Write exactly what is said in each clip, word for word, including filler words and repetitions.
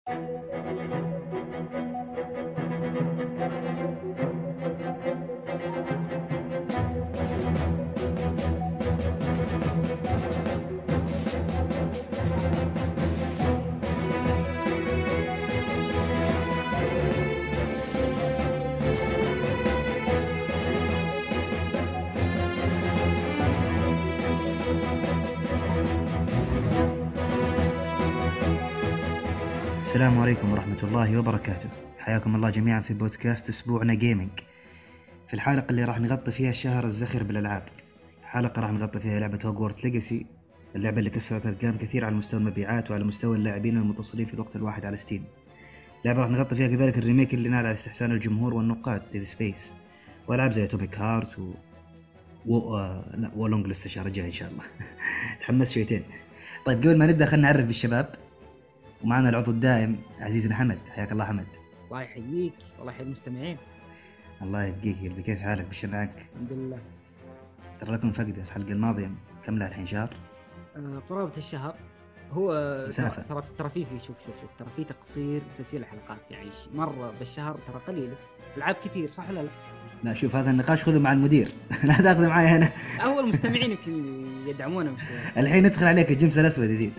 السلام عليكم ورحمة الله وبركاته. حياكم الله جميعا في بودكاست أسبوعنا جيمنج. في الحلقة اللي راح نغطي فيها الشهر الزخر بالألعاب، حلقة راح نغطي فيها لعبة هوغورت ليجاسي، اللعبة اللي كسرت أرقام كثير على مستوى المبيعات وعلى مستوى اللاعبين المتصلين في الوقت الواحد على ستيم. لعبة راح نغطي فيها كذلك الريميك اللي نال على استحسان الجمهور والنقاد ديد سبيس، وألعاب زي توبيك هارت و... و... آه... لا ولونج لسه الشهر الجاي إن شاء الله. تحمس شويتين. طيب قبل ما نبدأ خلنا نعرف بالشباب، ومعنا العضو الدائم عزيزنا حمد. حياك الله حمد. الله يحييك والله يحيي المستمعين. الله يبقيك قلبي، كيف حالك؟ بشر عنك. الحمد لله. ترى لكم فقدة الحلقة الماضية، كم لها الحين؟ شهر؟ آه قرابة الشهر. هو مسافة. ترى ترى في في شوف شوف شوف ترى في تقصير تسجيل الحلقات، يعني مرة بالشهر ترى قليلة. العاب كثير صح ولا لا؟ لا شوف، هذا النقاش خذه مع المدير. لا تاخذه معي أنا. أول مستمعين يمكن يدعمونا مش الحين ندخل عليك الجمس الأسود يزيد.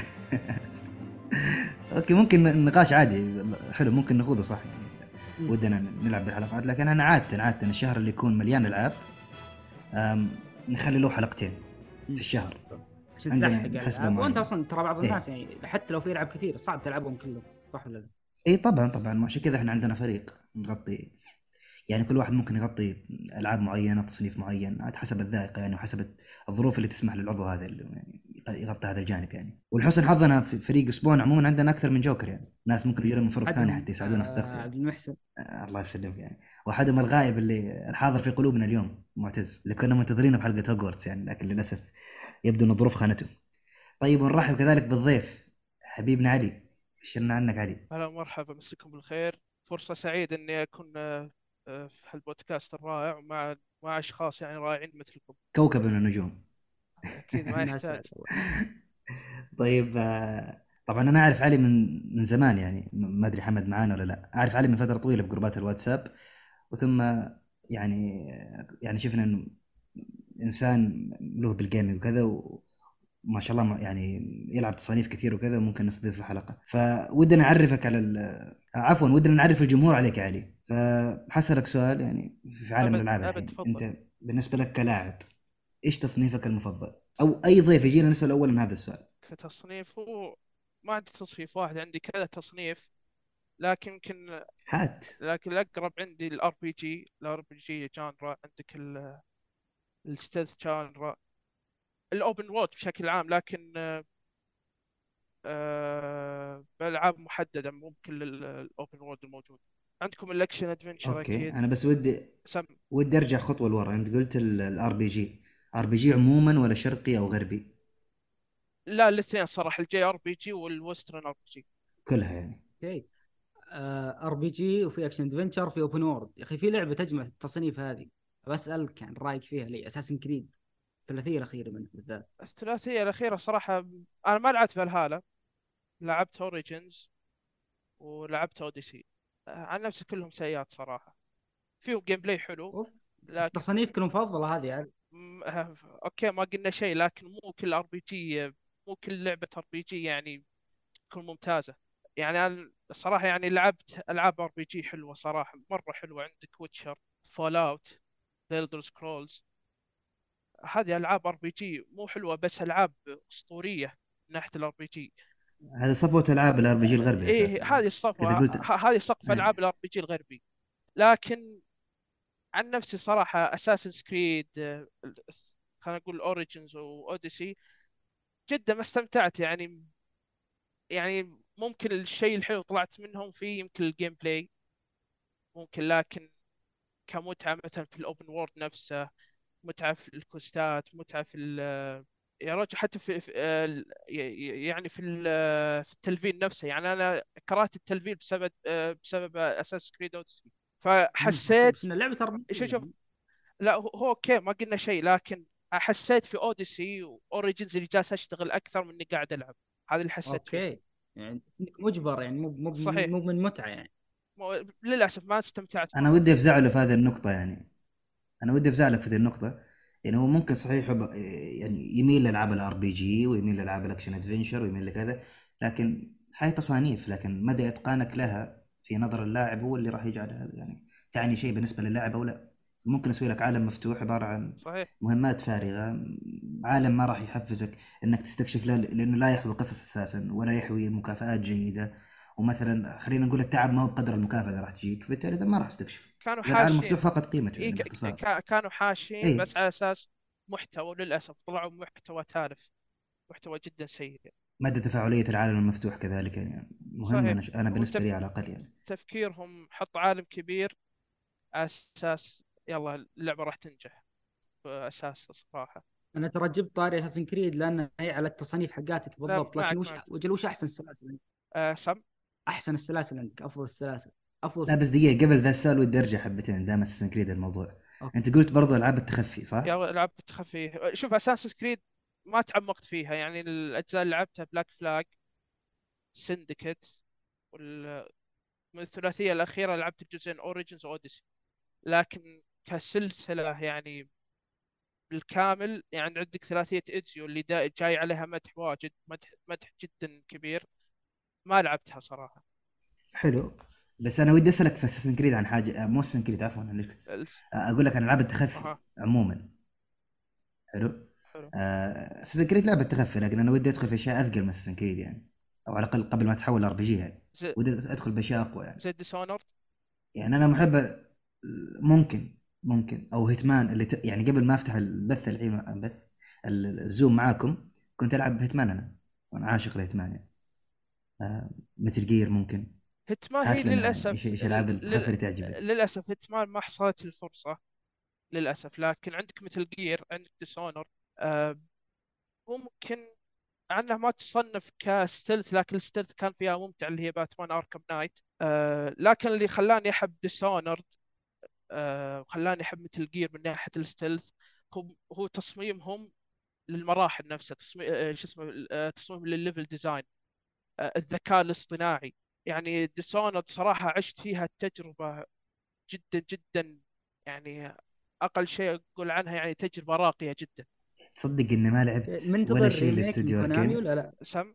أوكي، ممكن النقاش عادي حلو، ممكن نخوضه صح يعني. م. ودنا نلعب بالحلقات، لكن أنا عادة عادة الشهر اللي يكون مليان ألعاب نخلي له حلقتين م. في الشهر عشان تلحق الألعاب. وأنت أصلا ترى بعض الناس إيه؟ يعني حتى لو في ألعاب كثير صعب تلعبهم كلهم صح ولا لا؟ إيه طبعا طبعا، عشان كذا إحنا عندنا فريق نغطي، يعني كل واحد ممكن يغطي ألعاب معينة، تصنيف معين، عاد حسب الذائقة يعني، وحسب الظروف اللي تسمح للعضو هذا اللي يعني يغطي هذا الجانب يعني. والحسن حظنا في فريق أسبوعنا عموما عندنا أكثر من جوكر، يعني ناس ممكن يجون من فرق ثانية حتى يساعدونا في التغطية. عبد المحسن آه الله يسلمك يعني. وأحدهم الغائب اللي الحاضر في قلوبنا اليوم، معتز، اللي كنا منتظرينه بحلقة هوغورتس يعني، لكن للأسف يبدو أن الظروف خانته. طيب ونرحب كذلك بالضيف حبيبنا علي. بشرنا عنك علي. هلا مرحبا، مساكم بالخير. فرصة سعيدة إني أكون في هالبودكاست الرائع ومع مع أشخاص يعني رائعين مثلكم. كوكب من النجوم. أكيد ما يحتاج. طيب طبعا أنا أعرف علي من من زمان يعني، ما أدري حمد معانا ولا لا. أعرف علي من فترة طويلة بجروبات الواتساب، وثم يعني يعني شفنا إنه إنسان له بالجيمنج وكذا، وما شاء الله يعني يلعب تصانيف كثير وكذا، وممكن نستضيف في حلقة. فودنا نعرفك على عفوا ودنا نعرف الجمهور عليك يا علي. فحسألك سؤال يعني في عالم الألعاب الحين، أنت بالنسبة لك كلاعب إيش تصنيفك المفضل؟ أو أي ضيف يجينا نسأل أولا من هذا السؤال. كتصنيفه ما عندي تصنيف واحد، عندي كذا تصنيف، لكن يمكن هات. لكن الأقرب عندي الار بي جي الار بي جي جانرا، عندك الستيلث جانرا، الاوبن وورد بشكل عام، لكن أه بألعاب محددة مو بكل الاوبن وورد الموجود. عندكم الاكشن ادفنشر اوكي اكيد. انا بس ودي سم ودي ارجع خطوه لورا. انت قلت الار بي جي، ار بي جي عموما ولا شرقي او غربي؟ لا الاثنين صراحة، الجي ار بي جي والويسترن ار بي جي كلها يعني. اوكي. ار بي جي وفي اكشن ادفنشر في اوبن وورد. يا اخي في لعبه تجمع التصنيف هذه، بسالك عن رايك فيها لي. اساسن كريد الثلاثيه الاخيره منه بالذات. الثلاثية الأخيرة صراحة أنا ما لعبت فالهالا، لعبت أوريجينز ولعبت أوديسي. عن نفسي كلهم سيئات صراحة، فيهم جيم بلاي حلو اوف، لكن تصنيفك المفضله هذه يعني. م... أوكي ما قلنا شيء، لكن مو كل ار بي جي، مو كل لعبة ار بي جي يعني تكون ممتازة. يعني أنا الصراحة يعني لعبت ألعاب ار بي جي حلوة صراحة، مرة حلوة. عندك ويتشر، فول أوت، ذا إلدر سكرولز. هذه ألعاب ار بي جي مو حلوة بس ألعاب أسطورية من ناحية الار بي جي. هذا صفوه العاب الار بي جي الغربي ايه اساسا يعني. هذه كذا الصفوة، قلت. ه- هذه سقف العاب ايه. الار بي جي الغربي. لكن عن نفسي صراحة اساسن سكريد، خلينا نقول اوريجينز واوديسي، جدا ما استمتعت يعني. يعني ممكن الشيء الحلو طلعت منهم فيه يمكن الجيم بلاي ممكن، لكن كمتعة مثلا في الاوبن وورد نفسه، متعة في الكوستات، متعة في ال- يا رجل حتى في في- آه، يعني في ال- في التلفيل نفسه. يعني انا كرهت التلفيل بسبب آه، بسبب اساس كريد اوديسي. امم اوكي، فحسيت بس ان اللعبه ار بي شوف جي شوف يعني. لا هو هو اوكي ما قلنا شيء، لكن حسيت في اوديسي واوريجنز اللي جالس اشتغل اكثر من اني قاعد العب. هذا اللي حسيت فيه. اوكي، يعني انك مجبر، يعني مو مو صحيح. مو من متعه يعني. مو- للاسف ما استمتعت انا مره. ودي افزع له في هذه النقطه يعني. انا ودي افزع لك في هذه النقطه. يعني هو ممكن صحيح يحب يعني يميل لالعاب الار بي جي ويميل لالعاب الاكشن ادفنشر ويميل لكذا، لكن هاي تصانيف، لكن مدى اتقانك لها في نظر اللاعب هو اللي راح يجعلها يعني تعني شيء بالنسبه للاعب او لا. ممكن اسوي لك عالم مفتوح عباره عن صحيح. مهمات فارغه، عالم ما راح يحفزك انك تستكشف له لانه لا يحوي قصص اساسا ولا يحوي مكافآت جيده. ومثلا خلينا نقول التعب ما هو بقدر المكافاه اللي راح تجيك، فبالتالي إذا ما راح تستكشف. كانوا اذا العالم مفتوح حاشين. فقط قيمته إيه يعني ك... باختصار. ك... كانوا حاشين اي، بس على اساس محتوى، وللاسف طلعوا محتوى تالف، محتوى جدا سيء. مادة تفاعلية العالم المفتوح كذلك يعني مهم. صحيح. أنا, أنا هو بالنسبة لي تف... على الأقل يعني. تفكيرهم حط عالم كبير على اساس يلا اللعبه راح تنجح باساس صراحه. انا ترى جبت طاري اساسن كريد لان هي على التصانيف حقاتك لا بالضبط، لكن معك وش معك. وجل وش احسن السلاسل عندك؟ آه سم. احسن السلاسل عندك، افضل السلاسل، افضل لا س... بس دقيقة، قبل ذا السؤال ودي أرجع حبتين دام أساسن كريد الموضوع. أوكي. أنت قلت برضو ألعاب التخفي صح؟ يا العاب تخفي. شوف اساس كريد ما تعمقت فيها، يعني الاجزاء اللي لعبتها بلاك فلاج، سندكت، وال... من الثلاثيه الاخيره لعبت الجزئين اوريجنز واوديسي. لكن كسلسله يعني بالكامل، يعني عندك ثلاثيه ادزيو اللي دا جاي عليها مدح واجد، مدح مدح جدا كبير، ما لعبتها صراحه. حلو. بس أنا ودي أسألك في أساسن كريد عن حاجة، آه، مو أساسن كريد عفوا، أنا ليش كنت الس- آه، أقول لك عن ألعاب التخفي اها. عموما. حلو. حلو. آه، أساسن كريد لعبة تخفي، لكن أنا ودي أدخل في أشياء أثقل من أساسن كريد يعني، أو على الأقل قبل ما تحول ار بي جي يعني. زي ودي أدخل بأشياء أقوى يعني. زي ديسونر. يعني انا محب، ممكن ممكن او هيتمان اللي ت... يعني قبل ما افتح البث الحين بث ال- الزوم معاكم كنت العب هيتمان انا، وانا عاشق الهيتمان يعني. آه مثل جير ممكن. هيتمان هي هات لنا ايش للاسف ايش العاب التخفي لل... اللي تعجبك. للاسف هيتمان ما حصلت الفرصه للاسف. لكن عندك مثل جير، عندك ديسونر. آه ممكن عنها ما تصنف كستلث، لكن الستلث كان فيها ممتع، اللي هي باتمان اركم نايت. آه لكن اللي خلاني احب ديسونر، آه خلاني احب مثل جير من ناحيه الستلث، هو هو تصميمهم للمراحل نفسها، تصميم آه شو اسمه آه تصميم للليفل ديزاين، آه الذكاء الاصطناعي. يعني ديسونر صراحه عشت فيها التجربه جدا جدا، يعني اقل شيء اقول عنها يعني تجربه راقيه جدا. تصدق اني ما لعبت ولا منتظر شيء ريميك من لاستوديو كونامي اركين. ولا لا؟ سم.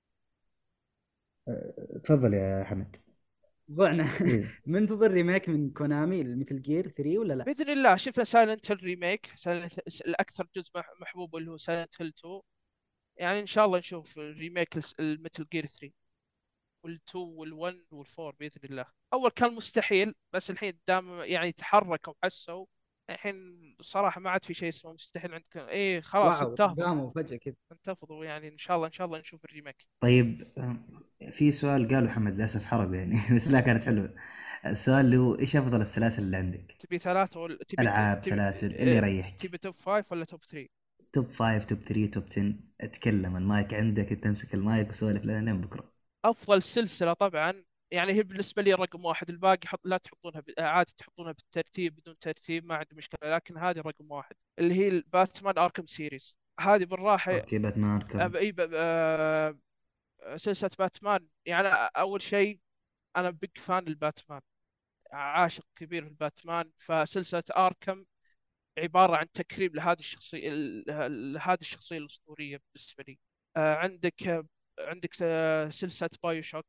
آه، تفضل يا حمد. ضعنا. ايه. منتظر ريميك من كونامي لمثل جير ثلاثة ولا لا؟ باذن الله شفنا سايلنت هيل ريميك، سايلنت الاكثر جزء مح- محبوب اللي هو سايلنت هيل اثنين. يعني ان شاء الله نشوف ريميك المثل جير ثلاثة وال2 وال1 وال4 باذن الله. اول كان مستحيل، بس الحين دام يعني تحركوا وحسوا، الحين صراحه ما عاد في شيء اسمه مستحيل عندكم، ايه خلاص واو، انتهضوا. قاموا فجأة كذا. انتفضوا يعني ان شاء الله ان شاء الله نشوف الريميك. طيب آه، في سؤال قاله حمد للاسف حرق يعني بس لا كانت حلوه. السؤال اللي هو ايش افضل السلاسل اللي عندك؟ تبي ثلاثة ولا تبي العاب تبي سلاسل اللي إيه، يريحك. تبي توب فايف ولا توب ثري؟ توب فايف، توب ثري، توب عشرة. اتكلم، المايك عندك، انت امسك المايك وسولف لنا لين بكره. افضل سلسلة طبعا، يعني هي بالنسبة لي رقم واحد. الباقي حط لا تحطونها ب... عادي تحطونها بالترتيب بدون ترتيب، ما عندي مشكلة، لكن هذه رقم واحد اللي هي باتمان اركم سيريز. هذه بالراحة. اوكي، باتمان اركم. أب... إيه ب... آه، سلسلة باتمان يعني اول شيء انا بيج فان الباتمان، عاشق كبير للباتمان، فسلسلة اركم عبارة عن تكريم لهذه الشخصية، لهذه الشخصية الأسطورية بالنسبة لي. آه، عندك آه، عندك آه، سلسلة بايو شوك.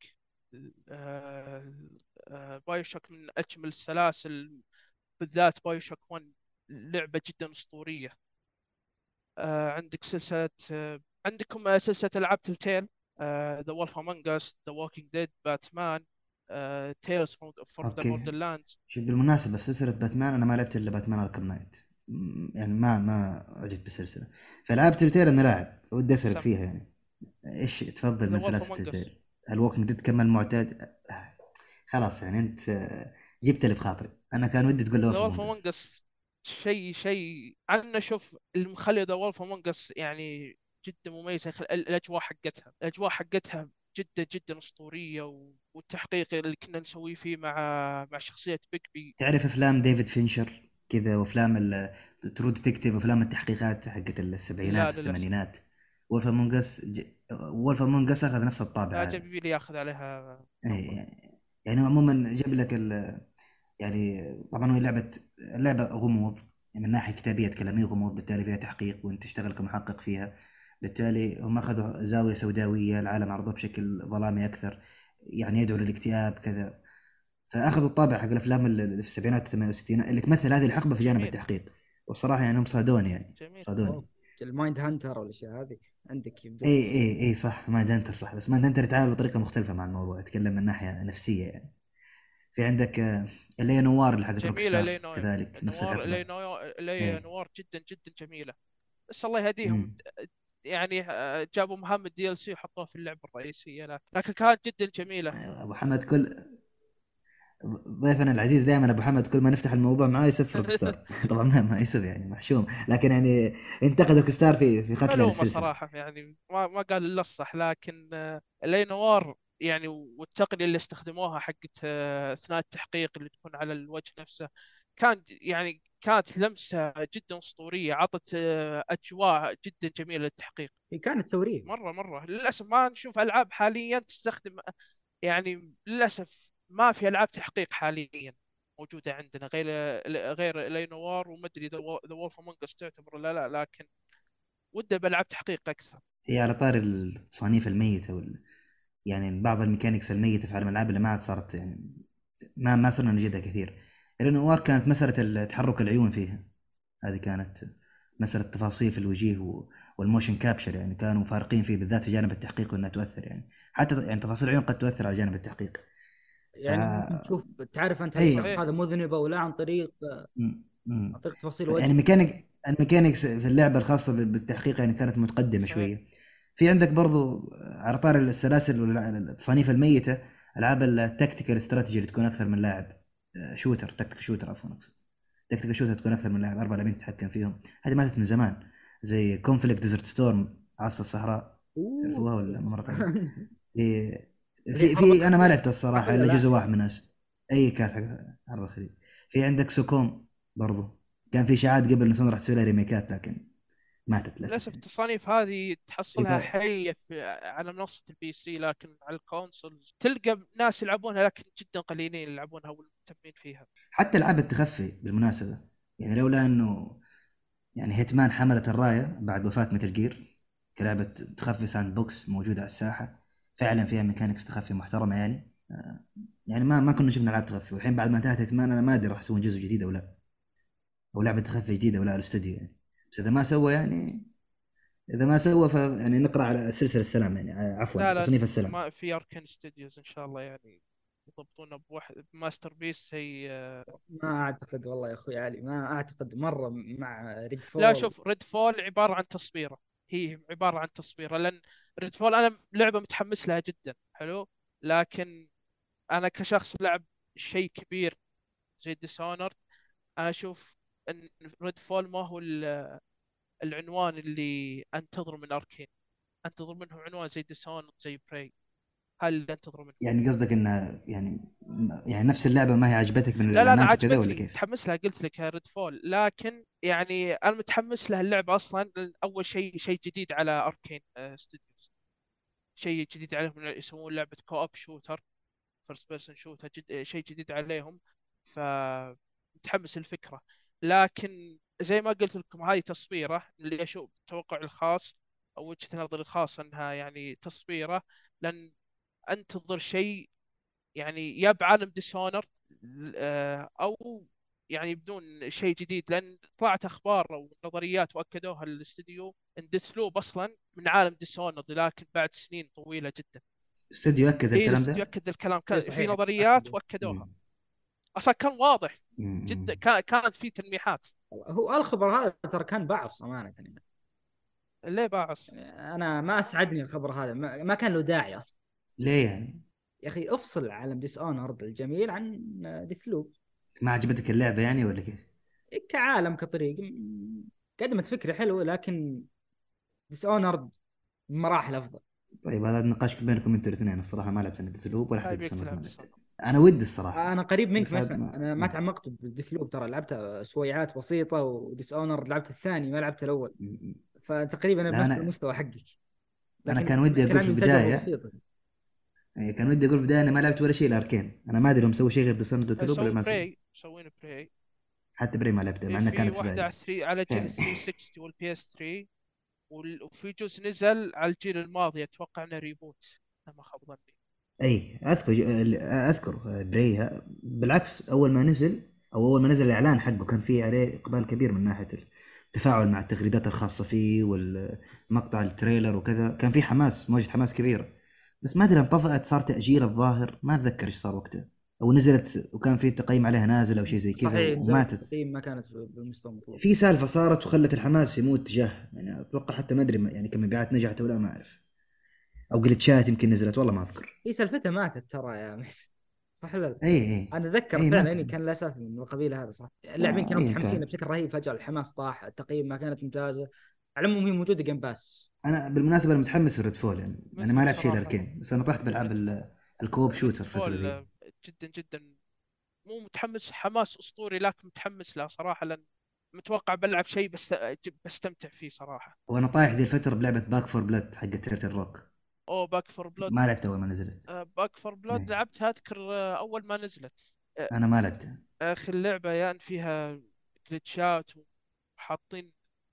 آه، آه، بايو شوك من أجمل السلاسل، بالذات بايو شوك واحد، لعبة جدا أسطورية. آه، عندك سلسلة آه، عندكم آه، سلسلة ألعاب تلتيل، ذا وولف أمونج أس، ذا ووكينج ديد، باتمان، تيلز فروم ذا اوكي. بوردرلاندز. شوف بالمناسبة في سلسلة باتمان انا ما لعبت الا باتمان اركم نايت. م- يعني ما ما عجبت بالسلسلة. فلعبت تلتيل انا لاعب ودي اسألك سم. فيها يعني. ايش تفضل ذا من وولف سلاسل أمونج تلتيل؟ أس. هل ووكينج ديد كمل معتاد؟ آه، خلاص يعني انت آه، جبت اللي بخاطري. انا كان ودي تقول ذا لوف وولف امونج امونج اس. اس شيء شيء عنا. شوف اللي مخلي ذا وولف امونج اس يعني جدا مميزه، يخل- ال- الاجواء حقتها الاجواء حقتها جدا جدا اسطوريه، و- والتحقيق اللي كنا نسويه فيه مع مع شخصيه بيجبي. تعرف افلام ديفيد فينشر كذا، وافلام الترو ديتكتيف وافلام التحقيقات حقت السبعينات لا للاسف. والثمانينات، وولف امونج اس ج... وولف امونج اس اخذ نفس الطابع لا هذا. جيبي لي ياخذ عليها نمبر. اي يعني عموما جاب لك ال... يعني طبعا هي لعبه لعبه غموض من ناحيه كتابيه كلاميه غموض، بالتالي فيها تحقيق وانت تشتغل كمحقق فيها. بالتالي هم اخذوا زاويه سوداويه، العالم عرضوه بشكل ظلامي اكثر، يعني يدعو للاكتئاب كذا. فاخذوا الطابع حق الافلام اللي في السبعينات والثمانينات والستينات اللي تمثل هذه الحقبه في جانب جميل. التحقيق. والصراحه يعني هم صادوني، يعني جميل. صادوني. المايند هانتر والاشياء هذه عندك يبدو. اي اي اي صح، مايند هانتر صح، بس مايند هانتر يتعامل بطريقه مختلفه مع الموضوع، يتكلم من ناحيه نفسيه يعني. في عندك آه، اللي هي نوار اللي حقت روك جميلة ستار لينو كذلك نفس نوار الحقبه. لينو اي. لينوار جدا جدا جميلة. بس الله يهديهم، امم. يعني آه، جابوا محمد دي ال سي وحطوه في اللعبة الرئيسية، لكن لكن كانت جدا جميلة. ابو حمد كل ضيفنا العزيز دائما ابو حمد كل ما نفتح الموضوع معاه يسف روك ستار. طبعا ما ما يسف يعني محشوم، لكن يعني انتقد روك ستار في في قتله ملومة للسلسله. صراحة، يعني ما ما قال الا الصح، لكن آه، لينوار يعني والتقنية اللي استخدموها حقت آه، اثناء التحقيق اللي تكون على الوجه نفسه، كان يعني كانت لمسة جدا اسطورية، عطت آه، اجواء جدا جميلة للتحقيق. هي كانت ثوريه. مرة مرة للأسف ما نشوف ألعاب حاليا تستخدم، يعني للأسف ما في ألعاب تحقيق حاليا موجودة عندنا غير غير لينوار، وما أدري ذا وولف أمونج أس تعتبر لا لا، لكن ودي بألعاب تحقيق أكثر. هي على طار التصانيف الميته وال... يعني بعض الميكانيكس الميته في عالم الالعاب اللي ما عاد صارت يعني ما ما صرنا نجدها كثير. الانوار كانت مساله تحرك العيون فيها، هذه كانت مسألة تفاصيل في الوجيه و- والموشن كابشر، يعني كانوا فارقين فيه بالذات في جانب التحقيق وانها تؤثر يعني. حتى يعني تفاصيل العيون قد تؤثر على جانب التحقيق. ف يعني ممكن تشوف تعرف انت هل الشخص اي. صحيح. هذا مذنب او لا عن طريق م- م. عن طريق تفاصيل يعني وجهه. ميكانيك الميكانيكس في اللعبة الخاصة بال- بالتحقيق يعني كانت متقدمة صحيح. شوية. في عندك برضو على طار السلاسل والتصانيف الميتة، العاب التكتيكال استراتيجي اللي تكون اكثر من لاعب. آه، شوتر تكتيكال شوتر عفوا اقصد. تكتيكال شوتر تكون اكثر من لاعب، اربع لاعبين تتحكم فيهم. هذه ماتت من زمان، زي كونفليكت ديزرت ستورم عاصفة الصحراء. اوه تعرفوها ولا ما مرت عليك؟ في اللي في حرب في انا ما الخليج، لعبت صح الصراحة ولا الا لا؟ جزء واحد من الناس. اي كانت حق حرب الخليج. في عندك سوكوم برضو، كان في اشاعات قبل ان سوني راح تسوي لها ريميكات لكن ماتت للاسف للأسف يعني. التصانيف هذه تحصلها يبا- حية في على منصة البي سي، لكن على الكونسولز تلقى ناس يلعبونها لكن جدا قليلين يلعبونها والمهتمين فيها. حتى العاب التخفي بالمناسبه، يعني لولا انه يعني هيتمان حملت الرايه بعد وفاه متل جير كلعبه تخفي ساند بوكس موجوده على الساحه، فعلا فيها ميكانكس تخفي محترمه يعني. آه، يعني ما ما كنا شفنا العاب تخفي، والحين بعد ما انتهت هيتمان انا ما ادري راح يسوون جزء جديد او لا، او لعبه تخفي جديده ولا الاستوديو يعني. بس اذا ما سوى يعني اذا ما سوى ف يعني نقرا على سلسله السلام يعني، آه، عفوا لا لا، تصنيف السلام. ما في أركين ستوديوز إن شاء الله يعني يضبطونه بواحد ماستر بيس زي. ما اعتقد والله يا اخوي علي، ما اعتقد مره مع ريد لا فول. شوف، ريد فول عبارة عن تصويرة، هي عبارة عن تصويرة، لأن ريد فول أنا لعبة متحمس لها جدا حلو، لكن أنا كشخص لعب شيء كبير زي ديسونر، أنا أشوف أن ريد فول ما هو ال- العنوان اللي أنتظره من أركين. أنتظر منهم عنوان زي ديسونر زي براي، هل اللي أنتظره منهم. يعني قصدك انها يعني يعني نفس اللعبه ما هي عجبتك من لا لا، أنا الاعلانات وكذا ولا عجبتني كيف؟ متحمس لها، قلت لك يا ريد فول، لكن يعني أنا متحمس لها اللعبة أصلا لأن أول شيء شيء جديد على أركين ستوديوز، شيء جديد عليهم يسوون لعبة كو اب شوتر، فيرست بيرسون شوتر، جد... شيء جديد عليهم، فمتحمس الفكرة. لكن زي ما قلت لكم هاي تصويرة، اللي أشوف توقع الخاص أو وجهة نظري الخاصة أنها يعني تصويرة، لأن أنتظر شيء يعني يا بعالم ديسونر أو يعني بدون شيء جديد، لأن طلعت أخبار أو نظريات وأكدوها الاستديو أن ديثلوب أصلا من عالم ديسونر، لكن بعد سنين طويلة جدا. استوديو اكد اي الكلام الاستوديو ذا. اكد الكلام، اي كان في صحيح نظريات أكد. واكدوها، مم. اصلا كان واضح جدا، مم. كان كانت في تلميحات. هو الخبر هذا ترى كان بعص امانه يعني. ليه باعص؟ يعني انا ما اسعدني الخبر هذا، ما ما كان له داعي اصلا. ليه يعني؟ يا اخي افصل عالم ديس اونرد الجميل عن ديث لوب. ما عجبتك اللعبه يعني ولا كيف؟ كعالم كطريق م- قدمت فكره حلوه، لكن ديس اونرد مراحل افضل. طيب هذا نقاش بينكم انتوا الاثنين، الصراحه ما لعبت انا ديثلوب ولا حتى هاي بيك ديسونرد ما تلعب لعبت. الصراحه. انا ودي الصراحه. انا قريب منك، بس ما عاد اسمع، ما انا ما إيه. تعمقت بديث لوب، ترى لعبتها سويعات بسيطه، وديس اونرد لعبت الثاني ما لعبت الاول، مم. فتقريبا لا بنفس انا المستوى حقك. انا لكن كان ودي اقول كلام في من تجربه البدايه، بسيطه. يعني كان ودي اقول في البدايه انا ما لعبت ولا شيء الاركين، انا ما ادري هم سووا شيء غير ديسن دوت لوب ولا سووا ما سووا. براي مسوين براي. حتى بري ما لعبته مع في انها في كانت في واحدة على بالي. ثري على جيل فعلا. ثري سكستي والبي اس ثري، وال- وفي جزء نزل على الجيل الماضي اتوقع انه ريبوت، انا ما خاب ظني. اي اذكر اذكر بري، بالعكس اول ما نزل او اول ما نزل الاعلان حقه كان فيه عليه اقبال كبير من ناحيه التفاعل مع التغريدات الخاصه فيه والمقطع التريلر وكذا، كان فيه حماس، موجة حماس كبيره. بس ما ادري انطفأت، صار تأجيل الظاهر، ما اتذكر ايش صار وقتها، او نزلت وكان في تقييم عليها نازل او شيء زي كذا صحيح، نزلت وماتت. التقييم ما كانت بالمستوى المطلوب. في سالفه صارت وخلت الحماس يموت تجاه، يعني اتوقع حتى ما ادري ما- يعني كم مبيعات نجحت ولا ما اعرف، او جلتشات يمكن نزلت والله ما اذكر. هي سالفتها ماتت ترى يا محسن، صح ولا لا؟ اي اي انا اتذكر اي فعلا ماتت. اني كان الاساس من القبيل هذا، صح. اللاعبين آه، كانوا ايا متحمسين كان. بشكل رهيب، فجاه الحماس طاح، التقييم ما كانت ممتازه. على العموم هي موجوده جيم باس. انا بالمناسبه انا متحمس لريد فول، يعني انا مثلي ما لعبت شيء بصراحة. الاركين، بس انا طحت بالعاب ريد ال- الكوب شوتر الفتره فول ذي. جدا جدا مو متحمس حماس اسطوري، لكن متحمس له صراحة، لان متوقع بلعب شيء بس بستمتع فيه صراحة. وانا طايح ذي الفتره بلعبه باك فور بلاد حق تيرتل روك، او باك فور بلود. ما لعبتها اول ما نزلت. باك فور بلود إيه. لعبتها اذكر آه، اول ما نزلت. آه، انا ما لعبتها. اخي اللعبة يا فيها جلitchات، وحاطين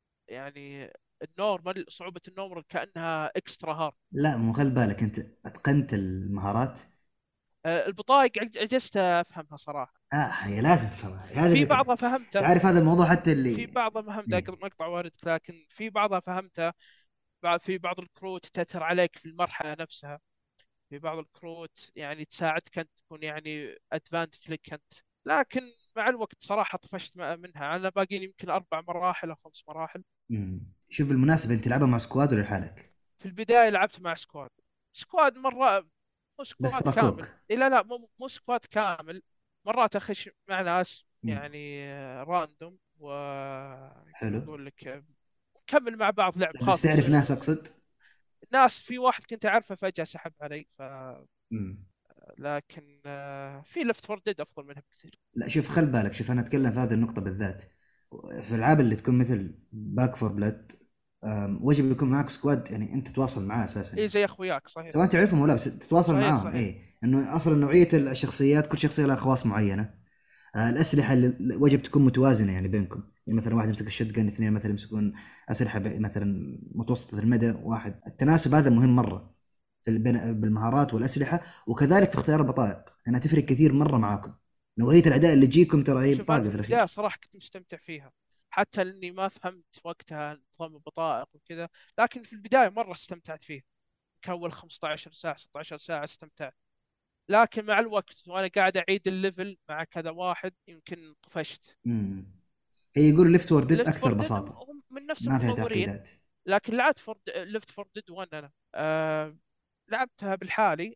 يعني النورمال، صعوبة النورمال كأنها اكسترا هارد. لا مو خل بالك انت اتقنت المهارات. آه، البطايق عج- عجزت افهمها صراحة. اه هي لازم تفهمها، هذه في الفكره. بعضها فهمته، تعرف هذا الموضوع حتى في اللي. بعضها فهمته إيه. قبل مقطع وارد، لكن في بعضها فهمته. بعض في بعض الكروت تأثر عليك في المرحلة نفسها، في بعض الكروت يعني تساعدك أنت، تكون يعني ادفانتج لك أنت. لكن مع الوقت صراحة طفشت م- منها. أنا باقيني يمكن أربع مراحل أو خمس مراحل. مم. شوف بالمناسبه انت تلعبها مع سكواد ولا لحالك؟ في البداية لعبت مع سكواد. سكواد مرة، مو بس سكواد تركوك. كامل. إيه لا لا، مو مو سكواد كامل. مرات أخش مع ناس مم. يعني راندوم، و كيف حلو. أقول لك، آه، نكمل مع بعض لعب بس خاص. تعرف ناس اقصد. ناس، في واحد كنت أعرفه فجأة سحب علي ف. مم. لكن آه، في لفت فور ديد أفضل منها بكثير. لا شوف خل بالك، شوف انا اتكلم في هذه النقطه بالذات. في الالعاب اللي تكون مثل باك فور بلاد، وجب يكون معك سكواد، يعني انت تتواصل معاه اساسا، إيه يعني زي أخوياك، صحيح. سواء تعرفهم ولا، بس تتواصل صحيح معاهم. صحيح. اي انه اصلا نوعيه الشخصيات، كل شخصيه لها خواص معينه. آه، الاسلحه اللي وجب تكون متوازنه يعني بينكم، يعني مثلا واحد يمسك الشوت جن، اثنين مثلا يمسكون اسلحه ب- مثلا متوسطه المدى، واحد التناسب هذا مهم مره في البن- بالمهارات والاسلحه، وكذلك في اختيار البطائق انها تفرق كثير مره معاكم. نوعيه الاعداء اللي تجيكم ترى هي شوف، أنا بطاقه في في البداية الاخير. صراحة كنت مستمتع فيها، حتى لأني ما فهمت وقتها نظام البطائق وكذا. لكن في البداية مرة استمتعت فيه. كأول خمسة عشر ساعة ستة عشر ساعة استمتعت. لكن مع الوقت وأنا قاعد أعيد الليفل مع كذا واحد يمكن طفشت. امم هي يقولوا ليفت وور ديد ليفت فور اكثر ديد بساطه، هم من نفس ما فيها المطورين. تعقيدات. لكن لعبت فور ليفت فور ديد واحد أنا. آه لعبتها بالحالي.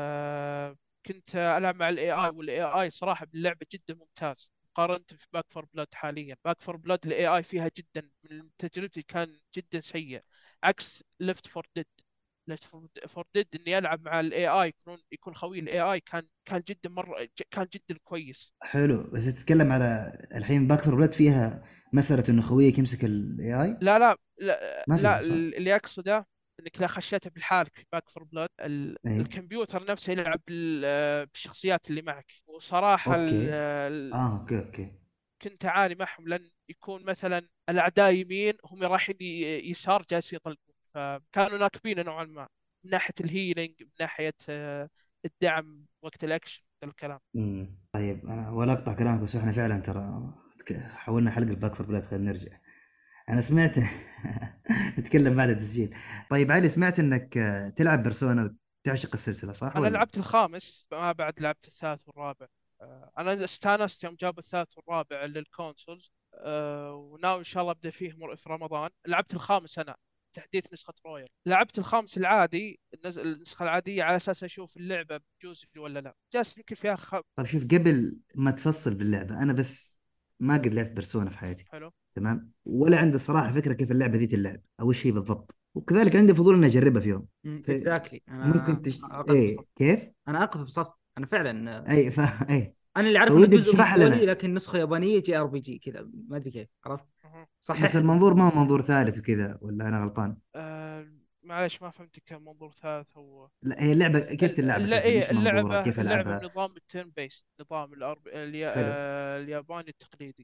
آه كنت ألعب مع الاي اي، والاي اي صراحة باللعبة جدا ممتاز. قارنت في باك فور بلاد حاليا، باك فور بلاد الاي اي فيها جدا من تجربتي كان جدا سيء، عكس ليفت فور ديد. ليفت فور ديد اني العب مع الاي اي، يكون يكون خوي الاي اي، كان كان جدا مره ج- كان جدا كويس. حلو، بس تتكلم على الحين باك فور بلاد فيها مساله انه خويك يمسك الاي اي؟ لا لا لا, ما لا فيها صح؟ اللي اقصده انك لا خشيت بحالك في باك فور بلاد، اي. الكمبيوتر نفسه يلعب بال- بالشخصيات اللي معك. وصراحه ال- اوكي. ال- اه اوكي اوكي. كنت اعاني معهم، لان يكون مثلا الاعداء يمين، هم رايحين ي- يسار جالسين يطلقون، فكانوا ناكبين نوعا ما من ناحيه الهيلينج، من ناحيه آه، الدعم وقت الاكشن ذا الكلام. امم طيب انا ولا اقطع كلامك، بس احنا فعلا ترى تك- حولنا حلقه الباك فور بلاد، خلينا نرجع. انا سمعت نتكلم بعد التسجيل. طيب علي، سمعت انك آه، تلعب بيرسونا وتعشق السلسله، صح انا ولا؟ لعبت الخامس، ما بعد لعبت الثالث والرابع. آه، انا استانست يوم جابوا الثالث والرابع للكونسولز. أه وناوي ان شاء الله ابدا فيه مر- في رمضان. لعبت الخامس انا تحديث نسخة رويال. لعبت الخامس العادي، النز- النسخة العادية، على اساس اشوف اللعبة بتجوز ولا لا. جالس يمكن فيها خ... طيب شوف، قبل ما تفصل باللعبه، انا بس ما قد لعبت بيرسونا في حياتي، حلو. تمام، ولا عندي الصراحه فكره كيف اللعبه ذي تلعب او ايش هي بالضبط، وكذلك عندي فضول اني اجربها في يوم. اكزاكتلي، فممكن انا تش... اقف بصف. ايه كيف؟ انا اقف بصف انا فعلا. اي ف... اي انا اللي عارف انه فودي جزء من تشرح كوري، لنا. لكن نسخه يابانيه جي ار بي جي كذا، ما ادري كيف عرفت. أها. بس صحح لي. المنظور ما هو منظور ثالث وكذا، ولا انا غلطان؟ أه معلش ما فهمتك منظور ثالث. هو لا هي اللعبه كيف تلعب الل- اساسا؟ إيه، ايش منظورها؟ اللعبة كيف اللعبة العبها؟ بنظام التيرن بيست، نظام الأرب... اليا... حلو. آه، الياباني التقليدي.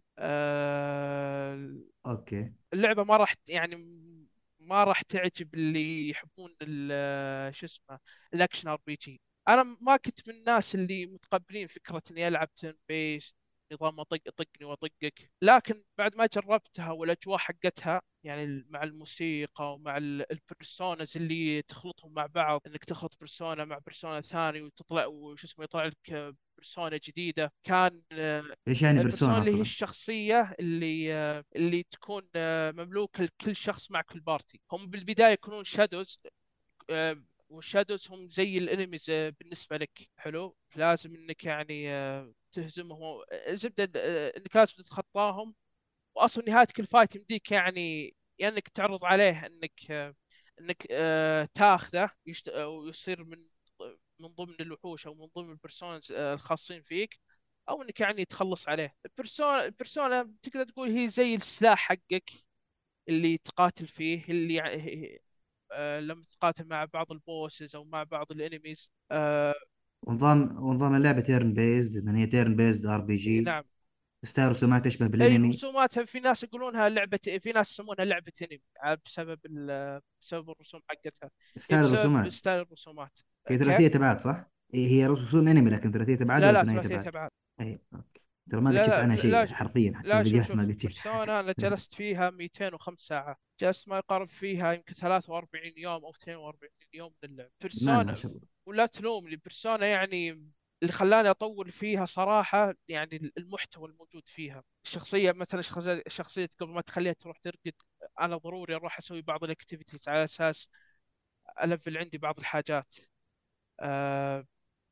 آه، اوكي. اللعبة ما راح ت- يعني ما راح تعجب اللي يحبون ال- شو اسمه الاكشن ار بي جي. انا ما كنت من الناس اللي متقبلين فكرة اني العب تيرن بيست، نظام اطق طقني واطقك، لكن بعد ما جربتها والاجواء حقتها، يعني ال- مع الموسيقى ومع ال- البرسوناز اللي تخلطهم مع بعض، انك تخلط برسونا مع برسونا ثاني وتطلع وش اسمه يطلع لك برسونا جديدة. كان ايش يعني البرسونا بيرسونا اللي هي اصلا؟ الشخصية اللي اللي تكون مملوكة لكل شخص معك في البارتي. هم بالبداية يكونون شادوز، والشادوز هم زي الانميز بالنسبة لك. حلو، لازم انك يعني آه، تهزمهم. زبدة آه، انك لازم تتخطاهم. واصلا نهاية كل فايت يمديك يعني يا انك تعرض عليه انك آه، انك آه، تاخذه يشت... ويصير من من ضمن الوحوش او من ضمن البرسونز الخاصين فيك، او انك يعني تخلص عليه. البرسونا البرسونا تقدر تقول هي زي السلاح حقك اللي تقاتل فيه، اللي يعني آه، لما تقاتل مع بعض البوسز او مع بعض الانميز. آه، ونظام ونظام اللعبه تيرن بيزد، لان هي تيرن بيزد ار بي إي جي. نعم. ستايل رسومات تشبه اي بالانمي. رسوماتها في ناس يقولونها لعبة، في ناس يسمونها لعبة انمي عاد بسبب ال... بسبب الرسوم حقتها. اي ستايل بسبب الرسومات ستايل الرسومات. هي كيف؟ ثلاثيه ابعاد صح؟ هي هي رسوم انمي لكن ثلاثيه ابعاد لا ولا لا ثنائيه ثلاثية ابعاد؟ ابعاد. اي اوكي. ترى ما قد لا شفت لا عنها لا شيء ش- حرفيا، حتى لا شوف الفيديوهات ما شوف قد شفت. بيرسونا انا جلست فيها مئتين وخمس ساعات، جلست ما يقارب فيها يمكن ثلاثة وأربعين يوم او اثنين وأربعين يوم من اللعب مان ما بيرسونا. شاء الله. ولا تلومني، بيرسونا يعني اللي خلاني اطول فيها صراحة يعني المحتوى الموجود فيها. الشخصية مثلا شخصية شخصية قبل ما تخليها تروح ترقد، انا ضروري اروح اسوي بعض الاكتيفيتيز على اساس الفل عندي بعض الحاجات. آه،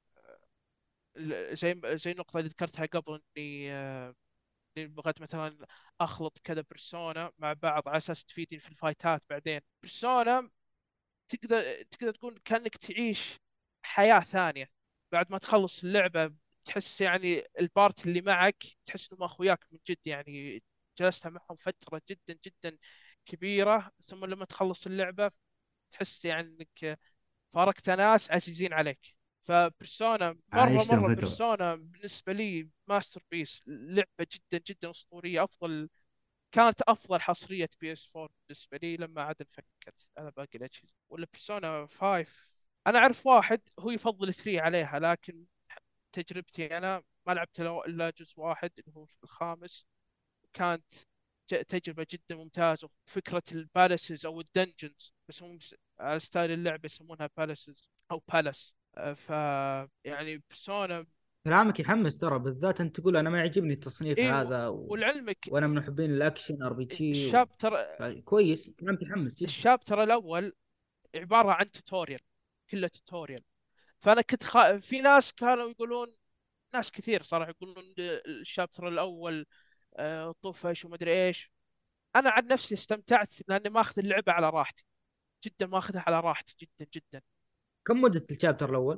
زي زي النقطة اللي ذكرتها قبل، اني آه، إني بغيت مثلا اخلط كذا بيرسونا مع بعض على اساس تفيدني في الفايتات بعدين. بيرسونا تقدر تقدر تقول كأنك تعيش حياة ثانية بعد ما تخلص اللعبة. تحس يعني البارت اللي معك تحس انهم اخوياك من جد، يعني جلست معهم فترة جدا جدا كبيرة، ثم لما تخلص اللعبة تحس يعني انك فارقت ناس عزيزين عليك. فبرسونا مرة عايشتهم مرة فتره. بيرسونا بالنسبة لي ماستر بيس، لعبة جدا جدا أسطورية. أفضل، كانت افضل حصريه بي اس أربعة بالنسبه لي لما عاد انفكت على باقي الاجهزه. ولا بيرسونا خمسة، انا اعرف واحد هو يفضل ثلاثة عليها، لكن تجربتي انا ما لعبت له الا جزء واحد اللي هو الخامس. كانت ج- تجربه جدا ممتازه. فكره البالاسز او الدنجنز، بس هم بس على ستايل اللعبه يسمونها بالاسز او بالاس. ف يعني بيرسونا. كلامك يحمس ترى، بالذات انت تقول انا ما يعجبني التصنيف اي، هذا و... ولعلمك وانا من محبين الاكشن ار بي جي و... الشابتر كويس، كلامك يحمس جدا. الشابتر الاول عبارة عن توتوريال، كله توتوريال. فأنا كنت خ... في ناس كانوا يقولون، ناس كثير صراحة يقولون الشابتر الأول آه، طفش ومدري إيش. أنا عن نفسي استمتعت لأني ماخذ اللعبة على راحتي، جدا ماخذها على راحتي جدا جدا. كم مدة الشابتر الاول؟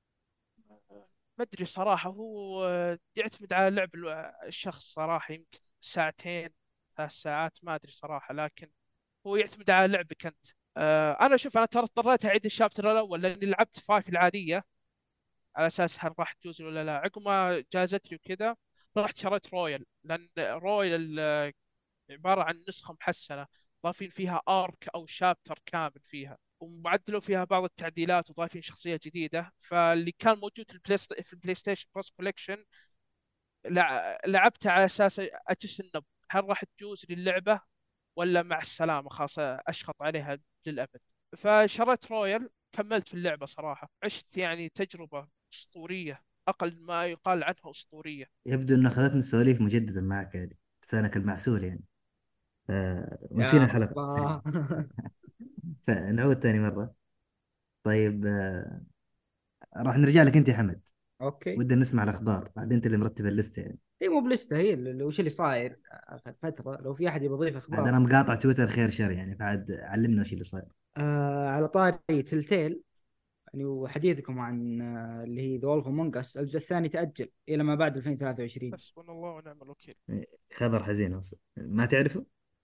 ما أدري صراحة، هو آه، يعتمد على لعب ال- الشخص صراحة، يمكن ساعتين ثلاث ساعات ما أدري صراحة، لكن هو يعتمد على لعبك أنت. آه، أنا شوف، أنا ترى اضطريت أعيد الشابتر الأول لأني لعبت فايف العادية على اساس هل راح تجوز ولا لا. عقب ما جازت لي وكذا رحت شريت رويال، لان رويال عباره عن نسخه محسنه، ضافين فيها ارك او شابتر كامل فيها، ومعدلوا فيها بعض التعديلات وضايفين شخصيه جديده. فاللي كان موجود في البلاي ست- في البلاي ستيشن بلس كوليكشن لع- لعبته على اساس اجس النبض، هل راح تجوز للعبه ولا مع السلامه خلاص اشخط عليها للابد. فشريت رويال، كملت في اللعبه صراحه، عشت يعني تجربه اسطوريه، اقل ما يقال عنها اسطوريه. يبدو انه اخذتني السواليف مجددا معك هذه، لسانك المعسول يعني. ف... ونسينا يا الحلقه. الله. فنعود ثاني مره. طيب آه، راح نرجع لك انت يا حمد. اوكي. ودنا نسمع الاخبار، بعد انت اللي مرتب اللسته يعني. هي مو بلسته، هي اللي- وش اللي صاير اخر فتره، لو في احد يبغى يضيف عاد اخبار. انا مقاطع تويتر خير شر يعني، فعاد علمنا وش اللي صاير. آه على طاري تلتيل، يعني وحديثكم عن آه اللي هي ذا وولف امونج اس، الجزء الثاني تاجل الى ما بعد ألفين وثلاثة وعشرين. حسبنا الله ونعم الوكيل. خبر حزين اصلا، ما تعرفه.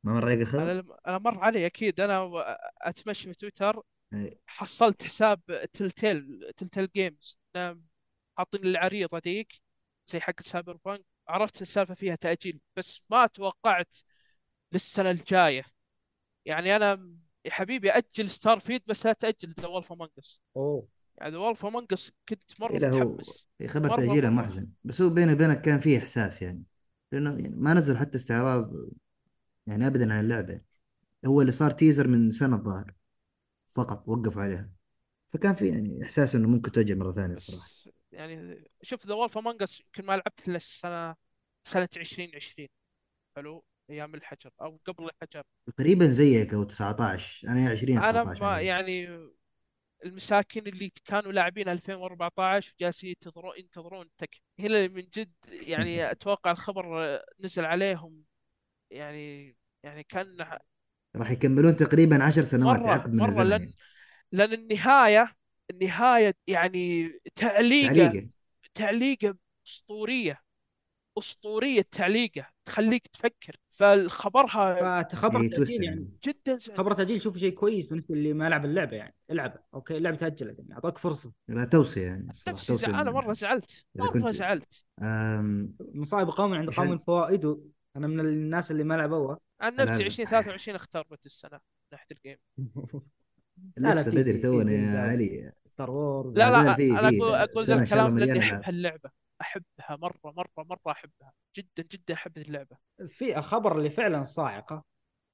ما مر عليك الخبر؟ انا انا مر علي اكيد. انا و- اتمشى في تويتر، إيه. حصلت حساب تلتيل تلتيل جيمز، حاطين العريضه ذيك زي حق سايبر بانك. عرفت السالفه فيها تاجيل، بس ما توقعت للسنه الجايه. يعني انا يا حبيبي اجل ستار فيد، بس لا تاجل ذا وولف امونج اس. اوه. يعني ذا وولف امونج اس كنت إيه، مره لا هو متحمس. في خبر مره تأجيله مره. محزن، بس هو بيني وبينك كان فيه إحساس يعني، لأنه يعني ما نزل حتى استعراض يعني أبدا عن اللعبة. هو اللي صار تيزر من سنة الظاهر، فقط وقفوا عليها. فكان في يعني إحساس إنه ممكن تأجل مرة ثانية الصراحة. بس يعني شوف، ذا وولف امونج اس يمكن ما لعبت الا السنه سنه ألفين وعشرين. حلو، ايام الحجر او قبل الحجر. تقريبا زيك أو تسعة عشر، أنا عشرين انا تسعة عشر ما علي. يعني المساكين اللي كانوا لاعبين ألفين وأربعطعش وجالسين ينتظرون ينتظرون تك هنا اللي من جد. يعني اتوقع الخبر آه، نزل عليهم. يعني يعني كان راح يكملون تقريبا عشر سنوات مره عقب من مره. الزمن لان يعني. لان النهايه النهايه يعني تعليقه تعليقه. تعليقه اسطوريه. اسطوريه تعليقه تخليك تفكر. فالخبرها فتخبر هي تاجيل تويستر يعني، يعني. جدا زين. خبر تاجيل شوف شيء كويس بالنسبه اللي ما لعب اللعبه، يعني العبها اوكي، اللعبه تاجلت يعني اعطاك فرصه. لا توصية يعني الصراحة، نفسي توصية زع... انا مره من زعلت، إذا مره كنت. زعلت. أم... مصايب قوم عند إيش قوم عن فوائد. انا من الناس اللي ما لعبوها. عن نفسي ألعاب؟ ألفين وثلاثة وعشرين اختربت السنه من ناحيه الجيم. لا لا، لسه في بدري في في تونا يا زلدة علي. ستار وورز ما لا زال لا، في انا في اقول اقول ذا السنة إن شاء الله الكلام مليانة لاني احب ألعاب. هاللعبه. احبها مره مره مره احبها جدا جدا. احب ذي اللعبه. في الخبر اللي فعلا صاعقه،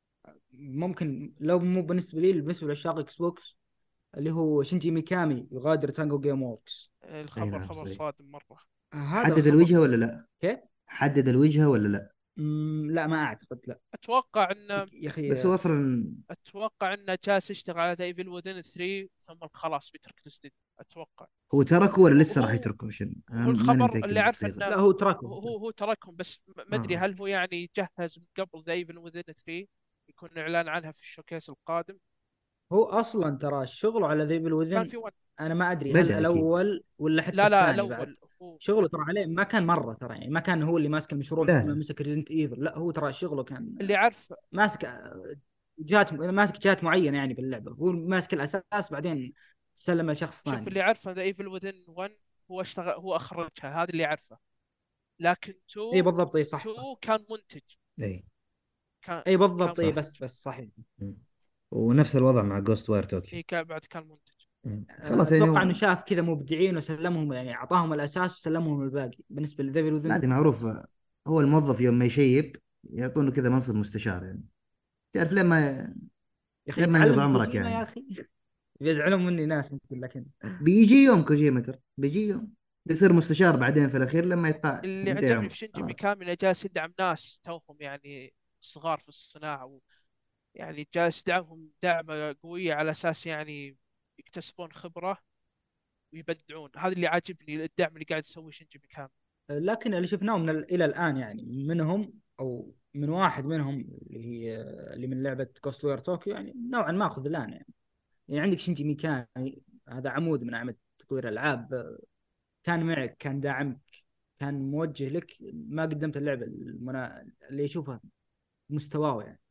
ممكن لو مو بالنسبه لي، بالنسبه لعشاق اكس بوكس، اللي هو شينجي ميكامي يغادر تانجو جيم ووركس. أي الخبر نعم خبر صحيح. صادم مره. هذا حدد الخبر. الوجهة ولا لا؟ كيف؟ حدد الوجهة ولا لا؟ مم، لا ما اعتقد، لا. اتوقع ان يا بس هو اخي. أصلا اتوقع انه جالس يشتغل على ذا ايفل وذين ثلاثة، ثم خلاص بيترك الاستديو. اتوقع. هو تركه ولا هو لسه راح هو يتركه؟ عشان أنا هو ماني الخبر متأكد اللي من عارف الصيغة. لا انه هو تراكم. هو هو تركهم. بس م- ما ادري آه. هل هو يعني جهز من قبل ذا ايفل وذين ثلاثة يكون اعلان عنها في الشوكيس القادم. هو اصلا ترى الشغل على ذيبل كان وذن، في ون. انا ما ادري هل بدأ أكيد. الاول ولا حتى لا لا، الثاني بعد. الاول هو. شغله ترى عليه ما كان مره، ترى يعني ما كان هو اللي ماسك المشروع لا مثل ما لا. مسك ريزنت ايفل، لا هو ترى شغله كان اللي عارف. ماسك جهات، ماسك جهات معينه يعني باللعبه، هو ماسك الاساس بعدين سلم لشخص شوف، ثاني. اللي عارفه ذا ايفل وذين واحد هو اشتغل، هو اخرجها، هذا اللي عارفه. لكن اي اتنين بالضبط، اي صح صح. اتنين كان منتج. أي كان اي كان بالضبط، اي صح. منتج. بس بس صحيح. مم. ونفس الوضع مع جوست واير توكيو. اي كان بعد كان منتج. مم. خلاص يعني اتوقع انه هو. شاف كذا مبدعين وسلمهم، يعني اعطاهم الاساس وسلمهم الباقي بالنسبه لذيبل لا وذن. دي معروف. هو الموظف يوم ما يشيب يعطونه كذا منصب مستشار يعني، تعرف لما يا اخي لما ينقضي يتعلم عمرك كوجيما يا يعني. اخي. بيزعلون مني ناس ممكن، لكن بيجي يوم كوجيما، ترى بيجي يوم بيصير مستشار بعدين في الأخير لما يتقاعد اللي ينتهي عجبني عمره في شنجي خلاص. ميكامي انه جالس يدعم ناس توهم يعني صغار في الصناعة. يعني جالس يدعمهم دعم قوية على أساس يعني يكتسبون خبرة ويبدعون. هذا اللي عاجبني، الدعم اللي قاعد يسويه شنجي ميكامي. لكن اللي شفناه من ال- الى الان يعني منهم، او من واحد منهم اللي هي اللي من لعبه كوست وير طوكيو، يعني نوعا ما خذلان يعني. يعني عندك شينجي ميكامي، هذا عمود من اعمده تطوير الالعاب، كان معك، كان داعمك، كان موجه لك، ما قدمت اللعبه المنا... اللي يشوفها مستواه يعني.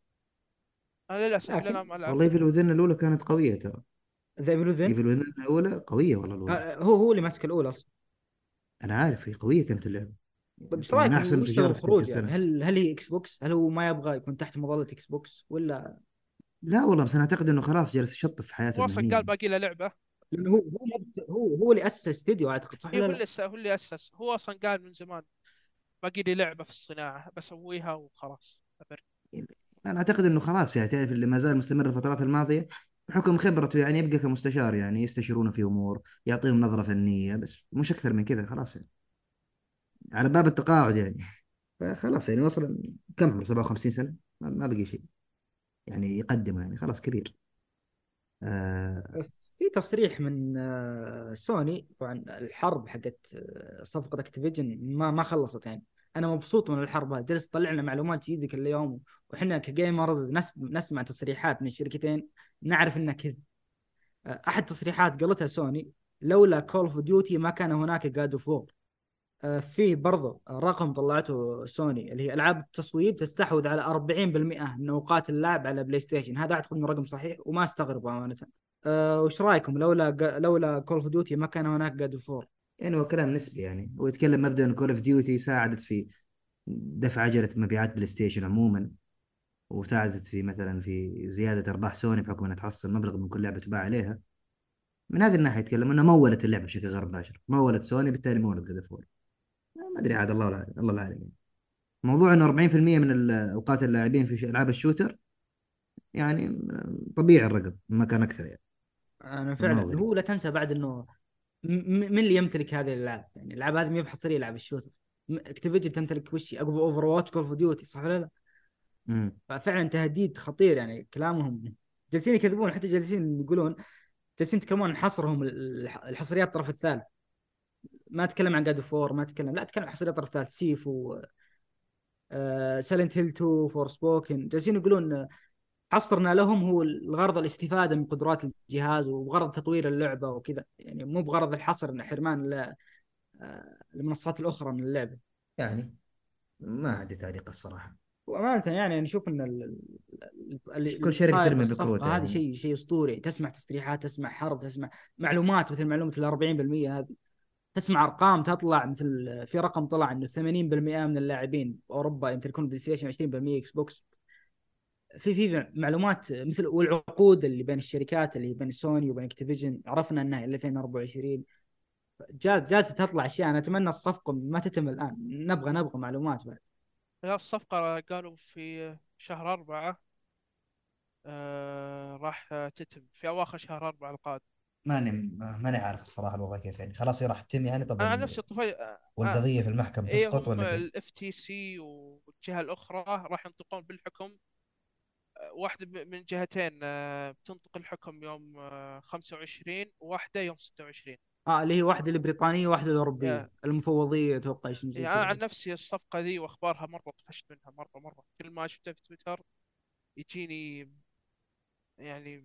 أنا للأسف لكن لنا ما والله لعبت. ايفل وذن الأولى كانت قوية ترى. ذا ايفل وذن ايفل وذن الأولى قوية والله الأولى. هو هو اللي ماسك الاولى اصلا. أنا عارف هي قوية كانت اللعبة، طيب ايش يمكن من رايك أحسن وش سبب التجارب في تلك الخروج يعني؟ السنة. هل هل هي اكس بوكس؟ هل هو ما يبغى يكون تحت مظله اكس بوكس ولا؟ لا والله، بس أنا أعتقد إنه خلاص جالس يشطف في حياته هو أصلا قال المهنية. باقي له لعبة. لانه هو هو مبت- هو هو اللي اسس استديو اعتقد، صح إيه، ولا هو لا؟ اللي أس- هو اللي أسس. هو أصلا قال من زمان باقي لي لعبة في الصناعة بسويها وخلاص أبر. أنا أعتقد إنه خلاص يعني، تعرف اللي ما زال مستمر الفترات الماضية بحكم خبرته يعني، يبقى كمستشار يعني يستشيرونه في أمور، يعطيهم نظرة فنية بس مش أكثر من كذا خلاص يعني. على باب التقاعد يعني. فخلاص يعني وصل كم عمره؟ سبعة وخمسين سنة، ما ما بقي شيء يعني يقدمه يعني، خلاص كبير. آه. في تصريح من آه، سوني طبعا، الحرب حقت آه، صفقة اكتيفيجن ما ما خلصت يعني. انا مبسوط من الحرب هذه، جالس تطلع لنا معلومات جديدة كل يوم، واحنا كجيمرز نس- نسمع تصريحات من الشركتين نعرف انها كذب. آه، احد تصريحات قالتها سوني: لولا كول اوف ديوتي ما كان هناك جاد اوف وور. آه، في برضو رقم طلعته سوني اللي هي العاب التصويب تستحوذ على أربعين بالمئة من اوقات اللعب على بلاي ستيشن. هذا اعتقد انه رقم صحيح وما استغرب امانه. أه وش رايكم لولا لولا كول اوف ديوتي ما كان هناك جاد فور؟ يعني هو كلام نسبي، يعني هو يتكلم مبدأ ان كول اوف ديوتي ساعدت في دفع عجلة مبيعات بلاي ستيشن عموما، وساعدت في مثلا في زيادة أرباح سوني بحكم أنها تحصل مبلغ من كل لعبة تباع عليها. من هذه الناحية يتكلم أنها مولت اللعبة بشكل غير مباشر، مولت سوني بالتالي مولت جاد فور. ما أدري عاد، الله العالم الله العالم يعني. موضوع أنه أربعين بالمئة من ال- أوقات اللاعبين في ش- ألعاب الشوتر، يعني طبيعي الرقم ما كان أكثر يعني. انا ما فعلا أدري. هو لا تنسى بعد انه م- م- من اللي يمتلك هذه الالعاب؟ يعني الالعاب هذه ما هي بحصريه لعب الشوتر. اكتيفيجن تمتلك وش اقوى اوفر واتش كول اوف ديوتي، صح ولا لا؟ امم ففعلا تهديد خطير يعني كلامهم. جالسين يكذبون، حتى جالسين يقولون، جالسين يتكلمون عن حصرهم الح- الحصريات الطرف الثالث. ما اتكلم عن جاد فور، ما اتكلم، لا اتكلم عن حصريات الطرف الثالث، سيفو، سايلنت هيل تو، فور سبوكن. جالسين يقولون حصرنا لهم هو الغرض الاستفاده من قدرات الجهاز وبغرض تطوير اللعبه وكذا، يعني مو بغرض الحصر ان حرمان ل- آه، المنصات الاخرى من اللعبه. يعني ما عندي تعليق الصراحة. وامانه يعني نشوف ان ال- ال- كل اللي شركة صاير ترمي بالصفقه بكروتها هذه يعني. شيء شيء اسطوري. تسمع تصريحات، تسمع حرب، تسمع معلومات مثل معلومه ال أربعين بالمئة هذه، تسمع ارقام تطلع مثل في رقم طلع انه ثمانين بالمئة من اللاعبين اوروبا يمتلكون بلاي ستيشن، عشرين بالمئة اكس بوكس. في في معلومات مثل، والعقود اللي بين الشركات اللي بين سوني وبين اكتيفيجن عرفنا انها الى ألفين وأربعة وعشرين. جال- جالسه تطلع اشياء. انا اتمنى الصفقه ما تتم الان، نبغى نبغى معلومات بعد. لا، الصفقة قالوا في شهر أربعة. آه راح تتم في أواخر شهر أربعة القادم. ماني ماني عارف الصراحة الوضع كيف يعني، خلاص هي راح تتم يعني. طب أنا عن ال- نفسي طفي... آه آه والقضية في المحكمة إيه، تسقط هم ولا كيف؟ الاف تي سي والجهة الأخرى راح ينطقون بالحكم. آه، واحدة ب- من جهتين آه بتنطق الحكم يوم آه خمسة وعشرين، وواحدة يوم ستة وعشرين. اه اللي هي واحده البريطانيه وواحده الاوروبيه يا المفوضيه، اتوقع شيء زي يعني أنا كذا. عن نفسي الصفقة ذي وأخبارها مرة طفشت منها، مرة مرة كل ما شفتها في تويتر يجيني يعني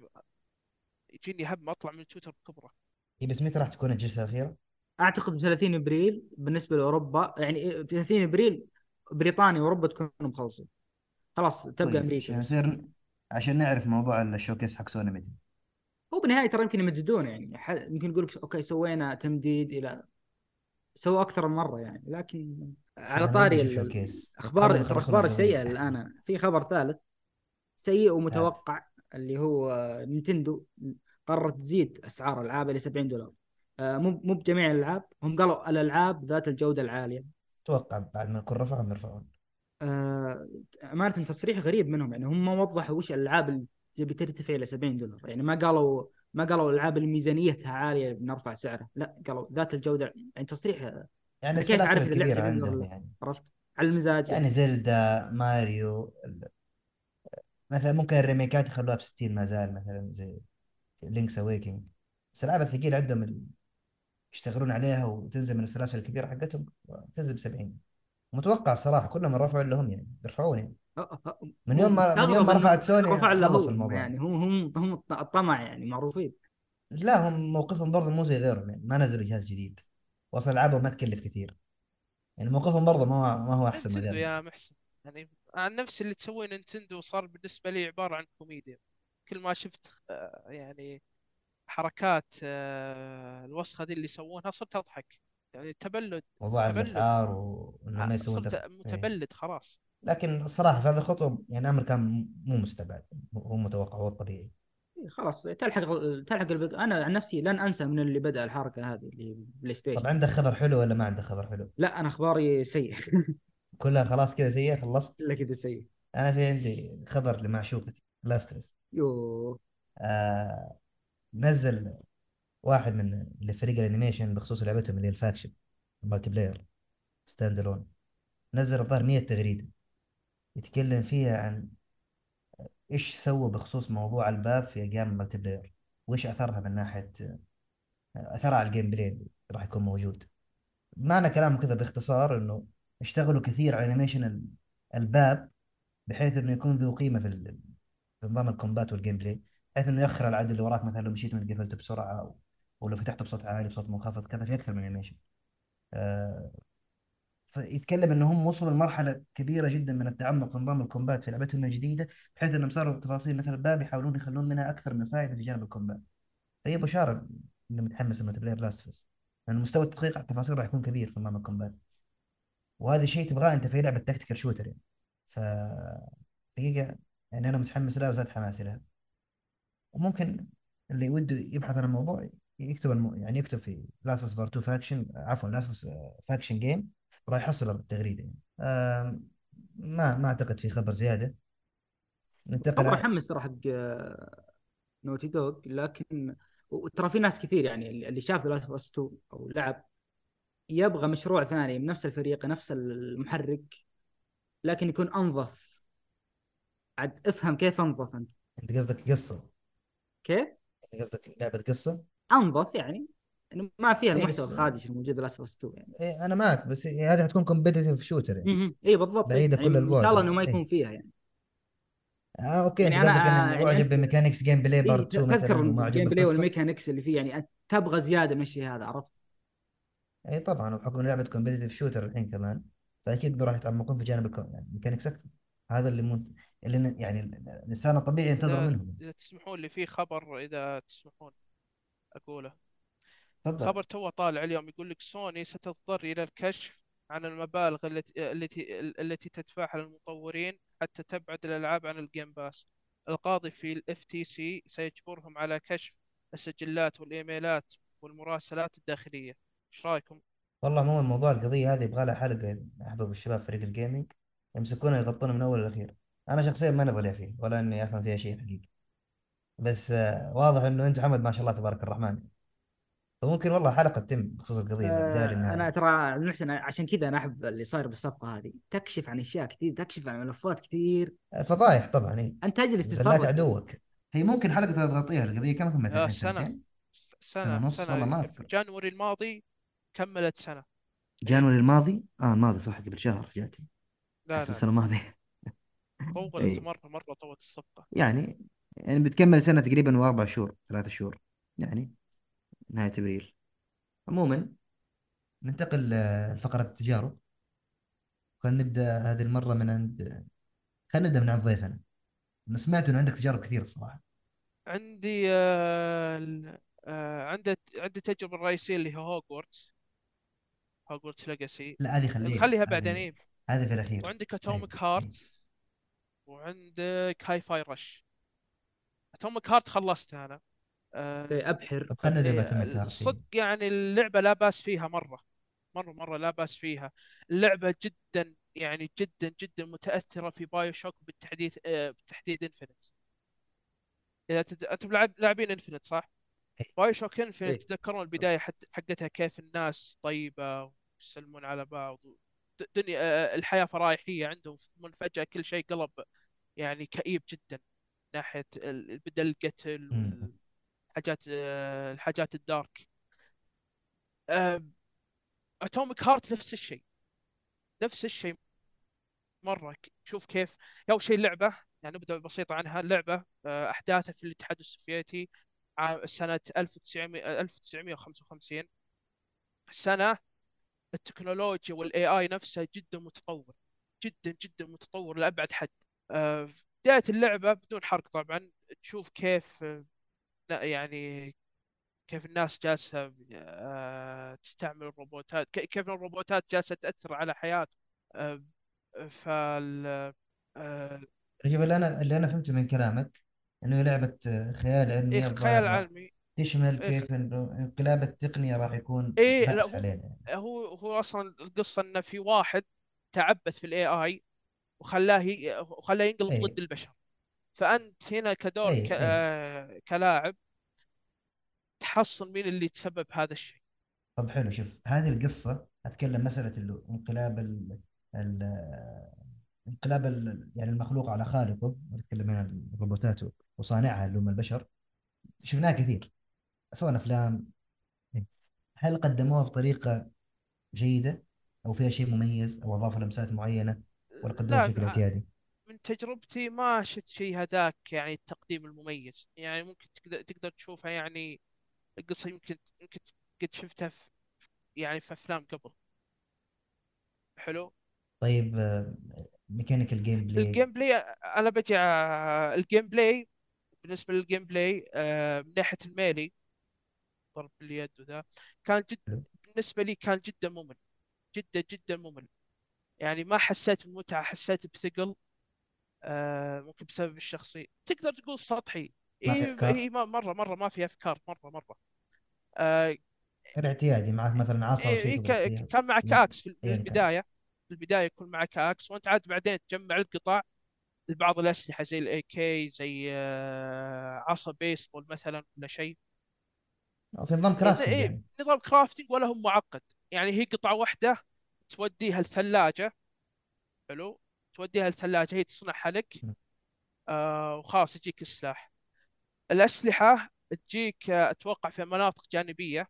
يجيني هم أطلع من تويتر بكبره. هي بس متى راح تكون الجلسة الأخيرة؟ اعتقد ب ثلاثين ابريل بالنسبه لاوروبا، يعني ثلاثين ابريل بريطانيا واوروبا تكون مخلصه، خلاص تبقى كويس امريكا عشان بس. يصير، عشان نعرف موضوع الشوكيس حق سوني متى. هو بالنهايه ترى يمكن يمددونه، يعني ح- يمكن يقول لك اوكي سوينا تمديد الى، سووا اكثر من مره يعني. لكن على فأنا ودي طاري أشوف ال- ال- شوكيس قبل الاخبار، ما ترى يخلصون اخبار القضية. السيئه الان في خبر ثالث سيء هات. ومتوقع، اللي هو نينتندو قررت تزيد اسعار العابها ل سبعين دولار. آه، مو مو بجميع الالعاب، هم قالوا الالعاب ذات الجوده العاليه. أتوقع بعد ما نكون رفعهم يرفعون. آه، امانه تصريح غريب منهم، يعني هم ما وضحوا وش الالعاب اللي تبي ترتفع الى سبعين دولار. يعني ما قالوا ما قالوا الالعاب اللي ميزانيتها عاليه بنرفع سعرها، لا قالوا ذات الجوده. يعني تصريح، يعني انا كيف السلاسل اعرف اذا اللعبه الكبيرة سبعين دولار عندهم ولا لا؟ يعني. عرفت على المزاج يعني يعني. زلدا، ماريو، ال- مثلا ممكن الريميكات يخلوها ب ستين ما زال، مثلا زي لينكس اويكنج. بس الألعاب الثقيلة عندهم ال- يشتغلون عليها وتنزل من السلاسل الكبيرة حقتهم تنزل ب سبعين. متوقع الصراحة كلهم رفعوا اللي هم يعني بيرفعون يعني. أ- أ- من يوم ما من يوم ومستغرب ما انه رفعت سوني رفع له خلص هو، الموضوع يعني يعني. هم هم هم الطمع يعني معروفين. لا هم موقفهم برضه مو زي غيرهم يعني، ما نزلوا جهاز جديد، واصلا العابهم ما تكلف كثير، يعني موقفهم برضه ما هو ما هو احسن من نينتندو غيرهم. يا محسن، يعني عن نفسي اللي تسويه نينتندو صار بالنسبة لي عبارة عن كوميديا. كل ما شفت آه، يعني حركات آه، الوسخة دي اللي يسوونها صرت أضحك. يعني تبلد. موضوع تبلد. الاسعار وانهم آه، ما يسوون صرت دخل. إيه. متبلد خلاص. لكن الصراحه في هذه الخطوه يعني امر كان مو مستبعد، هو متوقع، هو الطبيعي. إيه، خلاص تلحق تلحق البق... انا عن نفسي لن انسى من اللي بدأ الحركه هذه اللي بلاي طب ستيشن. عندك خبر حلو ولا ما عندك خبر حلو؟ لا انا اخباري سيء. كلها خلاص كذا زي خلصت. الا كذا سيء. انا في عندي خبر لمعشوقتي لاسترس. يو. آه نزل واحد من اللي فريق الانيميشن بخصوص لعبتهم اللي هي الفاكشن المالتي بلاير ستاند الون. نزل الظاهر مية تغريده يتكلم فيها عن ايش سووا بخصوص موضوع الباب في ايام المالتي بلاير، وايش اثرها من ناحيه اثرها على الجيم بلاي اللي راح يكون موجود. معنى كلامه كذا باختصار انه اشتغلوا كثير على انيميشن ال- الباب، بحيث انه يكون ذو قيمه في ال- في نظام الكومبات والجيم بلاي، بحيث انه يأخر العدو اللي وراك، مثلا لو مشيت وانت قفلت بسرعه، او ولو فتحت بصوت عالي بصوت منخفض كذا، في اكثر من انيميشن. آه فيتكلم ان هم وصلوا لمرحله كبيره جدا من التعمق في نظام الكومبات في لعبتهم الجديده، بحيث انهم صاروا تفاصيل مثل الباب يحاولون يخلون منها اكثر من فائده في جانب الكومبات. فهي بشاره اني متحمس لما تبلاي لاست اوف اس، لان مستوى التدقيق على التفاصيل راح يكون كبير في نظام الكومبات، وهذا شيء تبغاه انت في لعبه تكتيكال شوتر يعني. ف حقيقه يعني انا متحمس لها وزاد حماسي لها. وممكن اللي وده يبحث عن الموضوع يكتب الم... يعني يكتب في لاست اوف بارت تو فاكشن، عفوا لاست اوف فاكشن جيم، راح يحصل التغريده يعني. آم، ما ما اعتقد في خبر زياده. ننتقل خبر ع... يحمس ترى حق نوتي دوغ، لكن وترى في ناس كثير يعني اللي شاف ذا لاست اوف اس تو او لعب يبغى مشروع ثاني من نفس الفريق نفس المحرك، لكن يكون انظف. عاد افهم كيف انظف انت. انت قصدك قصه؟ كيف انت قصدك لعبه قصه؟ انظف؟ يعني انه ما فيها اي المحتوى بس الخادش الموجود في لاست اوف اس تو يعني. إيه انا معك، بس هذه حتكون كومبيتيتيف شوتر يعني، اي إيه بالضبط، إيه. بعيده يعني كل ان شاء البعد الله انه عن ما اي. يكون فيها يعني. اه اوكي، انت يعني انا قصدك ان آه، اللي يعني اعجب انت بميكانكس جيم بلاي اي بارت تو تذكر مثلا وما عجب الجيم بلاي بالقصه. والميكانكس اللي فيه، يعني انت تبغى زياده من الشيء هذا، عرفت؟ اي طبعا، وبحكم إن لعبه كومبيتيتيف شوتر الحين كمان، فاكيد راح يتعمقون في جانب الكو... يعني الميكانكس اكثر. هذا اللي مو اللي ن- يعني الانسان الطبيعي ينتظر إذا منهم. إذا تسمحون لي في خبر، إذا تسمحون أقوله. تفضل. خبر تو طالع اليوم يقول لك سوني ستضطر إلى الكشف عن المبالغ التي التي التي تدفعها للمطورين حتى تبعد الألعاب عن الجيم باس. القاضي في الاف تي سي سيجبرهم على كشف السجلات والإيميلات والمراسلات الداخلية. ايش رايكم؟ والله مو موضوع القضيه هذه يبغى لها حلقه، احباب الشباب فريق الجيمنج يمسكونه يغطونه من اول لاخير. انا شخصيا ماني ضليع فيه ولا اني افهم فيها شيء حقيقي، بس آه، واضح انه انت محمد ما شاء الله تبارك الرحمن، فممكن والله حلقه تتم بخصوص القضيه من البدايه آه انا للنهايه. ترى المحسن عشان كذا انا احب اللي صاير بالصفقه هذه، تكشف عن اشياء كثير، تكشف عن ملفات كثير. الفضايح طبعا إيه. انت تجلس زلات تتفرج. عدوك. هي ممكن حلقه تغطيها القضيه كم كملت يا الحين؟ سنة سنتين؟ سنه سنة ونص والله سنة ما في اذكر. جانوري الماضي كملت سنة. اي. جانوري الماضي، اه الماضي صح، قبل شهر جاتي. لا احسب لا السنه لا، الماضيه. طولت اي مرة مرة، طولت الصفقة. يعني، يعني بتكمل سنه تقريبا واربع شهور ثلاثة شهور يعني، نهايه ابريل. عموما ننتقل آه، لفقره التجارب. خلينا نبدا هذه المره من عند، خلينا نبدا من عند ضيفنا. انا سمعت انه عندك تجارب كثيره الصراحه. عندي آه ال- آه عندي عندي التجربة الرئيسية اللي هي هوجورتس، هوجورتس ليجاسي. لا هذه خليها، نخليها بعدين. هذه إيه. هذه في الاخير. وعندك اي اتوميك اي. هارت، وعندك هاي فاي رش. اتوميك هارت خلصتها انا. إيه، آه ابحر. طب خلينا نبدا إيه، باتوميك هارت. الصدق يعني اللعبة لا بأس فيها مرة، مرة مرة لا بأس فيها. اللعبة جدا يعني جدا جدا متأثرة في بايو شوك، بالتحديد آه بالتحديد انفنت. إذا تد... أنتم لاعب لاعبين انفنت صح؟ باي شوك انفنت ايه تتذكرون البدايه حت- حقتها، كيف الناس طيبه ويسلمون على بعض. د- دنيا آه، الحياه فرايحيه عندهم، من فجاه كل شيء قلب يعني كئيب جدا، ناحيه ال- بدا القتل مم. والحاجات آه، الحاجات الدارك. اتوميك هارت نفس الشيء، نفس الشيء مره. ك- شوف كيف. اول شيء اللعبه، يعني نبدا بسيطه عنها. اللعبه آه، احداثها في الاتحاد السوفيتي، عام سنه ألف وتسعمائة ألف وتسعمائة وخمسة وخمسين. سنه التكنولوجيا والاي اي نفسها جدا متطور، جدا جدا متطور لابعد حد. آه، في بدايه اللعبه بدون حرق طبعا، تشوف كيف آه، يعني كيف الناس جالسه آه، تستعمل الروبوتات، ك- كيف الروبوتات جالسه تاثر على حياته. آه، فال آه، طيب اللي انا اللي انا فهمته من كلامك انه هي لعبه آه، خيال إيه، علمي خيال الظاهر، راح علمي. تشمل إيه، خ- كيف انه انقلاب التقنيه راح يكون إيه لا، بأس هو علينا يعني. هو هو اصلا القصه انه في واحد تعبث في الاي اي، وخلاه ي- وخلاه ينقلب اي ضد البشر. فانت هنا كدور اي ك... اي. آه، كلاعب تحصل مين اللي تسبب هذا الشيء. طب حلو، شوف هذه القصه اتكلم مساله اللي انقلاب ال ال انقلاب ال يعني المخلوق على خالقه، نتكلم عن الروبوتات وصانعها اللي هم البشر. شفناها كثير سواء افلام. هل قدموها بطريقه جيده او فيها شيء مميز او اضافوا لمسات معينه، ولا قدموها لا، بشكل مع- اعتيادي؟ من تجربتي ما شفت شيء هذاك يعني التقديم المميز. يعني ممكن تقدر, تقدر تشوفها يعني القصة، يمكن يمكن قد شفتها في يعني في افلام قبل. حلو. طيب آه، ميكانيكال جيم بلاي. الجيم بلاي، انا بجي ع- الجيم بلاي، بالنسبه للجيم بلاي آه، من ناحيه الميلي، ضرب باليد وذا، كان جد، بالنسبه لي كان جدا ممل، جدا جدا ممل. يعني ما حسيت بمتعه، حسيت بثقل. آه، ممكن بسبب الشخصيه، تقدر تقول سطحي. ما في اي افكار. هي ما- مره مره ما في افكار، مره مره. آه، الاعتيادي معك مثلا عصا او إيه شيء إيه تضرب ك- فيها. كان معك يد. اكس في من ايا كان. البدايه. في البدايه يكون معك اكس، وانت عاد بعدين تجمع القطع لبعض الاسلحه زي الاي كي، زي آه، عصا بيسبول مثلا ولا شيء. أو في نظام إن- كرافتنج إيه يعني. نظام كرافتنج ولا هو معقد. يعني هي قطعه واحده توديها الثلاجه. حلو. توديها الثلاجه، هي تصنعها لك. آه وخلاص يجيك السلاح. الاسلحه تجيك آه، اتوقع في مناطق جانبيه.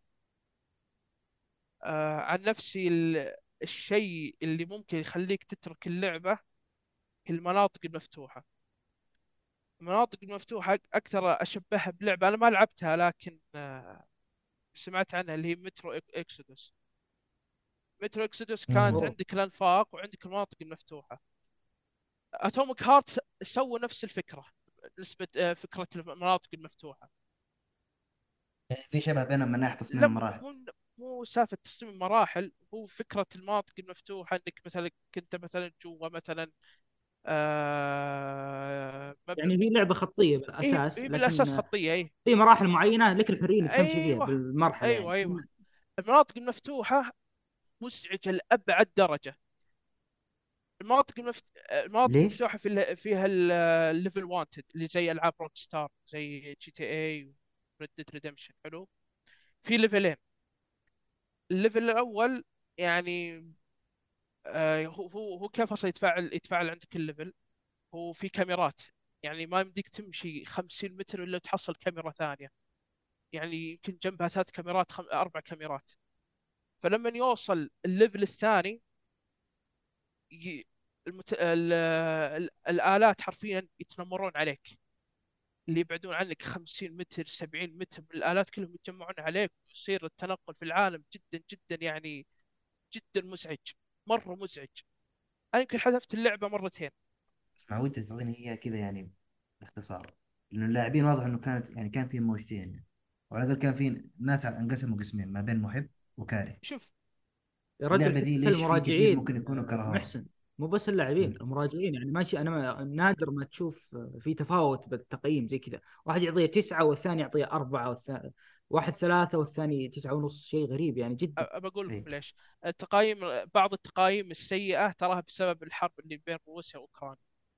آه عن نفسي ال- الشيء اللي ممكن يخليك تترك اللعبه هي المناطق المفتوحه. المناطق المفتوحة أكثر أشبهها بلعبة أنا ما لعبتها، لكن آه، سمعت عنها، اللي هي مترو إكسودوس. مترو إكسودوس كانت امم. اوه. عندك الأنفاق وعندك المناطق المفتوحة. أتوميك هارت سووا نفس الفكرة، نسبة آه، فكرة المناطق المفتوحة. يعني في شبه بينهم من ناحيه تصميم لا، مو المراحل. مو مو سالفة تصميم المراحل، هو فكرة المناطق المفتوحة، انك مثلا كنت مثلا جوا مثلا آه مب... يعني هي لعبه خطيه هي بالاساس، هي بالاساس لكن خطية، اي. في مراحل معينه لك الحريه انك تمشي فيها ايوه بالمرحله ايوه يعني. ايوه. المناطق المفتوحة مزعجة لأبعد درجة. المناطق المفت... المناطق ليش؟ المفتوحة في ال... فيها الليفل وانتد، اللي زي ألعاب روك ستار، زي جي تي اي وريد ديد ريدمشن. حلو. في ليفلين. الليفل الأول يعني آه هو هو هو كيف أصلا يتفاعل يتفاعل عندك الليفل. هو في كاميرات، يعني ما يمديك تمشي خمسين متر إلا تحصل كاميرا ثانية. يعني يمكن جنبها ثلاث كاميرات، خم... أربع كاميرات. فلما يوصل الليفل الثاني ي... المت... ال... ال... الآلات حرفيا يتنمرون عليك. اللي يبعدون عنك خمسين متر، سبعين متر من الآلات كلهم يتجمعون عليك، ويصير التنقل في العالم جدا جدا يعني جدا مزعج، مرة مزعج. أنا يمكن حذفت اللعبة مرتين. اسمع، ودي تعطيني هي كذا يعني باختصار، لانه اللاعبين واضح انه كانت يعني كان في موجتين يعني، وعلى الاقل كان في ناس انقسموا قسمين ما بين محب وكاره. شوف. يا رجل اللعبه حتى دي ليش في كثير ممكن المراجعين يكونوا آه، كرهوها؟ محسن، مو بس اللاعبين، المراجعين يعني ماشي. انا ما- نادر ما تشوف آه، في تفاوت بالتقييم زي كذا. واحد يعطيه تسعة والثاني يعطيه أربعة والثاني واحد ثلاثة والثاني تسعة ونص. شيء غريب يعني جدا. أ- بقول اي. لكم ليش. التقايم، بعض التقايم السيئة تراها بسبب الحرب اللي بين روسيا وأوكرانيا.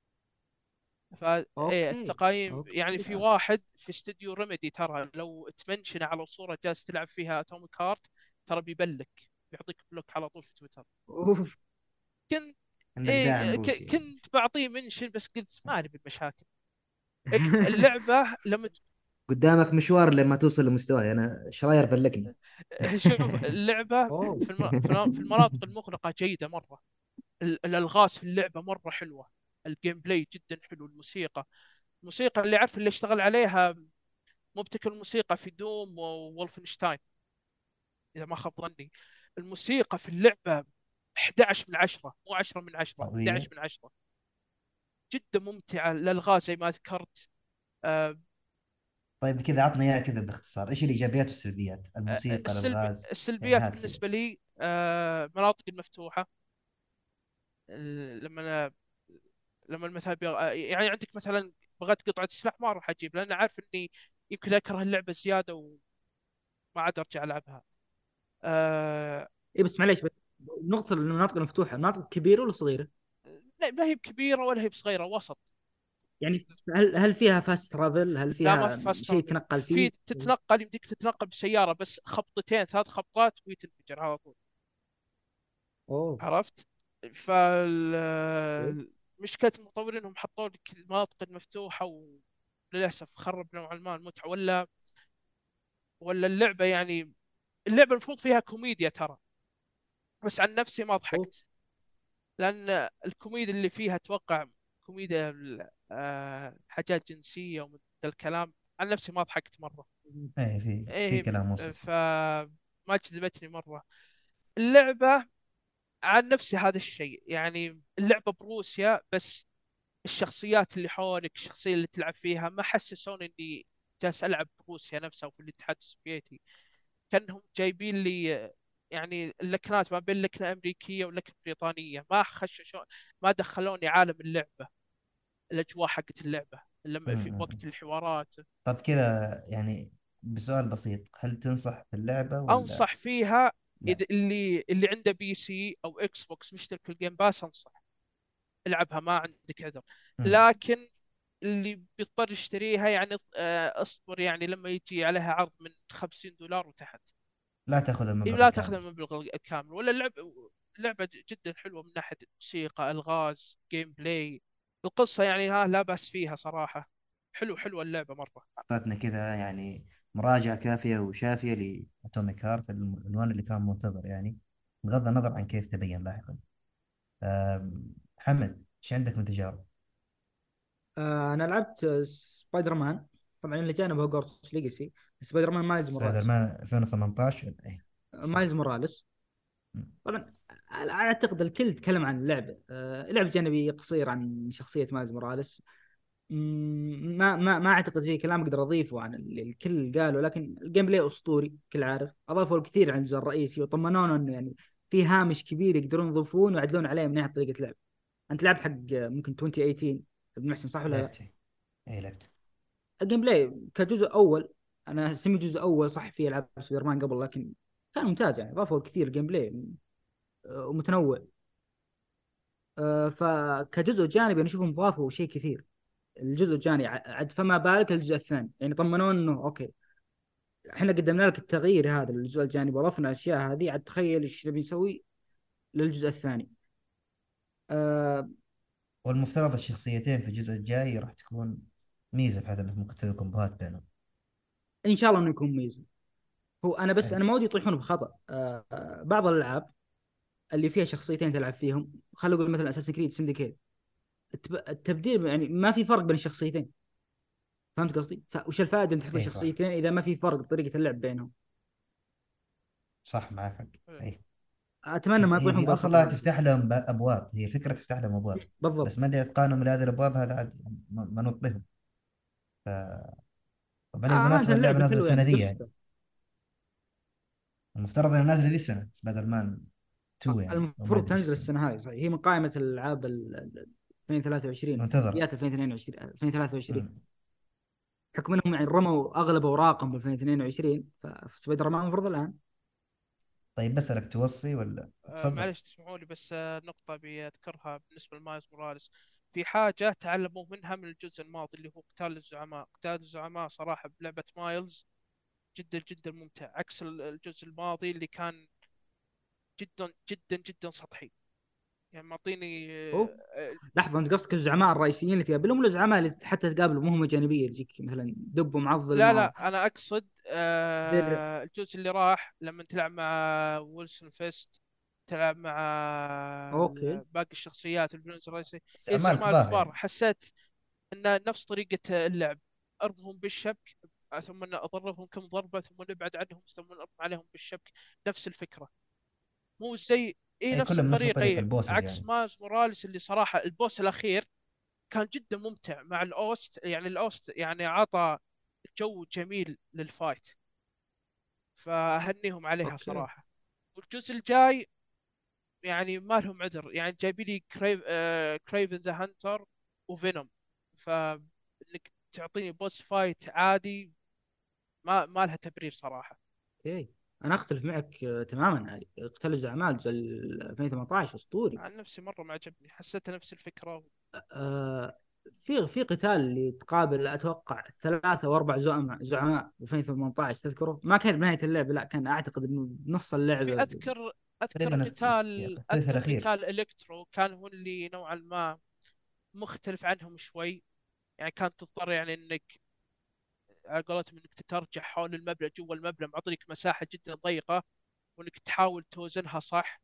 فايه اوكي. التقايم، يعني في اوكي. واحد في استوديو ريميدي ترى لو تمنشن على صورة جالس تلعب فيها اتوميك هارت ترى بيبلك، بيعطيك بلوك على طول في تويتر. اوف. كنت انك داعم إيه ك- روسيا يعني. كنت بعطيه منشن، بس قلت ما لي بالمشاكل. إك- اللعبة لما ت- قدامك مشوار لما توصل لمستواي انا، شراير بلكني. شوف اللعبة اوه. في الم... في الم- في المناطق المغلقة جيدة مرة. ال- الألغاز في اللعبة مرة حلوة. الجيم بلاي جدا حلو. الموسيقى، الموسيقى اللي عارف اللي اشتغل عليها مبتكر الموسيقى في دوم وولفنشتاين، اذا ما خاب ظني. الموسيقى في اللعبه احد عشر من عشرة، مو عشرة من عشرة، قويه. احد عشر من عشرة. جدا ممتعه، الالغاز زي ما ذكرت. آه، طيب كذا عطنا اياها كذا باختصار، ايش الايجابيات والسلبيات؟ آه، الموسيقى، السلبي الالغاز. إيه، السلبيات هات كذا. بالنسبه لي آه، مناطق المفتوحه. آه، لما أنا لما مثلا بيغ... آه، يعني عندك مثلا بغيت قطعه سلاح ما اروح اجيب، لان عارف اني يمكن اكره اللعبه زياده وما عاد ارجع العبها. آه، اي بس معليش بس، نقطة المناطق المفتوحة، مناطق كبيرة ولا صغيرة؟ لا، ما هي بكبيره ولا هي بصغيره، وسط. يعني هل هل فيها فاست ترافل؟ هل لا، ما فيها في فاست شيء ترافل. تنقل في فيه؟ تتنقل، يمديك تتنقل بسيارة بس خبطتين ثلاث خبطات وتنفجر على طول. اوه. عرفت. فمشكلة المطورين انهم حطوا لك المناطق المفتوحة، وللأسف خرب نوعا ما المتعة. ولا ولا اللعبة يعني، اللعبة المفروض فيها كوميديا ترى، بس عن نفسي ما اوه. ضحكت. لأن الكوميديا اللي فيها أتوقع كوميديا آه، حاجات جنسية ومن ذا الكلام. عن نفسي ما ضحكت مرة. ايه، في في ايه. كلام وصل. فما جذبتني مرة اللعبة. عن نفسي هذا الشيء، يعني اللعبة بروسيا بس الشخصيات اللي حولك، الشخصية اللي تلعب فيها ما حسسوني اني جالس العب بروسيا نفسها وفي الاتحاد السوفيتي. كانهم جايبين لي يعني اللكنات ما بين لكنة أمريكية ولكنة بريطانية، ما خششوا، ما دخلوني عالم اللعبة، الأجواء حقت اللعبة لما في مم. وقت الحوارات. طب كذا يعني، بسؤال بسيط، هل تنصح باللعبة ولا أنصح فيها لا؟ إذا اللي اللي عنده بي سي أو إكس بوكس مشترك في الجيم باس أنصح العبها، ما عندك عذر. مم. لكن اللي بيضطر يشتريها يعني آه، اصبر، يعني لما يجي عليها عرض من خمسين دولار وتحت. لا تأخذ إيه، المبلغ لا تاخذ الكامل. المبلغ الكامل، ولا اللعب لعبة ج- جدا حلوة من ناحية موسيقى، ألغاز، جيم بلاي، القصة يعني ها لا بأس فيها صراحة. حلو حلوة اللعبة مرة. أعطتنا كذا يعني مراجعة كافية وشافية لأتوميك هارت، العنوان اللي كان منتظر يعني، بغض النظر عن كيف تبين لاحقا. أم، محمد، ايش عندك من تجارب؟ آه انا لعبت آه، سبايدر مان. طبعا اللي جانب هوجورتس ليجاسي. سبايدر مان مايلز سبايدر موراليس. مان ألفين وثمانية عشر؟ ايه. آه، صح مايلز صح. موراليس. مم. طبعا اعتقد الكل تكلم عن اللعبه. آه لعبه جانبي قصير عن شخصيه مايلز موراليس. مم، ما ما ما اعتقد فيه كلام اقدر اضيفه عن اللي الكل قاله، لكن الجيم بلاي اسطوري كل عارف. اضافوا الكثير عن الجزء الرئيسي وطمنونا انه يعني في هامش كبير يقدرون يضيفون ويعدلون عليه من ناحيه طريقه لعب. انت لعبت حق آه، ممكن ألفين وثمانية عشر ابن محسن، صح ولا لا؟ لعبت. ايه لعبت. الجيم بلاي كجزء اول، انا سمي جزء اول صح، في العاب سبايدر مان قبل لكن كان ممتاز يعني. اضافوا الكثير الجيم بلاي آه، ومتنوع. آه، فكجزء جانبي انا اشوفهم ضافوا شيء كثير. الجزء الجانبي ع- عاد فما بالك الجزء الثاني، يعني طمنونا انه اوكي احنا قدمنا لك التغيير هذا للجزء الجانبي واضفنا الاشياء هذه، عاد تخيل ايش نبي نسوي للجزء الثاني. آه والمفترض الشخصيتين في الجزء الجاي راح تكون ميزة، بحيث انك ممكن تسوي كومبوهات بينهم. ان شاء الله انه يكون ميزه. هو انا بس حلو. انا ما ودي يطيحون بخطا. آه آه بعض الالعاب اللي فيها شخصيتين تلعب فيهم، خلينا نقول مثلا اساسن كريد سندكيت، التبديل يعني ما في فرق بين الشخصيتين. فهمت قصدي؟ ف- وش الفائده انت تحط ايه صح. شخصيتين اذا ما في فرق بطريقه اللعب بينهم؟ صح معك حق. ايه. اتمنى شوف، ما هي يطيحون هي بالخطا اصلا هذا. تفتح لهم ب- ابواب، هي الفكرة تفتح لهم ابواب. بالضبط. بس ما ادري اتقانهم لهذه الابواب، هذا عاد م- منوط بهم. ف... طبعا آه امانه بالمناسبة اللعبة اللعبه نازلة حلوه السنة يعني دي يعني. قصته. المفترض انها نازلة ذي السنة سبايدر مان تو يعني، او ما المفروض ادري ايش تنزل اسمه. السنه هذه صحيح، هي من قائمه الالعاب ال- ال- ألفين وثلاثة وعشرين، منتظر. يات ألفين واثنين وعشرين ألفين وثلاثة وعشرين. مم. بحكم انهم يعني رموا اغلب اوراقهم ب ألفين واثنين وعشرين، فسبايدر مان المفروض الان. طيب بسألك توصي ولا؟ آه، تفضل. معلش تسمحوا لي بس آه، نقطة بذكرها بالنسبة لمايلز موراليس. في حاجة تعلموا منها من الجزء الماضي اللي هو قتال الزعماء. قتال الزعماء صراحة بلعبة مايلز جدا جدا ممتع، عكس ال- الجزء الماضي اللي كان جدا جدا جدا سطحي. يعني معطيني آه، اوف، آه، لحظه، انت قصدك الزعماء الرئيسيين اللي تقابلهم ولا الزعماء اللي حتى تقابل مهمه جانبيه اللي تجيك مثلا دب ومعضل لا ما لا أنا أقصد در. آه، الجزء اللي راح لما تلعب مع ويلسون فيست، تلعب مع اوكي. ال- باقي الشخصيات الفيلنز الرئيسي. بس إيه، اعمال الزعماء كبار الكبار يعني. حسيت ان نفس طريقة اللعب، ارضهم بالشبك ثم اضربهم كم ضربة ثم نبعد عنهم ثم نرمي عليهم بالشبك. نفس الفكرة، مو زي اي اي نفس كلهم نفس الطريقة. الطريقة، اي البوسز عكس يعني. ماز موراليس اللي صراحة البوس الاخير كان جدا ممتع مع الاوست، يعني الاوست يعني عطى جو جميل للفايت، فاهنيهم عليها اوكي. صراحة. والجزء الجاي يعني ما لهم عذر، يعني جايبين لي كريف آه كريفن ذا هانتر وفينوم، فانك تعطيني بوس فايت عادي ما ما لها تبرير صراحة. اوكي، انا اختلف معك آه، تماما. هذه قتال الزعماء الجزء ألفين وثمانية عشر اسطوري. عن نفسي مرة ما عجبني، حسيتها نفس الفكرة. آه في في قتال اللي تقابل اتوقع ثلاثة او اربع زعماء زعماء ألفين وثمانية عشر، تذكره ما كان بنهاية اللعبة، لا كان اعتقد انه بنص في اللعبة. اذكر اذكر تقريبا الث- قتال الثلث اذكر الاخير. قتال الكترو كان هو اللي نوعا ما مختلف عنهم شوي. يعني كانت تضطر يعني انك على قولتهم انك تترجع حول المبنى، جوا المبنى معطيك مساحة جدا ضيقة، وانك تحاول توزنها صح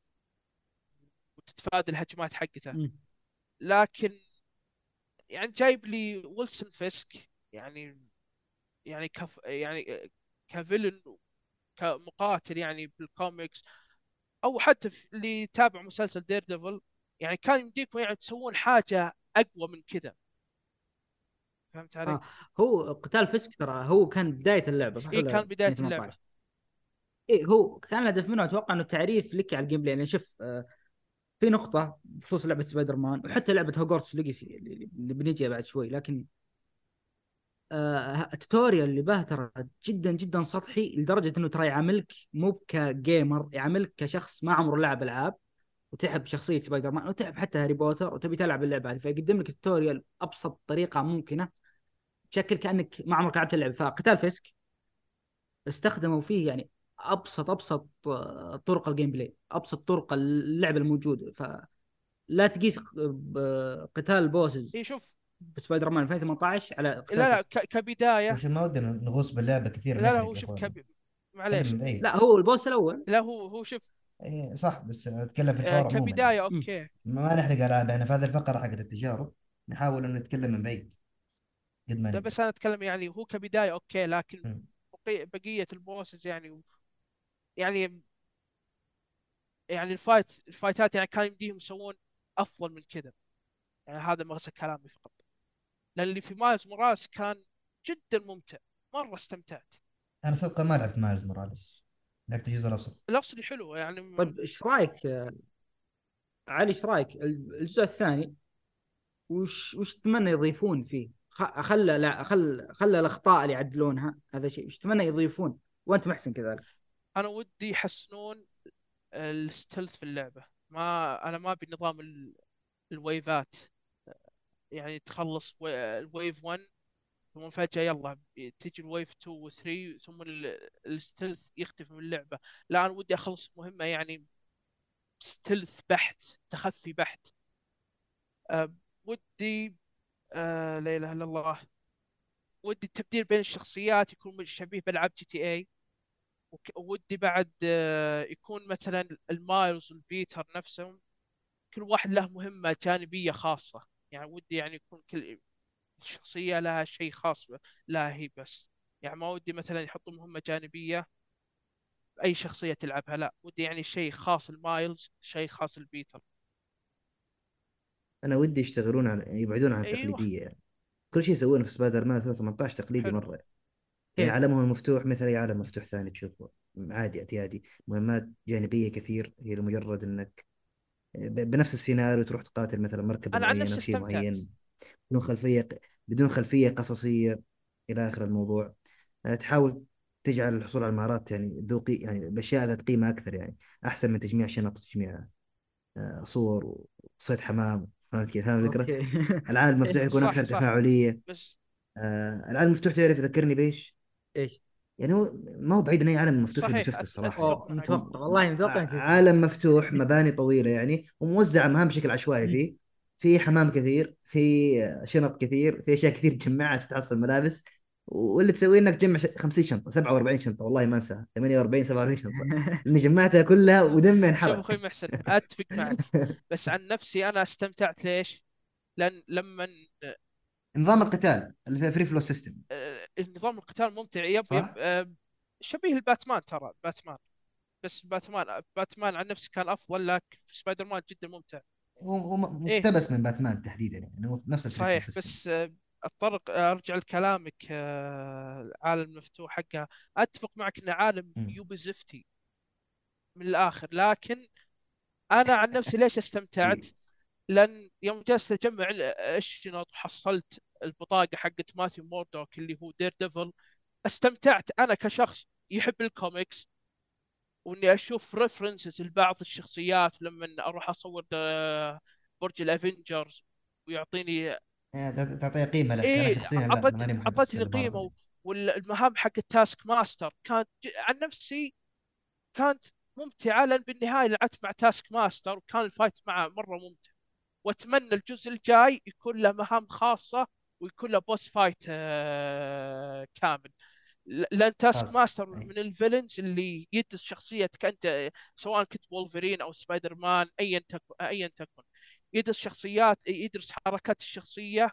وتتفادى الهجمات حقته. مم. لكن يعني جايب لي ويلسون فيسك، يعني يعني كف يعني كفيلن، كمقاتل يعني بالكوميكس، او حتى في اللي يتابع مسلسل دير ديفل، يعني كان يمديكم يعني تسوون حاجه اقوى من كذا. فهمت علي؟ آه هو قتال فيسك ترى هو كان بدايه اللعبه صح اي كان ولا بدايه اللعبه. ألفين وثمانية عشر؟ ايه هو كان الهدف منه اتوقع انه تعريف لك على الجيم بلاي. يعني شوف آه في نقطه بخصوص لعبه سبايدر مان وحتى لعبه هوجورتس ليجاسي اللي اللي بنجي بعد شوي، لكن آه التوتوريال اللي به ترى جدا جدا سطحي لدرجه انه ترى يعاملك مو كجيمر، يعاملك كشخص ما عمره لعب العاب وتحب شخصيه سبايدر مان وتحب حتى هاري بوتر وتبي تلعب اللعبه هذه، فيقدم لك التوتوريال بابسط طريقه ممكنه تشكل كانك ما عمرك لعبت اللعبه. فقتال فيسك استخدموا فيه يعني ابسط ابسط آه، طرق الجيم بلاي، ابسط طرق اللعبه الموجوده. فلا تقيس ب- قتال بوسز اي شوف، بسبايدر مان ألفين وثمانية عشر على قتال لا لا، فيسك. ك- كبدايه. وش ما ودنا نغوص باللعبة كثير لا لا، ونحرق هو يا شوف اخوان. كب... اتكلم معليش. من بعيد. لا هو البوس الاول. لا هو هو شوف، إيه صح، بس اتكلم في آه، الحوار عموما يعني. كبدايه مم. اوكي. ما نحرق العاب احنا في هذه الفقرة حقت التجارب، نحاول انه نتكلم من بعيد قد ما لا نقدر. بس انا اتكلم يعني هو كبدايه اوكي، لكن مم. بقي- بقيه البوسز يعني، يعني يعني الفايت الفايتات يعني كان يمديهم يسوون افضل من كذا. يعني هذا مغزى كلامي فقط. لان اللي في مايلز موراس كان جدا ممتع، مره استمتعت. انا صدقا ما لعبت مايلز موراليس، لعبت الجزء الاصلي. الاصلي حلو يعني م- طيب ايش رايك آه، علي، ايش رايك الجزء الثاني؟ وش وش تتمنى يضيفون فيه؟ خ- خلى لا خل خلى الاخطاء اللي يعدلونها هذا شيء، وش تتمنى يضيفون؟ وانت محسن كذلك. انا ودي يحسنون الستلث في اللعبه. ما انا ما بنظام ال- الويفات، يعني تخلص و- الويف واحد ثم فجأة يلا تجي الويف اثنين و ثلاثة ثم ال- الستلث يختفي من اللعبة. لا أنا ودي أخلص مهمة يعني ستلث بحت، تخفي بحت. أه ودي أه لا إله إلا الله، ودي التبديل بين الشخصيات يكون شبيه بألعاب جي تي اي. وك- ودي بعد أه يكون مثلا المايلز والبيتر نفسهم كل واحد له مهمة جانبية خاصة. يعني ودي يعني يكون كل شخصية لها شيء خاص لها هي بس. يعني ما ودي مثلا يحطوا مهمة جانبية أي شخصية تلعبها، لا ودي يعني شيء خاص المايلز، شيء خاص البيتر. انا ودي يشتغلون على يبعدون عن أيوه. التقليدية يعني. كل شيء يسوونه في سبايدر مان ألفين وثمانية عشر تقليدي حلو. مرة. يعني كيف؟ عالمه المفتوح مثل اي عالم مفتوح ثاني تشوفه، عادي اعتيادي. مهمات جانبية كثير هي لمجرد انك ب- بنفس السيناريو تروح تقاتل مثلا مركبة أنا عن معينة نفسي وشيء استمتعت. معين، بدون خلفية بدون خلفية قصصية إلى آخر الموضوع. آه، تحاول تجعل الحصول على المهارات يعني ذو قي... يعني بأشياء ذات قيمة أكثر يعني، أحسن من تجميع شنط وتجميع آه، صور وصيد حمام. فهمت كيف؟ فاهم الفكرة؟ اوكي. العالم ايش؟ المفتوح يكون صح أكثر صح. تفاعلية. بس آه، العالم المفتوح تعرف يذكرني بإيش؟ ايش؟ يعني هو ما هو بعيد عن أي عالم مفتوح اللي صحيح، شفته أت... الصراحة يعني. أتفق أوه معك. م- متوقع، والله ع- متوقع انك تقول. عالم مفتوح، مباني طويلة يعني، وموزعة مهام بشكل عشوائي مم. فيه. في حمام كثير، في شنط كثير، في اشياء كثير تجمعها عشان تحصل ملابس. واللي تسويه انك تجمع ش- خمسين شنطه سبعة وأربعين شنطه، والله ما انساها ثمانية وأربعين سبعة وأربعين شنطه، لاني جمعتها كلها ودمي شوف انحرق. أخوي محسن، أتفق معك. بس عن نفسي أنا استمتعت ليش؟ لأن لما نظام القتال الفري فلو سيستم، آه، نظام القتال ممتع. يب يب صح؟ آه، شبيه الباتمان ترى، باتمان. بس باتمان باتمان عن نفسي كان أفضل، لكن في سبايدر مان جدا ممتع. هو هو إيه مقتبس من باتمان تحديدا يعني، هو نفس الفري فلو صحيح. سيستم. بس آه، اتطرق ارجع لكلامك، آه، العالم المفتوح حقها. اتفق معك انه عالم مم. يوبي زفتي من الاخر، لكن انا عن نفسي ليش استمتعت؟ إيه. لان يوم جلست اجمع ال- الشنط وحصلت البطاقه حقت ماثيو موردوك اللي هو دير ديفل، استمتعت انا كشخص يحب الكوميكس، واني اشوف ريفرنسز لبعض الشخصيات لما اروح اصور آه، برج الافنجرز ويعطيني. يعني تعطيه قيمه لك. انا ايه شخصيا لا، انا اعطتني ماني محب اعطتني السلة قيمه مارفل. و- والمهام حق التاسك ماستر كانت ج- عن نفسي كانت ممتعه، لان بالنهايه لعبت مع تاسك ماستر وكان الفايت معه مره ممتع. واتمنى الجزء الجاي يكون له مهام خاصه ويكون له بوس فايت آه، كامل. ل- لان تاسك خلاص. ماستر إيه. من الفيلنز اللي يدرس شخصيتك انت، سواء كنت وولفرين او سبايدر مان، ايا تكن ايا تكن، يدرس شخصيات، يدرس حركات الشخصيه.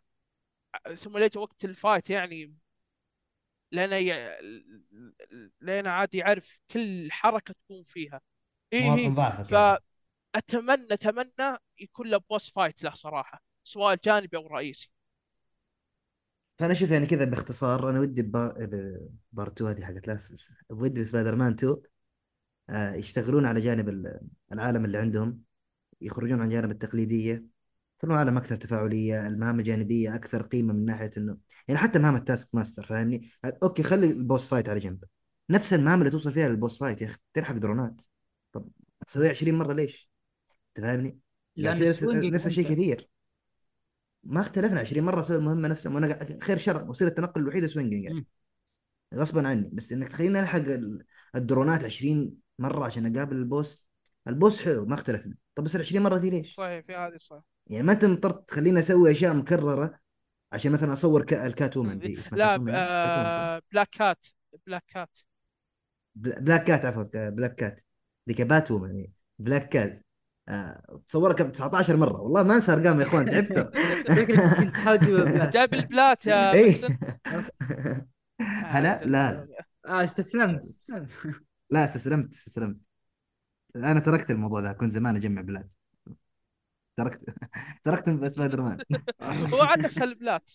ثم ليت وقت الفايت يعني لأنه ي... لأنه عادي يعرف كل حركة تكون فيها. اي مواطن هي. ضعفك يعني. فاتمنى اتمنى يكون له بوس فايت له صراحه، سواء جانبي او رئيسي. فانا اشوف يعني كذا باختصار، انا ودي بار, ب- بارت تو هذه حقت لاست، بس ودي سبايدر مان تو آه، يشتغلون على جانب ال- العالم اللي عندهم، يخرجون عن جانب التقليدية، يخلون عالم أكثر تفاعلية، المهام الجانبية أكثر قيمة من ناحية إنه يعني حتى مهام التاسك ماستر فاهمني. أوكي خلي البوس فايت على جنب، نفس المهام اللي توصل فيها للبوس فايت يا أخي، تلحق درونات، طب تسويها عشرين مرة ليش؟ أنت فاهمني؟ قاعد لان تسوي نفس السوينجينج نفس الشيء ممتع. كثير. ما اختلفنا عشرين مرة أسوي المهمة نفسها، وأنا قاعد- خير شر وسيلة التنقل الوحيدة سوينجينج يعني. مم. غصبا عني، بس انك تخليني الحق ال- الدرونات عشرين مره عشان اقابل البوس. البوس حلو ما اختلفنا، طب بس ال عشرين مره دي ليش؟ صحيح، في هذه صح. يعني ما انت مضطر تخليني اسوي اشياء مكرره عشان مثلا اصور ك... الكات وومن دي، اسمها كات لا، ب- وومن، إيه؟ كات وومن صح؟ آه بلاك كات. بلاك كات. بلا- بلاك كات عفوا، ك- بلاك كات دي كبات وومن يعني. بلاك كات آه... تصورها كم تسعة عشر مره، والله ما انسى ارقام يا اخوان تعبت ترى. شكلك كنت تحاول تجيب بلاد. جايب البلات يا ايه. محسن. آه هلا أجل. لا. اه استسلمت استسلمت. لا استسلمت استسلمت. انا تركت الموضوع ذا، كنت زمان اجمع بلاد، تركت. تركت سبايدر مان. هو عاد نفس البلات.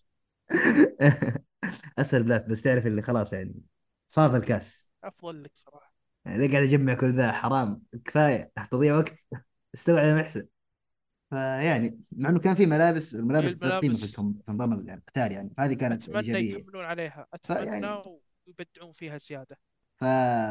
اسهل بلاد، بس تعرف اللي خلاص يعني فاض الكاس، افضل لك صراحه. يعني ليه قاعد اجمع كل ذا؟ حرام كفايه تضيع وقت. استوعب يا محسن. فيعني مع انه كان في ملابس، هي الملابس ذات قيمه في الملابس الكم- في نظام ال- يعني القتال يعني، فهذه كانت اتمنى ايجابيه. يكملون عليها، فيعني اتمنى ويبدعون فيها زياده. ف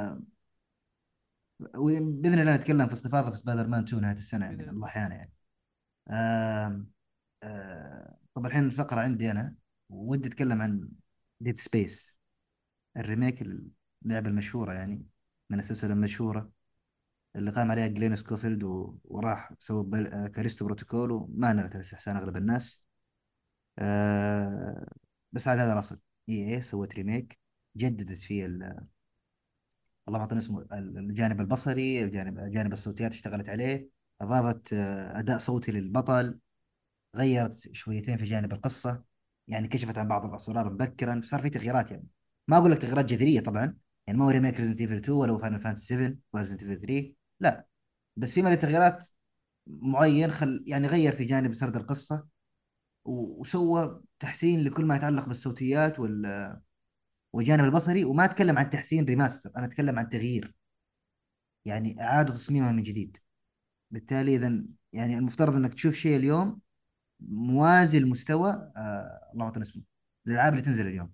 باذن الله نتكلم في استفاضه في سبايدر مان تو نهايه السنه باذن يعني، الله الله. احيانا يعني. آم... آه... طب الحين الفقره عندي انا، ودي اتكلم عن ديد سبيس، الريميك، اللعبة المشهورة يعني من السلسلة المشهورة اللي قام عليها جلين سكوفيلد و... وراح سوى بل... آه، كاليستو بروتوكول وما نالت الاستحسان أغلب الناس. آه... بس هذا هذا الأصل. إي إيه سوت ريميك، جددت فيه ال... الله ما أعطاني اسمه، ال- الجانب البصري، الجانب جانب الصوتيات اشتغلت عليه، أضافت آه، أداء صوتي للبطل، غيرت شويتين في جانب القصة، يعني كشفت عن بعض الأسرار مبكرا، صار في تغييرات يعني. ما أقول لك تغييرات جذرية طبعا، يعني ما هو ريميك ريزنت ايفل تو ولا فاينل فانتسي سفن ولا ريزنت ايفل ثري، لا، بس في مدى تغييرات معين، خل يعني غير في جانب سرد القصة، و- وسوى تحسين لكل ما يتعلق بالصوتيات وال... والجانب البصري، وما أتكلم عن تحسين ريماستر، أنا أتكلم عن تغيير، يعني إعادة تصميمها من جديد. بالتالي إذا يعني المفترض أنك تشوف شيء اليوم موازي المستوى، آه الله اعطاني اسمه، الالعاب اللي تنزل اليوم.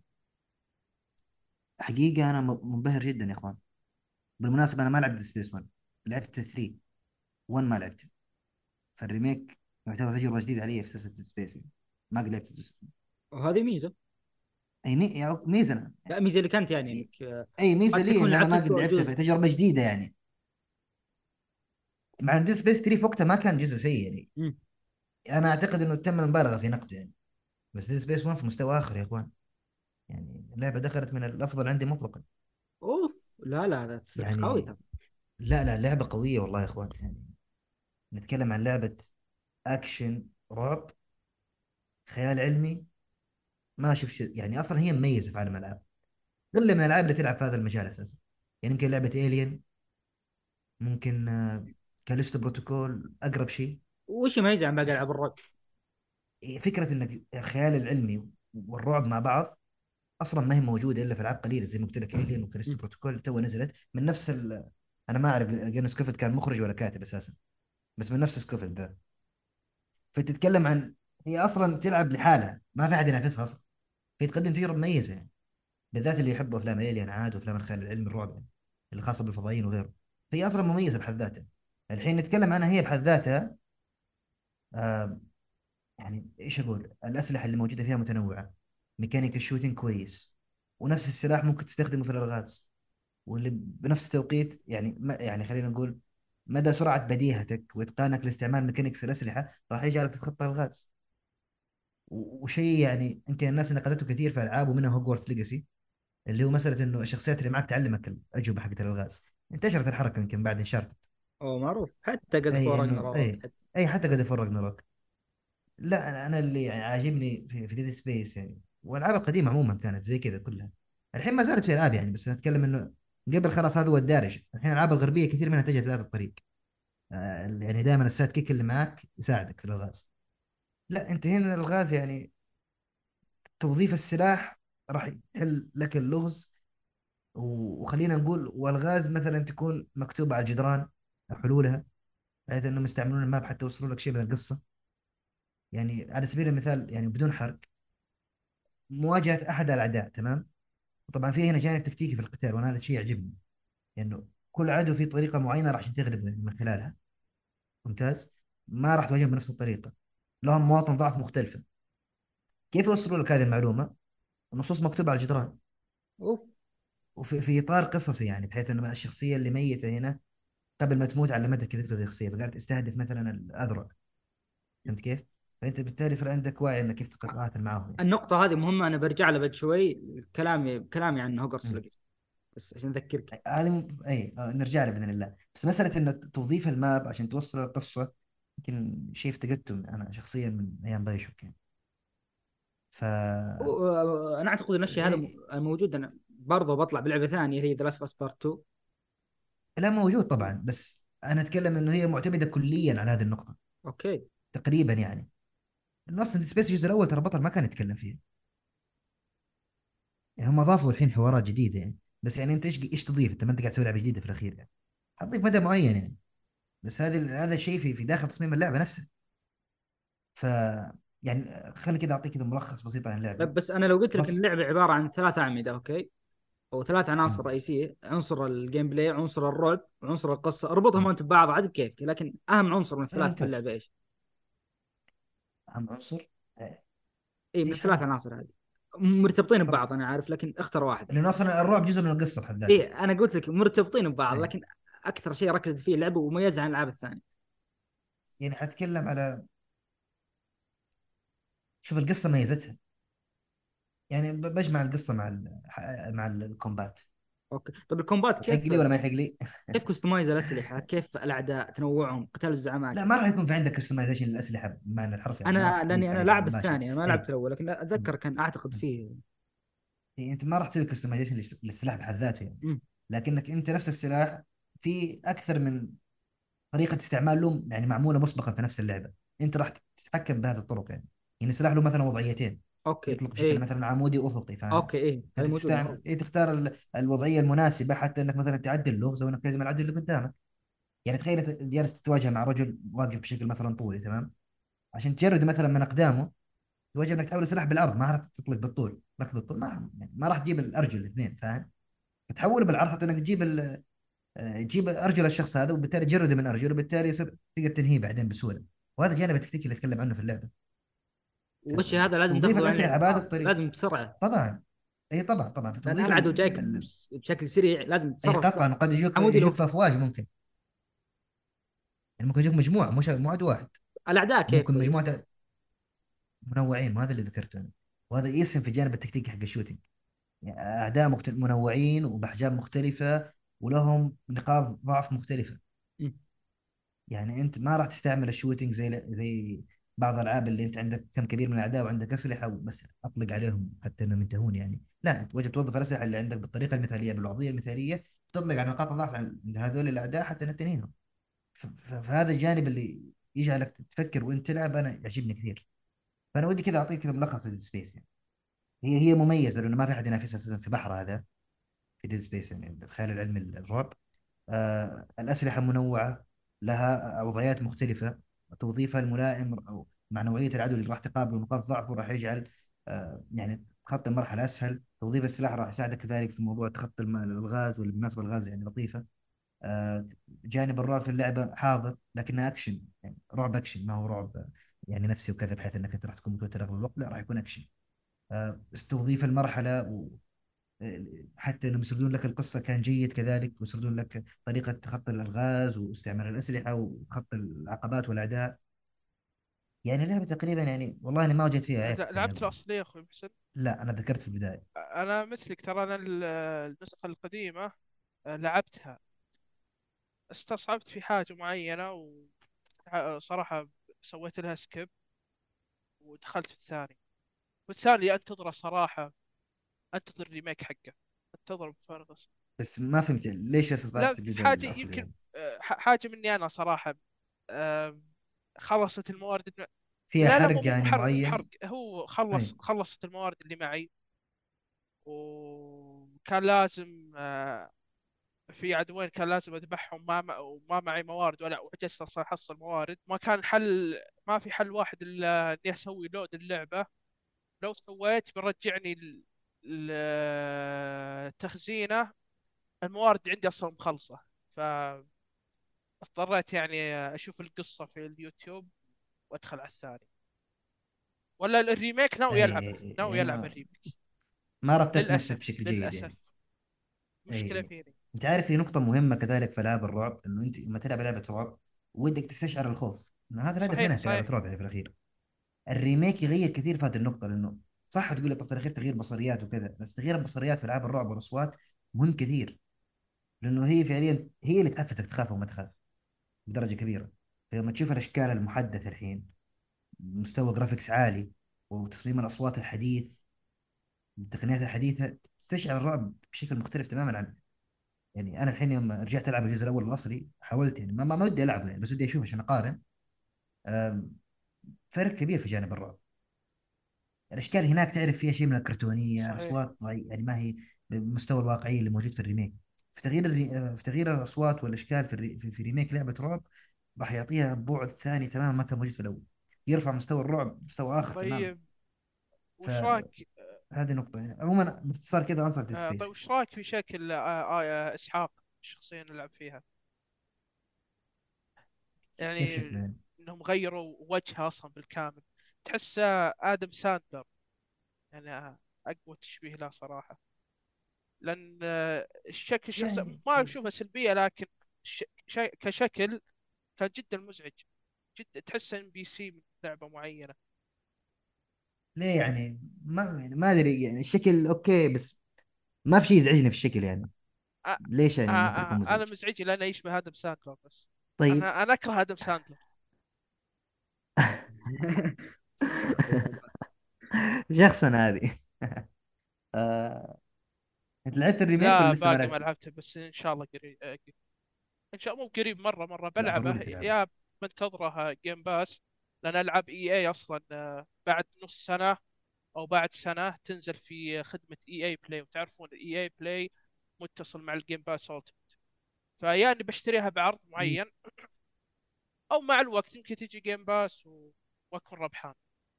حقيقه انا م- منبهر جدا يا اخوان. بالمناسبه انا ما لعبت سبيس ون، لعبت ثري، ون ما لعبته. فالريميك يعتبر تجربه جديده علي في سلسله سبيس يعني. ما قد لعبت سبيس. وهذه ميزه. اي مي... يعني ميزه أنا. لا ميزه اللي كانت يعني انك آه، اي ميزه قد لي تكون ان انا لعبت ما قد اسوء لعبته، جزء. فتجربه جديده يعني. مع ان ديد سبيس ثري في وقتها ما كان جزء سيء يعني، مم. انا اعتقد انه تم المبالغه في نقده يعني. بس ديد سبيس ون في مستوى اخر يا اخوان، يعني اللعبه دخلت من الافضل عندي مطلقا اوف لا لا لا تصدق قوي يعني. ترى. لا لا لعبه قويه والله يا اخوان يعني. نتكلم عن لعبة أكشن رعب خيال علمي، ما شفت شيء يعني، أصلا هي مميزة في عالم الألعاب، قلة من الألعاب اللي تلعب في هذا المجال أساسا. يعني يمكن لعبة إيليان، ممكن آه، كاليستو بروتوكول أقرب شيء. وش يميز عن باقي بس العاب الرعب؟ فكرة إنك الخيال العلمي والرعب مع بعض أصلا ما هي موجودة إلا في ألعاب قليلة، زي ما قلت لك إيليان وكاليستو مم. بروتوكول تو نزلت من نفس ال... أنا ما أعرف جين سكوفيلد كان مخرج ولا كاتب أساسا، بس من نفس سكوفيلد ذا. فتتكلم عن، هي أصلا تلعب لحالها ما في أحد ينافسها أصلا، هي تقدم تجربة مميزة يعني، بالذات اللي يحبوا افلام الين عاد وافلام الخيال العلمي الرعب يعني، اللي خاصه بالفضائيين وغيره. فهي اصلا مميزه بحد ذاتها. الحين نتكلم عنها هي بحد ذاتها. آه يعني ايش اقول، الاسلحه اللي موجوده فيها متنوعه، ميكانيك الشوتينج كويس، ونفس السلاح ممكن تستخدمه في الالغاز، واللي بنفس التوقيت يعني ما يعني خلينا نقول مدى سرعه بديهتك واتقانك لاستعمال ميكانيكس الاسلحه راح يجعلك تتخطى الغاز. و- وشيء يعني يمكن الناس نقدته كثير في العاب ومنها هوجورث ليجاسي، اللي هو مساله انه الشخصيات اللي معك تعلمك الاجوبه حقت الالغاز. انتشرت الحركه يمكن بعد انشارتد. اوه معروف حتى قد اي فور انه راجناروك اي حتى. اي حتى قد يفرق نروك. لا انا أنا اللي يعني عاجبني في, في ديد سبيس يعني، والالعاب القديمه عموما كانت زي كذا كلها. الحين ما زالت في العاب يعني، بس نتكلم انه قبل خلاص هذا هو الدارج. الحين الالعاب الغربيه كثير منها اتجهت لهذا الطريق. آه، يعني دائما السايد كيك اللي معك يساعدك في الالغاز. لا انت هنا الالغاز يعني توظيف السلاح راح يحل لك اللغز. و- وخلينا نقول والغاز مثلا تكون مكتوبه على الجدران حلولها، بحيث انهم يستعملون الماب حتى يوصلوا لك شيء من القصه. يعني على سبيل المثال يعني بدون حرق، مواجهه احد الاعداء تمام. وطبعا في هنا جانب تكتيكي في القتال، وانا هذا الشيء يعجبني، لانه كل عدو في طريقه معينه راح تغلب من خلالها. ممتاز. ما راح تواجههم بنفس الطريقه، لهم مواطن ضعف مختلفه. كيف يوصلوا لك هذه المعلومه؟ النصوص مكتوبه على الجدران، اوف. وفي في اطار قصصي، يعني بحيث انه الشخصيه اللي ميته هنا قبل ما تموت علمتك كيف تقتل الشخصيه، فقالت استهدف مثلا الاذرع. فهمت كيف؟ فانت بالتالي يصير عندك وعي انك كيف تقاتل معاهم يعني. النقطة هذه مهمة، أنا برجع لها بعد شوي. كلامي كلامي عن هوجرتس مم. ليجاسي، بس عشان أذكرك. هذه م... اي آه، نرجع له باذن الله. بس مساله انه توظيف الماب عشان توصل القصه يمكن شيء افتقدته انا شخصيا من ايام بايشوك يعني. ف و- أنا أعتقد أن الشيء هذا م- إيه، موجود. أنا برضه بطلع بلعبة ثانية هي ذا لاست اوف اس بارت تو. لا موجود طبعا، بس انا اتكلم انه هي معتمده كليا على هذه النقطه أوكي. تقريبا يعني. انه اصلا سبيس الجزء الاول ترى بطل ما كان يتكلم فيه. يعني هم اضافوا الحين حوارات جديده يعني، بس يعني انت ايش ايش تضيف؟ انت ما انت قاعد تسوي لعبه جديده في الاخير يعني، حتضيف مدى معين يعني. بس هذا هذا الشيء في في داخل تصميم اللعبه نفسه. ف يعني خليني كذا اعطيك كذا ملخص بسيط عن اللعبه. طيب بس أنا لو قلت لك أن بس اللعبة عبارة عن ثلاث أعمدة، أوكي، أو ثلاث عناصر مم. رئيسية: عنصر الجيم بلاي، عنصر الرعب، وعنصر القصة. اربطهم مم. أنت ببعض عاد بكيفك، لكن أهم عنصر من اي الثلاث في ممتاز. اللعبة إيش؟ اهم عنصر آه، إيه، من زي الثلاث خل عناصر هذه مرتبطين الر- ببعض، أنا عارف، لكن اختر واحدة. لانه اصلا الرعب جزء من القصه بحد ذاته. إيه، أنا قلت لك مرتبطين ببعض، إيه. لكن أكثر شيء ركزت فيه اللعبة ومميزة عن الألعاب الثانية. يعني حتكلم على، شوف القصه ميزتها، يعني ب- بجمع القصه مع ال... ح- مع الكومبات. اوكي. طيب الكومبات يحق كيف؟ لي ولا ما يحق لي؟ كيف كستمايز الاسلحه؟ كيف الاعداء تنوعهم، قتال لا الزعماء؟ ما راح يكون في عندك كستمايزيشن للاسلحه بمعنى الحرف، يعني ما راح انا تضيف لاني انا عليها لاعب مباشر. الثاني، انا ما اي لعبت الاول، لكن اتذكر كان اعتقد فيه. إيه، انت ما راح تسوي كستمايزيشن للسلاح بحد ذاته يعني، مم. لكنك انت نفس السلاح في اكثر من طريقه استعمال له يعني معموله مسبقا في نفس اللعبه. انت راح تتحكم بهذه الطرق يعني. يعني السلاح له مثلا وضعيتين، اوكي. يطلق بشكل ايه. مثلا عمودي وافقي، فاهم؟ اوكي. ايه، هذه فانت موجوده. تستعمل إيه، تختار ال- الوضعيه المناسبه حتى انك مثلا تعدل اللغز او انك تهزم العدو اللي قدامك. يعني تخيل أنت جالس تتواجه مع رجل واقف بشكل مثلا طولي تمام، عشان تجرد مثلا من اقدامه تواجه انك تحول السلاح بالعرض، ما راح تطلق بالطول، لك بالطول ما راح يعني ما راح تجيب الارجل الاثنين، فاهم؟ تحول بالعرض حتى انك تجيب ال- آه، تجيب ارجل الشخص هذا، وبالتالي تجرده من ارجله، وبالتالي يصير تقدر تنهيه بعدين بسهوله. وهذا الجانب التكتيكي اللي اتكلم عنه في اللعبه. والشيء هذا لازم فتوظيف تاخذه عن الاسلحه بهذه الاعتبار، الطريقه لازم بسرعه. طبعا. اي طبعا طبعا لان فتوظيف العدو ال... جايك ال... بس- بشكل سريع، لازم اي تتصرف قطعا، بسرعه. وقد يجوك عمودي يجوك في الافق. افواج ممكن. يعني ممكن يجوك مجموعه مش مو عدو واحد. الاعداء كيف ممكن طيب؟ مجموعه منوعين، وهذا اللي ذكرته انا. وهذا يسهم في الجانب التكتيكي حق الشوتينج. يعني اعداء مكت... منوعين وباحجام مختلفه، ولهم نقاط ضعف مختلفه. مم. يعني انت ما راح تستعمل الشوتينج زي زي بعض الالعاب اللي انت عندك كم كبير من الاعداء وعندك اسلحه وبس اطلق عليهم حتى انهم ينتهون يعني. لا، انت وجب توظف الاسلحه اللي عندك بالطريقه المثاليه بالوضعيه المثاليه، تطلق على نقاط الضعف عند هذول الاعداء حتى انك تنهيهم. ف- ف- فهذا الجانب اللي يجعلك تفكر وانت تلعب انا يعجبني كثير. فانا ودي كذا اعطيك كذا ملخص لديد سبيس يعني. هي هي مميزه لانه ما في احد ينافسها اساسا في بحر هذا، في ديد سبيس يعني الخيال العلمي الرعب. آه الأسلحة منوعة، لها وضعيات مختلفة. توظيفها الملائم أو مع نوعية العدو اللي راح تقابله ونقاط ضعفه راح يجعل آه يعني تخطي المرحلة أسهل. توظيف السلاح راح يساعدك كذلك في موضوع تخطي الم- الألغاز، واللي بالنسبة للغاز يعني لطيفة. آه جانب الرعب في اللعبة حاضر لكنه أكشن، يعني رعب أكشن ما هو رعب آه، يعني نفسي وكذا، بحيث أنك أنت راح تكون متوتر أغلب الوقت. لا، راح يكون أكشن. آه استوظيف المرحلة حتى انهم يسردون لك القصه كان جيد كذلك، ويسردون لك طريقه تخطي الالغاز واستعمال الاسلحه وخط العقبات والاعداء. يعني لعبه تقريبا يعني والله انا ما وجدت فيها عيب ل- خليني لعبت اقول. الأصلية يا أخوي محسن. لا انا ذكرت في البدايه. أنا مثلك ترى، أنا ال- النسخة القديمة آه، لعبتها، استصعبت في حاجة معينة وصراحة سويت لها سكيب ودخلت في الثاني. والثاني انتظره صراحة، انتظر الريميك حقه، انتظر بفارغ الصبر. بس ما فهمت ليش لا، استطعت الجزء حاجة الاصلي يمكن يعني. آه، ح- حاجة مني أنا صراحة. آم، خلصت الموارد الم... فيها لا لا، مو حرق مو مو يعني حرق مو بحرق، معين؟ هو اي. خلص خلصت الموارد اللي معي. وكان لازم آه، في عدوين كان لازم اذبحهم، ما ما وما معي موارد، ولا وعجزت اصلا احصل موارد. ما كان حل، ما في حل واحد الا اني اسوي لود اللعبة. لو سويت برجعني ال- ال- التخزينة. الموارد عندي اصلا مخلصة. فاضطريت يعني اشوف القصة في اليوتيوب وادخل على الثاني. ولا الريميك ناوي يلعبه، اي ناوي يعني يلعب ما الريميك. ما رتبت نفسك للاسف بشكل جيد يعني. للاسف. مشكلة اي. فيني. انت عارف في نقطة مهمة كذلك في العاب الرعب، انه انت لما تلعب لعبة رعب ودك تستشعر الخوف، انه هذا الهدف صحيح منها كلعبة صحيح. رعب يعني في الاخير. الريميك يغير كثير في هذه النقطة، لانه صح تقول لي طب في الاخير تغيير بصريات وكذا، بس تغيير البصريات في العاب الرعب والاصوات مهم كثير، لانه هي فعليا هي اللي تحفزك تخاف وما تخاف بدرجة كبيرة. فلما تشوف الاشكال المحدثة الحين، مستوى جرافيكس عالي، وتصميم الاصوات الحديث، التقنيات الحديثة، تستشعر الرعب بشكل مختلف تماما عن، يعني انا الحين يوم رجعت العب الجزء الاول الاصلي حاولت يعني ما ما ما ودي العبه يعني، بس ودي اشوف عشان اقارن. أم، فرق كبير في جانب الرعب. الاشكال هناك تعرف فيها شيء من الكرتونيه، صحيح. اصوات ضعي- يعني ما هي بالمستوى الواقعي اللي موجود في الريميك. في تغيير الري... آه، في تغيير الاصوات والاشكال في, الري... في في ريميك لعبه رعب، راح يعطيها بعد ثاني تماما ما كان موجود في الاول، يرفع مستوى الرعب مستوى اخر تماما. طيب وش رايك؟ فهذه نقطه يعني. عموما باختصار كذا انصح ديد آه طيب سبيس. وش رايك في شكل آه آه آه اسحاق، الشخصية اللي نلعب فيها؟ كيف يعني شكله يعني؟ انهم غيروا وجهه اصلا بالكامل. تحس آه، ادم ساندلر. يعني آه، اقوى تشبيه له صراحة. لان آه، الشكل الشخصية يعني ما اشوفها سلبية، لكن ش... ش... كشكل كان جدا مزعج. جدا تحس ان بي سي من لعبة معينة. ليه يعني؟ ما يعني ما ادري يعني، الشكل اوكي بس ما في شيء يزعجني في الشكل يعني. آه ليش آه يعني ممكن يكون آه انا مزعج؟ مزعجي لانه يشبه ادم ساندلر بس. طيب. انا انا اكره ادم ساندلر. شخصية والله. شخصنا هذه. آه... انت لعبت الريميك ولا لا لسه ما باقي ما لعبته؟ لعبته، بس ان شاء الله قريب. ان شاء الله مو قريب، مره مره لا بلعبه. ضروري تلعبه. يا منتظره جيم باس. لان العاب اي اي اصلا آه، بعد نص سنه او بعد سنه تنزل في خدمه اي اي بلاي، وتعرفون اي اي بلاي متصل مع الجيم باس التيمت. فيا اني بشتريها بعرض مم. معين، او مع الوقت يمكن تجي جيم باس و... واكون ربحان.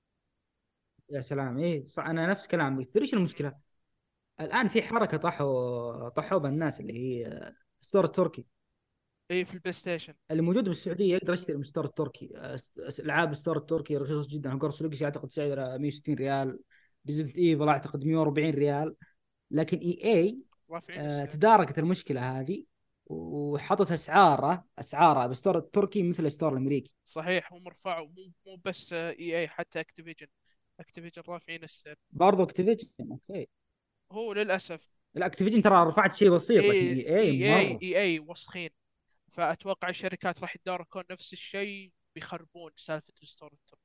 يا سلام، ايه صح، انا نفس كلامك. تدري ايش المشكله؟ الان في حركه طحوا طحوا بالناس، اللي هي ستور التركي اي في البلاي ستيشن. اللي موجود بالسعوديه. يقدر يشتري من ستور التركي. آه، س- العاب ستور التركي رخيص جدا. هوجورتس ليجاسي اعتقد سعره مية وستين ريال. ريزنت ايفل اعتقد مية واربعين ريال. لكن اي اي رافعين آه، السعر. تداركت المشكله هذه، وحطت اسعاره اسعاره بالستور التركي مثل الستور الامريكي. صحيح، هم رفعوا، مو مو بس اي اي، حتى اكتيفيجن. اكتيفيجن رافعين السعر. برضو اكتيفيجن اوكي. هو للاسف. لا، اكتيفيجن ترى رفعت شيء بسيط، لكن اي اي اي اي اي مره. اي اي وسخين. فاتوقع الشركات راح يتداركون نفس الشيء، بيخربون سالفه الستور التركي.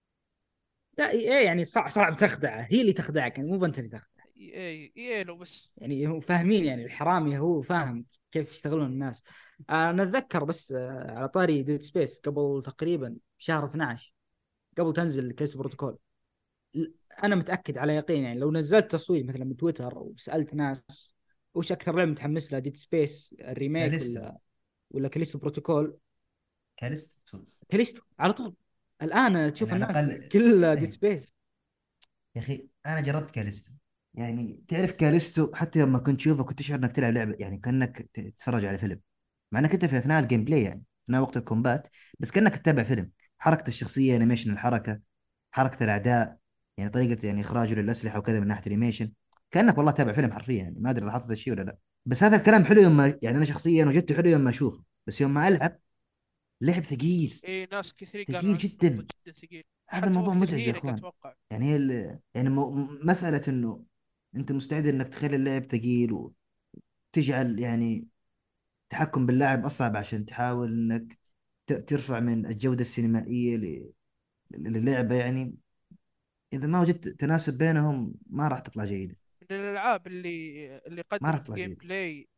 لا، اي اي يعني صعب صعب تخدعه، هي اللي تخدعك يعني، مو انت اللي تخدع. اي اي اي لو بس. يعني هم فاهمين، يعني الحرامي هو فاهم كيف يشتغلون الناس. انا اتذكر بس آه، على طاري ديد سبيس، قبل تقريبا شهر اثناشر، قبل تنزل كيس بروتوكول، ل- انا متاكد على يقين يعني لو نزلت تصويت مثلا من تويتر وسالت ناس وش اكثر لعبه متحمس لها، ديد سبيس الريميك كاليستا. ولا ولا كاليستو بروتوكول، كاليستا تفوز. كاليستو على طول. الان يعني تشوف على الناس الاقل. كل ديد ايه. سبيس. يا اخي انا جربت كاليستو، يعني تعرف كاليستو حتى لما كنت تشوفه كنت تشعر انك تلعب لعبه، يعني كانك ت- تتفرج على فيلم، مع انك انت في اثناء الجيم بلاي يعني اثناء وقت الكومبات، بس كانك تتابع فيلم. حركه الشخصيه، انيميشن الحركه، حركه الاعداء، يعني طريقه يعني اخراجه للاسلحه وكذا من ناحيه انيميشن، كانك والله تابع فيلم حرفيا يعني. ما ادري لاحظت الشيء ولا لا، بس هذا الكلام حلو يوم ما يعني انا شخصيا وجدته حلو يوم ما اشوفه، بس يوم ما العب لعب ثقيل، اي ناس كثير قالوا ثقيل عنه نقطه جدا. جدا ثقيل. هذا حتى الموضوع وقت مزعج يا الهيلينج اخوان. اتوقع. يعني هي ال... يعني مو... مسألة انه انت مستعد انك تخلي اللعب ثقيل، وتجعل يعني التحكم باللاعب اصعب عشان تحاول انك ت... ترفع من الجودة السينمائية ل... للعبة يعني. اذا ما وجدت تناسب بينهم ما راح تطلع جيدة. من الالعاب اللي اللي ما راح قدمت تطلع جيم جيدة. بلاي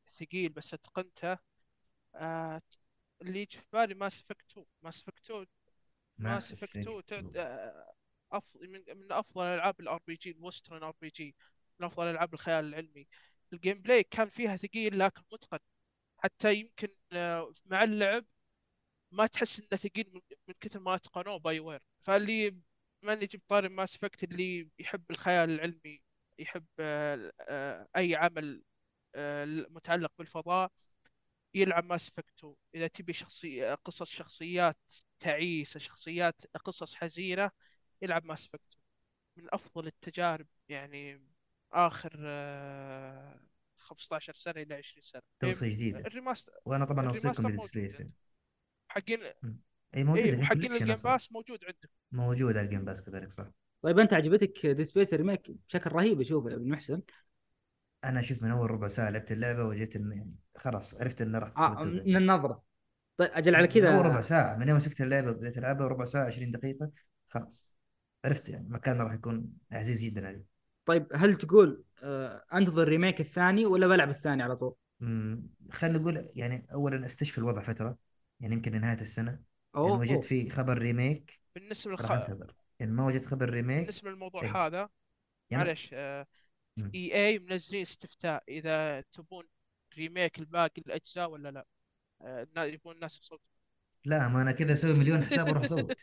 ثقيل بس اتقنته. آه اللي يجي في بالي ماس افكت تو. ماس افكت تو ماس ماس افكت تو افكت. افضل من من افضل العاب الار بي جي، الوسترن ار بي جي، من افضل العاب الخيال العلمي. الجيم بلاي كان فيها ثقيل لكن متقن. حتى يمكن آه، مع اللعب ما تحس انه ثقيل من, من كثر ما اتقنوه باي وير. فاللي ما نجيب طاري ماس افكت، اللي يحب الخيال العلمي، يحب آه، آه، اي عمل آه، متعلق بالفضاء، يلعب ماس افكت تو. اذا تبي شخصي قصص شخصيات تعيسة، شخصيات قصص حزينة، يلعب ماس افكت. من افضل التجارب يعني اخر آه، خمسة عشر سنة الى عشرين سنة. هي نسخة جديدة. الريماستر وانا طبعا اوصيكم الريماستر بديد موجود سبيس عندك. يعني. حقين مم. اي ايه، موجودة الحين وحقين كوليكشن الجيم اصلا. باس موجود عندك. موجود على الجيم باس كذلك صح. طيب انت عجبتك ديد سبيس ريميك بشكل رهيب اشوف يا ابن محسن. انا اشوف من اول ربع ساعة لعبت اللعبة وجيت إن يعني خلاص عرفت انها راح تدخل آه التوب من عندي. النظره. طيب اجل على من اول كذا. ربع ساعة، من يوم مسكت اللعبة بديت العبها ربع ساعة عشرين دقيقة خلاص عرفت يعني مكانه راح يكون عزيز جدا علي. طيب هل تقول آه انتظر الريميك الثاني ولا بلعب الثاني على طول؟ مم، خلينا نقول يعني اولا استشفي الوضع فترة، يعني يمكن لنهاية السنة. ان اوه وجدت اوه. في خبر ريميك بالنسبة للخ... راح انتظر، ان ما وجدت خبر ريميك. بالنسبة للموضوع إيه، هذا، يعني معلش آه، مم. اي اي منزلين استفتاء اذا تبون ريميك الباقي الاجزاء ولا لا. آه، النا- يبون الناس يصوتون. لا ما انا كذا اسوي مليون حساب واروح اصوت.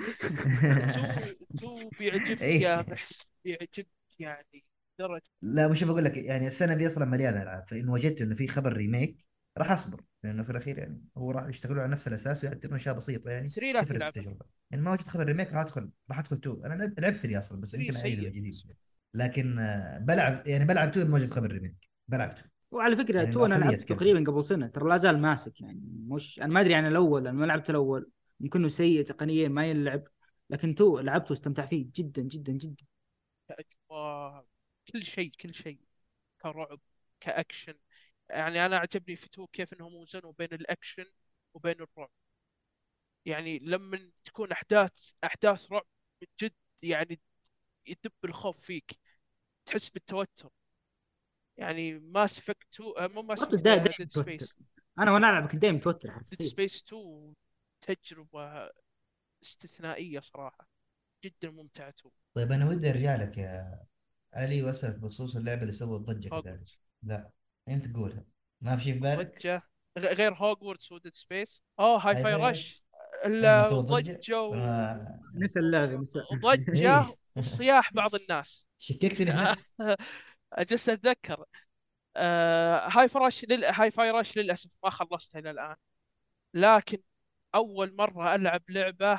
تو تو بيعجبك يا ايه. محسن، بيعجبك يعني درجة. لا مش بقول لك يعني السنه دي اصلا مليانه العاب، فان وجدت انه في خبر ريميك راح اصبر، لانه في الاخير يعني هو راح يشتغلون على نفس الاساس ويعدلون اشياء بسيطه يعني ثري لا تفرق في تلعبه. التجربه. ان ما وجدت خبر ريميك راح ادخل راح ادخل تو. انا لعبت لعبت ثري اصلا بس ثري يمكن اعيده من سيء جديد. بالنسبة لكن آه، بلعب يعني بلعب تو ما وجدت خبر ريميك بلعب تو. وعلى فكره يعني تو انا الاصليه لعبته تكمل. تقريبا قبل سنه ترى لا زال ماسك يعني مش انا ما ادري عن الاول انا ما لعبت الاول. يمكن انه سيء تقنيا ما ينلعب. لكن تو لعبته واستمتع فيه جدا جدا جدا. لي كأجواء، كل شيء كل شيء، كرعب، كأكشن. يعني أنا عجبني في تو كيف إنهم وزنوا بين الأكشن وبين الرعب. يعني لما تكون أحداث أحداث رعب من جد، يعني يدب الخوف فيك، تحس بالتوتر. يعني ماس افكت تو، مو ماس برضه افكت، دا دايما ديد متوتر. سبيس. انا وانا العب كنت دايما متوتر ديد حرفيا. سبيس تو تجربة استثنائية صراحة، جدا ممتعة. تو طيب انا ودي ارجع لك يا علي واسالك بخصوص اللعبه اللي سوت ضجه كذلك. هوجورتس. لا انت قولها، ما في شيء في بالك؟ ضجة غ- غير هوجورتس وديد سبيس، اوه هاي هاي فاي فاي رش. رش. اي ما الا سوت ضجه ضجة و... وانا نسى اللعبه نسى. ضجة ايه. وصياح بعض الناس. شككتني في نفسي. جالس اتذكر آه هاي فرش لل... هاي فاي رش للاسف ما خلصتها الى الان. لكن اول مرة العب لعبة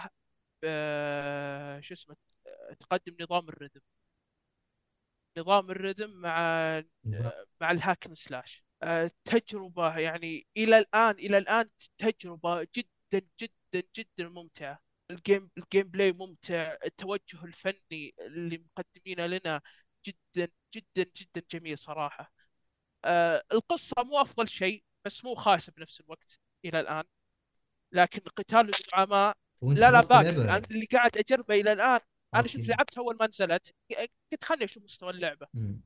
آه شو اسمه، تقدم نظام الرذم، نظام الرذم مع مع الهاكن سلاش. آه، تجربة يعني إلى الآن إلى الآن تجربة جدا جدا جدا ممتعة. الجيم الجيم بلاي ممتع، التوجه الفني اللي مقدمينه لنا جدا جدا جدا جميل صراحة. آه، القصة مو أفضل شيء بس مو خايسة بنفس الوقت إلى الآن. لكن قتال الزعماء، وانت لا لا خلصت اللعبه باقي، ولا أنا لا؟ اللي قاعد أجربه إلى الآن. أنا شفت اوكي. لعبتها أول ما نزلت، قلت خلني أشوف مستوى اللعبة. مم.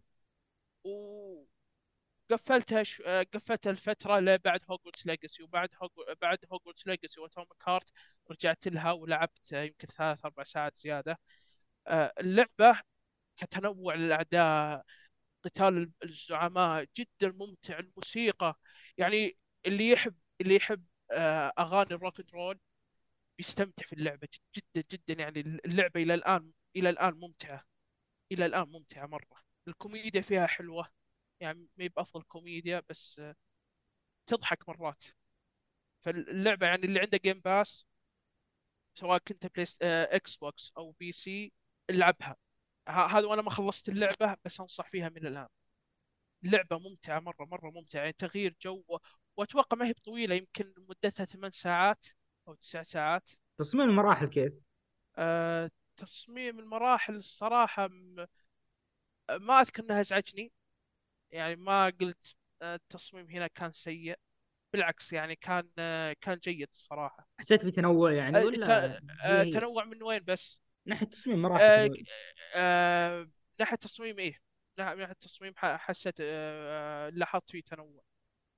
قفلتها ش... آه، قفلتها الفترة اللي بعد هوجورتس ليجاسي، وبعد هوج... بعد هوجورتس ليجاسي واتوميك هارت رجعت لها ولعبت آه، يمكن ثلاث أربع ساعات زيادة. آه، اللعبة كتنوع الأعداء، قتال الزعماء جدا ممتع، الموسيقى يعني اللي يحب اللي يحب آه، أغاني الروك اند رول بيستمتع في اللعبة جدا جدا. يعني اللعبة إلى الآن إلى الآن ممتعة، إلى الآن ممتعة مرة. الكوميديا فيها حلوة، يعني ما هي بأفضل كوميديا بس آه، تضحك مرات. فاللعبه يعني اللي عنده جيم باس، سواء كنت بلايست آه، اكس بوكس او بي سي، العبها. ه- هذا وانا ما خلصت اللعبه بس انصح فيها من الان. اللعبه ممتعه مره مره ممتعه، يعني تغيير جو و- واتوقع ما هي بطويله، يمكن مدتها ثمان ساعات او تسع ساعات. تصميم المراحل كيف؟ أه تصميم المراحل الصراحه م- ما اذكر انها ازعجني. يعني ما قلت آه، التصميم هنا كان سيء، بالعكس يعني كان آه، كان جيد الصراحه. حسيت في تنوع يعني أه ت- ولا هي أه هي؟ تنوع من وين بس؟ ناحيه تصميم مراحل آه، تقول. آه، من ناحية تصميم إيه؟ لا، من ناحية تصميم ح- حسيت آه، لاحظت فيه تنوع.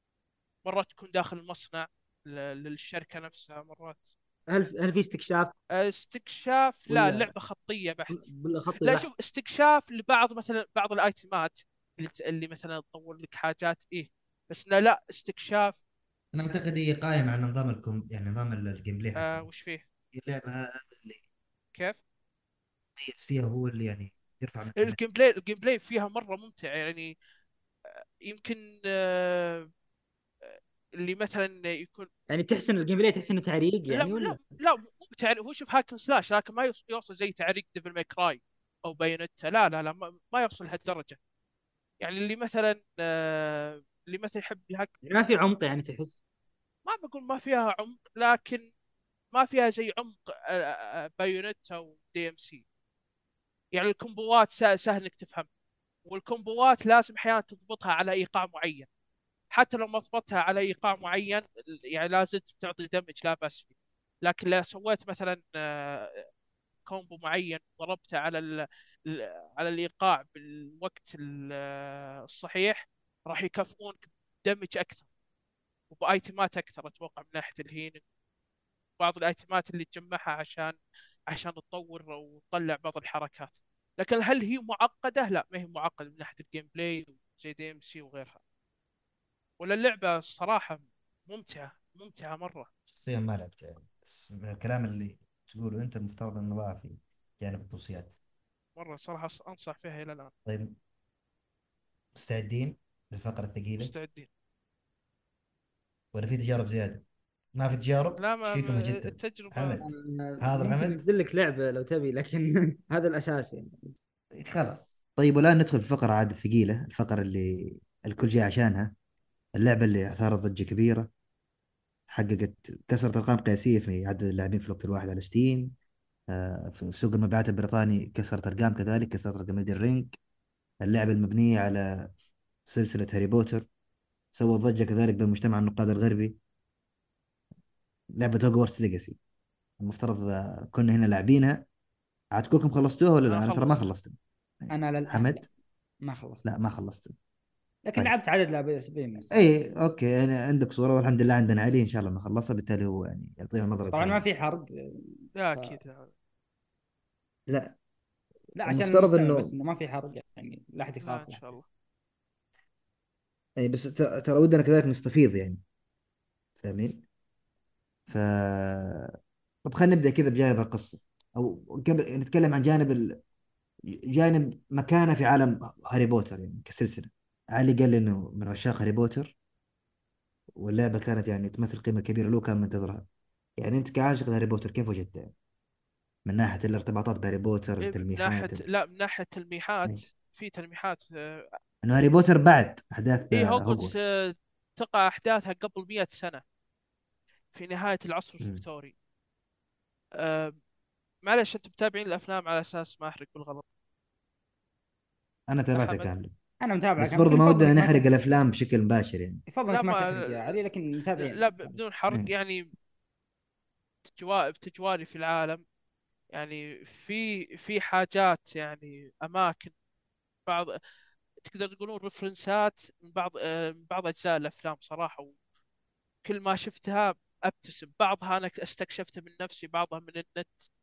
مرات تكون داخل المصنع ل- للشركة نفسها مرات. هل هل في استكشاف استكشاف لا، ولا اللعبة خطية بحت. بالخطي لا بحت؟ شوف، استكشاف لبعض مثلا بعض الايتمات اللي, اللي مثلا تطور لك حاجات ايه، بس لا لا استكشاف. انا اعتقد هي قائمه على نظام الكم يعني نظام ال- الجيم بلاي آه حقه. وش فيه؟ اللعبه هذا اللي كيف؟ يميز فيها، هو اللي يعني يرفع من حماس. الجيم بلاي الجيم بلاي فيها مرة ممتع يعني. يمكن آه اللي مثلا يكون، يعني تحسن الجيم بلاي، تحسنه تعريق لا يعني لا ولا؟ لا مو بتعريق، هو شوف هاكن سلاش لكن ما يوص- يوصل زي تعريق ديفل ماي كراي او بايونيتا. لا لا لا ما, ما يوصل لهالدرجة. يعني اللي مثلا آه اللي مثلا يحب الهاك، يعني ما في عمق يعني تحس؟ ما بقول ما فيها عمق، لكن ما فيها زي عمق آه، آه، بايونيتا ودي ام سي. يعني الكومبوات سه- سهل انك تفهم، والكومبوات لازم احيانا تضبطها على ايقاع معين. حتى لو ما ضبطتها على ايقاع معين يعني لازم تعطي دمج لا باس فيه. لكن لو سويت مثلا آه، كومبو معين ضربته على ال... ال- على الايقاع بالوقت ال- آه، الصحيح، راح يكافئونك دمج اكثر وبايتمات اكثر اتوقع من ناحيه الهيلينج. بعض الايتمات اللي تجمعها عشان عشان تطور او تطلع بعض الحركات. لكن هل هي معقده؟ لا ما هي معقده من ناحيه الجيم بلاي زي دي ام سي وغيرها. ولا اللعبه الصراحه ممتعه ممتعه مره. شخصيا ما لعبت يعني، بس من الكلام اللي تقوله انت المفترض انه ضاع في جانب التوصيات. مره صراحه انصح فيها الى الان. طيب، مستعدين للفقرة الثقيلة مستعدين. ولا في تجارب زيادة؟ ما في تجارب؟ لا ايش ما فيكم يا ما- جدة؟ التجربه. حمد، أنا حاضر ممكن حمد. انزل لك لعبه لو تبي، لكن هذا الاساس يعني. خلاص طيب، والآن ندخل في الفقرة عاد الثقيلة، الفقرة اللي الكل جاء عشانها. اللعبة اللي أثارت ضجة كبيرة، حققت كسرت أرقام قياسية في عدد اللاعبين في الوقت الواحد على ستيم. آه، في سوق المبيعات البريطاني كسرت أرقام، كذلك كسرت رقم الرينج. اللعبة المبنية على سلسلة هاري بوتر، سوت ضجة كذلك بين مجتمع النقاد الغربي. لعبة هوجورتس ليجاسي، المفترض إذا كنا هنا لاعبينها. عاد كلكم خلصتوها ولا انا لا؟ أنا ترى ما خلصت. خلصت. انا للان لا، حمد؟ ما خلصت. لا ما خلصت. لكن طيب، لعبت عدد لاعبين بس. اي اوكي، يعني عندك صورة والحمد لله عندنا علي ان شاء الله انه خلصها، بالتالي هو يعني يعطينا نظرة طبعا ما كاملة. في حرق. لا ف... اكيد. لا، لا عشان المفترض المستمع انه بس، انه ما في حرق يعني، لا احد لا يخاف ان لا أحد. شاء الله. يعني بس ت- ترى ودنا كذلك نستفيض يعني، فاهمين؟ ف طب خلينا نبدأ كذا بجانب القصة، او قبل نتكلم عن جانب ال... جانب مكانه في عالم هاري بوتر يعني كسلسلة. علي قال لي انه من عشاق هاري بوتر، واللعبة كانت يعني تمثل قيمة كبيرة له، كان منتظرها. يعني انت كعاشق لهاري بوتر كيف وجدتها يعني؟ من ناحية الارتباطات بهاري بوتر، إيه، من ناحيه، التلميحات ال... لا من ناحيه تلميحات. أي. في تلميحات آه، انه هاري بوتر بعد احداث ايه آه، هوجورتس هوجورتس. آه، تقع احداثها قبل مئة سنه في نهايه العصر مم. الفكتوري. آه، معلش انتم متابعين الافلام على اساس ما احرق بالغلط؟ انا يا تابعتها حمد. كاملة، انا متابعه بس كان، برضو لكن ما يفضل ودنا انك ما نحرق تحرق. الافلام بشكل مباشر يعني. يفضل لا انك ما ما تحرق يا علي، لكن لا متابعين. بدون حرق إيه. يعني. تجوا- بتجوالي في العالم يعني في في حاجات يعني اماكن، بعض تقدر تقولون ريفرنسات من بعض آه، من بعض اجزاء الافلام صراحه. كل ما شفتها ابتسم، بعضها انا استكشفته من نفسي بعضها من النت.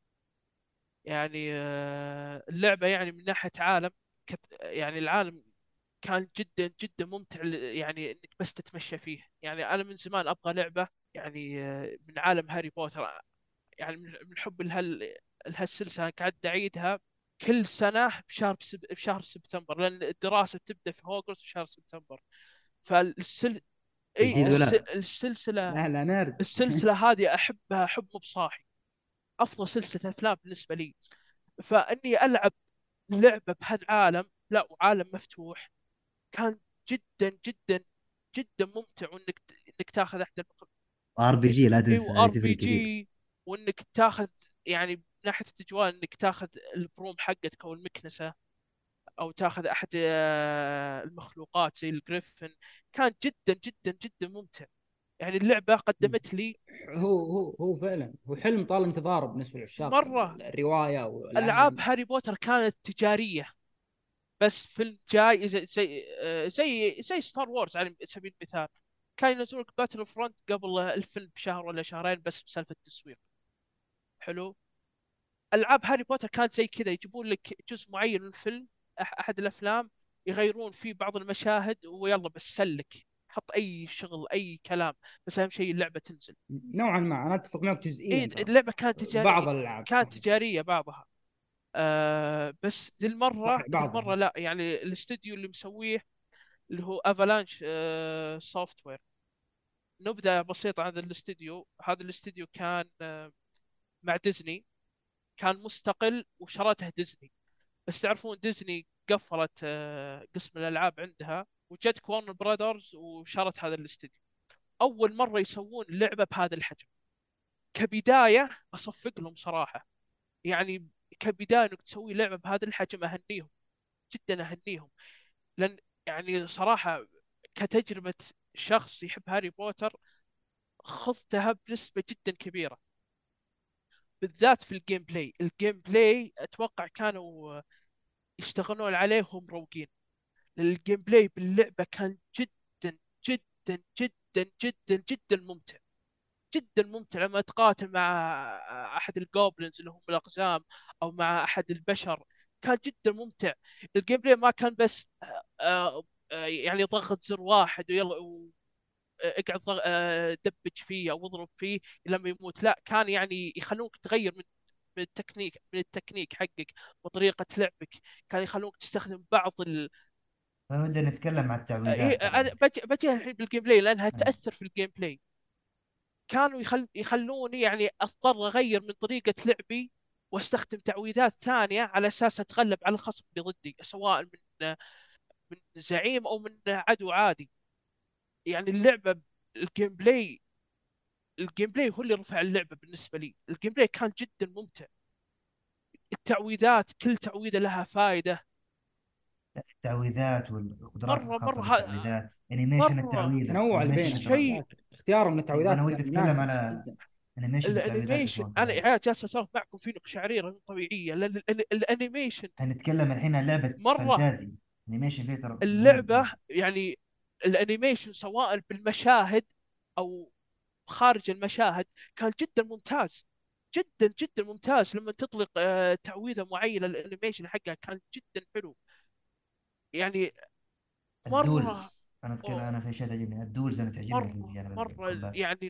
يعني آه، اللعبة يعني من ناحية عالم، كت يعني العالم كان جدا جدا ممتع ل- يعني انك بس تتمشى فيه. يعني انا من زمان ابغى لعبة يعني آه، من عالم هاري بوتر. يعني من من حب لهال لهالسلسلة قاعد اعيدها كل سنة بشهر بسب... بشهر سبتمبر، لان الدراسة بتبدأ في هوغورتس في شهر سبتمبر. فالسل اي تجديد اوه، الس... ولا؟ السلسلة لا لا نرد. السلسلة هذه أحبها حب مو بصاحي. أفضل سلسلة أفلام بالنسبة لي. فإني ألعب لعبة بهالعالم، لا وعالم مفتوح، كان جدا جدا جدا ممتع. وإنك إنك تاخذ أحد المخ... ار بي جي لا تنسى، أيوة هذه ار بي تفرق كثير. جي. وإنك تاخذ يعني من ناحية التجوال إنك تاخذ البروم حقتك أو المكنسة، أو تاخذ أحد آه، المخلوقات زي الجريفن. كان جدا جدا جدا ممتع. يعني اللعبة قدمت لي هو هو هو فعلا هو حلم طال انتظاره بالنسبه لعشاق مرة. الروايه العاب والعالم. هاري بوتر كانت تجاريه، بس فيلم جاي زي زي آه، زي, زي ستار وورز على سبيل المثال. كان ينزلون لك باتل فرونت قبل الفيلم بشهر ولا شهرين بس بسالفه التسويق. حلو. العاب هاري بوتر كانت زي كذا، يجيبون لك جزء معين من الفيلم، أح احد الافلام، يغيرون فيه بعض المشاهد ويلا بس سلك، حط اي شغل اي كلام، بس اهم شيء اللعبه تنزل. نوعا ما انا اتفق معك اي جزئيا ترى. اللعبه كانت تجاريه، بعض الالعاب كانت صحيح. تجاريه بعضها. آه بس ذي المره صحيح ذي بعضها. المره لا، يعني الاستوديو اللي مسويه اللي هو افالانش آه سوفت وير. نبذه بسيطه عن الاستوديو. هذا الاستوديو كان آه مع ديزني، كان مستقل وشرته ديزني. بس تعرفون ديزني قفلت آه، قسم الالعاب عندها، وجت كورن برادرز وشرت هذا الاستديو. اول مره يسوون لعبه بهذا الحجم كبدايه، اصفق لهم صراحه. يعني كبدايه انك تسوي لعبه بهذا الحجم، اهنيهم جدا، اهنيهم. لان يعني صراحه كتجربه شخص يحب هاري بوتر، خضتها بنسبه جدا كبيره، بالذات في الجيم بلاي. الجيم بلاي اتوقع كانوا يشتغلون عليهم روقين. الجيم بلاي باللعبة كان جدا جدا جدا جدا جدا ممتع، جدا ممتع. لما تقاتل مع أحد الجوبلينز اللي هم الأقزام، أو مع أحد البشر، كان جدا ممتع. الجيم بلاي ما كان بس آه، آه، آه، يعني ضغط زر واحد ويلا و- آه، اقعد ضغ- آه، دبج فيه او اضرب فيه لما يموت. لا، كان يعني يخلونك تغير من من التكنيك من التكنيك حقك وطريقة لعبك. كان يخلونك تستخدم بعض ال... ما ودنا نتكلم عن إيه، التعويذات أنا ترى. بجي بجي الحين بالجيم بلاي لانها أي. تاثر في الجيم بلاي. كانوا يخل... يخلوني يعني اضطر اغير من طريقه لعبي واستخدم تعويذات ثانيه على اساس اتغلب على الخصم اللي ضدي، سواء من من زعيم او من عدو عادي. يعني اللعبه، الجيم بلاي الجيم بلاي هو اللي رفع اللعبه بالنسبه لي. الجيم بلاي كان جدا ممتع. التعويذات، كل تعويذه لها فائده. التعويذات والقدرات مره الخاصة مره ه- بالتعويذات، انيميشن مره التعويذة، التنوع اللي انيميشن بينه ترى التعويذة. شيء. زاد، اختياره من ايوه انا التعويذات ودي كان اتكلم مناسب على جدا. انيميشن التعويذات يا الانيميشن، اخوان كذلك. انا جالس اسولف معكم في قشعريره غير طبيعيه، لان الأني- الانيميشن هنتكلم الحين عن لعبة مره. فانتازي، انيميشن فيه ترى مهم اللعبه جدا. يعني الانيميشن سواء بالمشاهد او خارج المشاهد كان جدا ممتاز، جدا جدا ممتاز. لما تطلق آه، تعويذه معينه الانيميشن حقها كان جدا حلو يعني. مره. الدولز، انا اتكلم أوه، انا في اشياء تعجبني، الدولز انا تعجبني في مره جانب مره الكومبات. يعني.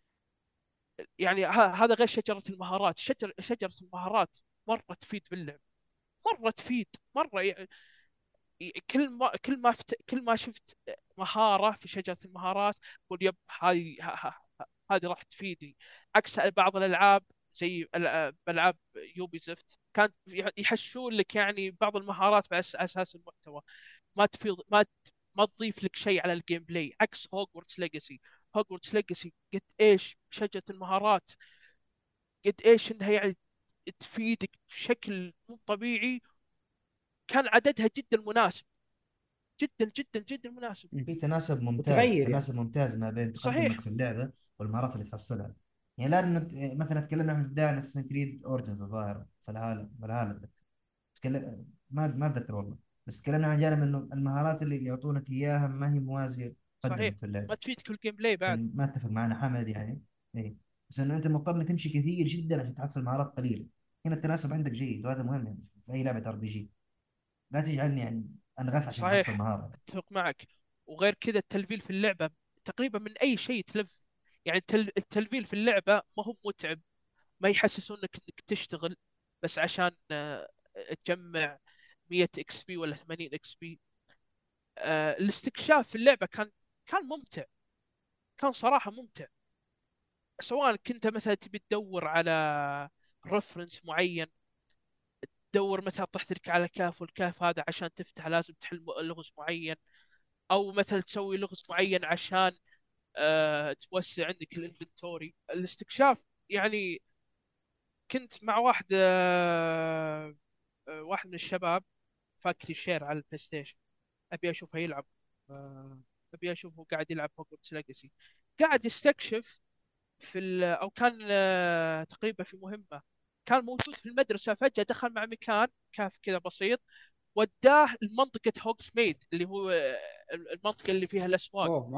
يعني ه- هذا غير شجره المهارات. شجر شجره المهارات مره تفيد باللعب، مره تفيد مره يعني. كل ما كل ما فت... كل ما شفت مهارة في شجرة المهارات قول يب، هذه ه- ه- هذه راح تفيدني. عكس بعض الألعاب زي الأ- ألعاب يوبي زفت، كانت يحشون لك يعني بعض المهارات على أس- أساس المحتوى، ما تفيد، ما ت- ما تضيف لك شيء على الجيم بلاي. عكس هوجورتس ليجاسي. هوجورتس ليجاسي قد ايش شجرة المهارات، قد ايش انها يعني تفيدك بشكل مو طبيعي. كان عددها جدا مناسب، جدا جدا جدا مناسب. مم. في تناسب ممتاز، وتغير يعني. تناسب ممتاز ما بين تقدمك صحيح. في اللعبة والمهارات اللي تحصلها. يعني لا نت... مثلا تكلمنا عن بداية عن اساسن كريد اورجنز الظاهر في العالم في العالم ده. تكلم... ما ما اتذكر والله، بس تكلمنا عن جانب انه المهارات اللي يعطونك اياها ما هي موازية صحيح، تقدمك في اللعبة. ما تفيد كل جيم بلاي بعد. كان ما اتفق معنا حمد يعني. اي، بس انه انت مضطر انك تمشي كثير جدا عشان تحصل مهارات قليلة. هنا التناسب عندك جيد وهذا مهم يعني في اي لعبة ار بي جي. لا تجعلني يعني انغث عشان احصل صحيح، مهارة. اتفق معك. وغير كذا التلفيل في اللعبة تقريبا من اي شيء تلف. يعني التل... التلفيل في اللعبة ما هو متعب، ما يحسسونك انك تشتغل بس عشان آه، تجمع مية اكس بي ولا ثمانين اكس بي. آه، الاستكشاف في اللعبة كان كان ممتع، كان صراحة ممتع. سواء كنت مثلا تبي تدور على رفرنس معين، تدور مثلا طحت لك على كهف، والكهف هذا عشان تفتح لازم تحل لغز معين، او مثلا تسوي لغز معين عشان آه توسع عندك الانفنتوري. الاستكشاف يعني. كنت مع واحد آه آه، واحد من الشباب فاك لي شير على البلاي ستيشن، ابي اشوفه يلعب. آه ابي اشوفه قاعد يلعب هوجورتس ليجاسي، قاعد يستكشف في ال- او كان آه تقريبا في مهمة، كان موجود في المدرسة، فجأة دخل مع مكان كهف كذا بسيط، وداه لمنطقة هوكس ميد اللي هو آه، المنطقة اللي فيها الأسواق. اوه معروف.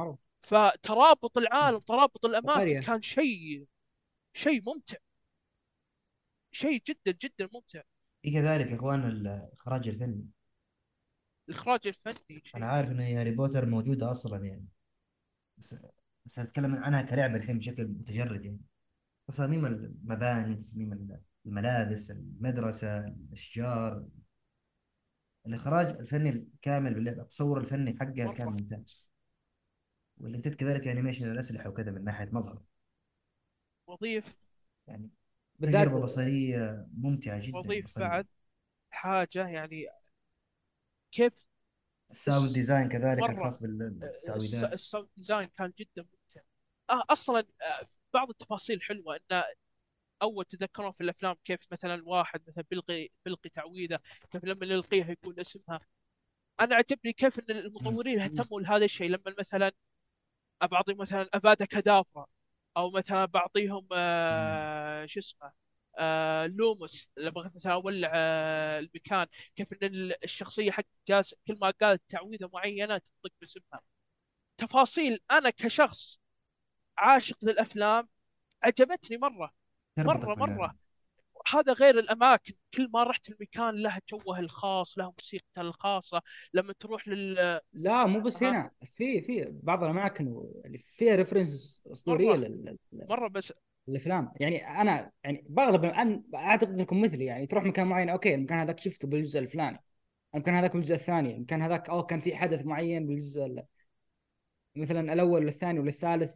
فترابط العالم، ترابط الاماكن وقريه. كان شيء شيء ممتع، شيء جدا جدا ممتع. في كذلك يا اخوان الاخراج الفني. الاخراج الفني انا شيء. عارف ان هاري بوتر موجوده اصلا يعني، بس بس اتكلم عنها كلعبه الحين بشكل متجرد يعني. تصاميم المباني، تصميم الملابس، المدرسه، الاشجار، الاخراج الفني الكامل باللعبه، التصور الفني حقها كان مره ممتاز. واللي امتد كذلك انيميشن الاسلحه وكذا من ناحيه مظهر وظيف. يعني. بالذات تجربه بصريه ممتعه جدا وظيف بصريه. بعد حاجه يعني، كيف الساوند الس- ديزاين كذلك مره الخاص الس- بالتعويذات. الساوند ديزاين كان جدا ممتع. آه، اصلا آه، بعض التفاصيل حلوه، ان اول تذكرون في الافلام كيف مثلا واحد مثلا بيلقي بيلقي تعويذه، كيف لما يلقيها يكون اسمها. انا عجبني كيف ان مم. المطورين اهتموا لهذا الشيء، لما مثلا بعطي مثلا افادا كدافرا، او مثلا بعطيهم مم. آه شو اسمه آه لوموس، لما بغيت مثلا اولع آه المكان، كيف ان ال- الشخصيه حق جالس كل ما قالت تعويذه معينه تنطق باسمها. تفاصيل انا كشخص عاشق للافلام عجبتني مره تربطك مره باللعبه. مره. هذا غير الاماكن، كل ما رحت المكان له جوه الخاص، له موسيقته الخاصه. لما تروح لل لا مو بس ها هنا، في في بعض الاماكن و- اللي فيها ريفرنس اسطوريه مره لل- مره بس. للافلام. يعني انا يعني بغلب أن اعتقد انكم مثلي، يعني تروح مكان معين، اوكي المكان هذاك شفته بالجزء الفلاني، المكان هذاك بالجزء الثاني، المكان هذاك اوه كان في حدث معين بالجزء ال- مثلا الاول والثاني والثالث.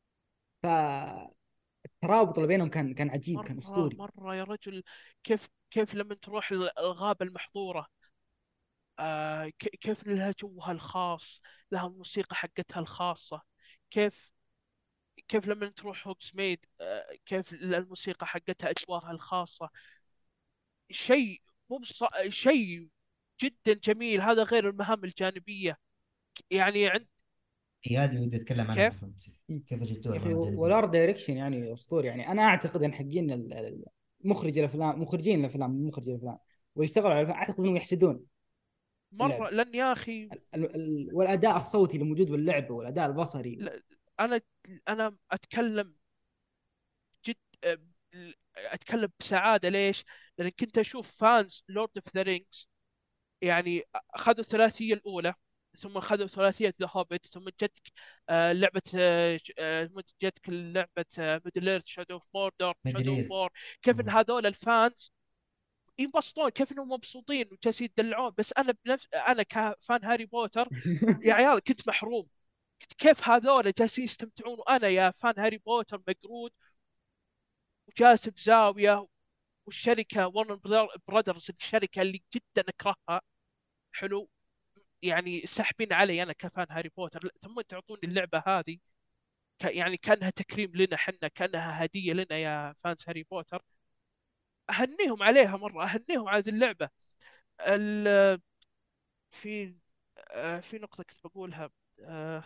فالترابط اللي بينهم كان كان عجيب، كان مرة اسطوري. مرة يا رجل، كيف كيف لما تروح ال- الغابة المحظورة، آه ك- كيف لها جوها الخاص، لها الموسيقى حقتها الخاصة. كيف كيف لما تروح هوكس ميد، آه كيف الموسيقى حقتها أجواءها الخاصة. شيء مو بص... شيء جدا جميل. هذا غير المهام الجانبية يعني عند. هي هذه ودي اتكلم عنها كيف بالضبط. مم. كيف جبتوها يا اخي المهام الجانبيه؟ والارت دايركشن يعني اسطوري. يعني انا اعتقد ان حقين ال- ال- مخرج الافلام، مخرجين الافلام مو مخرج الافلام، ويشتغلوا على الافلام، اعتقد انهم يحسدون اللعبه. مرة لن يا أخي. ال- ال- والاداء الصوتي اللي موجود باللعبه، والاداء البصري. ل- أنا أنا أتكلم جد، آه، اتكلم بسعاده. ليش؟ لان كنت اشوف فانز لورد اوف ذا رينجز، يعني اخذوا الثلاثيه الاولى، ثم اخذوا ثلاثيه ذا هوبيت، ثم جتك آه، لعبه آه، ش- آه، جتك لعبه ميدل ايرث، شادو اوف موردر، شادو اوف مدرير. وور. كيف ان مم. هذول الفانز ينبسطون، كيف انهم مبسوطين وجالسين يدلعون. بس انا بنفس انا كفان هاري بوتر يا عيال كنت محروم. كنت كيف هذول جالسين يستمتعون وانا يا فان هاري بوتر مقرود وجالس بزاويه. والشركه ورن براذرز، الشركه اللي جدا اكرهها، حلو، يعني ساحبين علي انا كفان هاري بوتر، لا، ثم تعطوني اللعبه هذه ك يعني كانها تكريم لنا، حنا كانها هديه لنا يا فانس هاري بوتر. اهنيهم عليها مره، اهنيهم على ذي اللعبه. ال- في آه، في نقطه كنت بقولها. آه،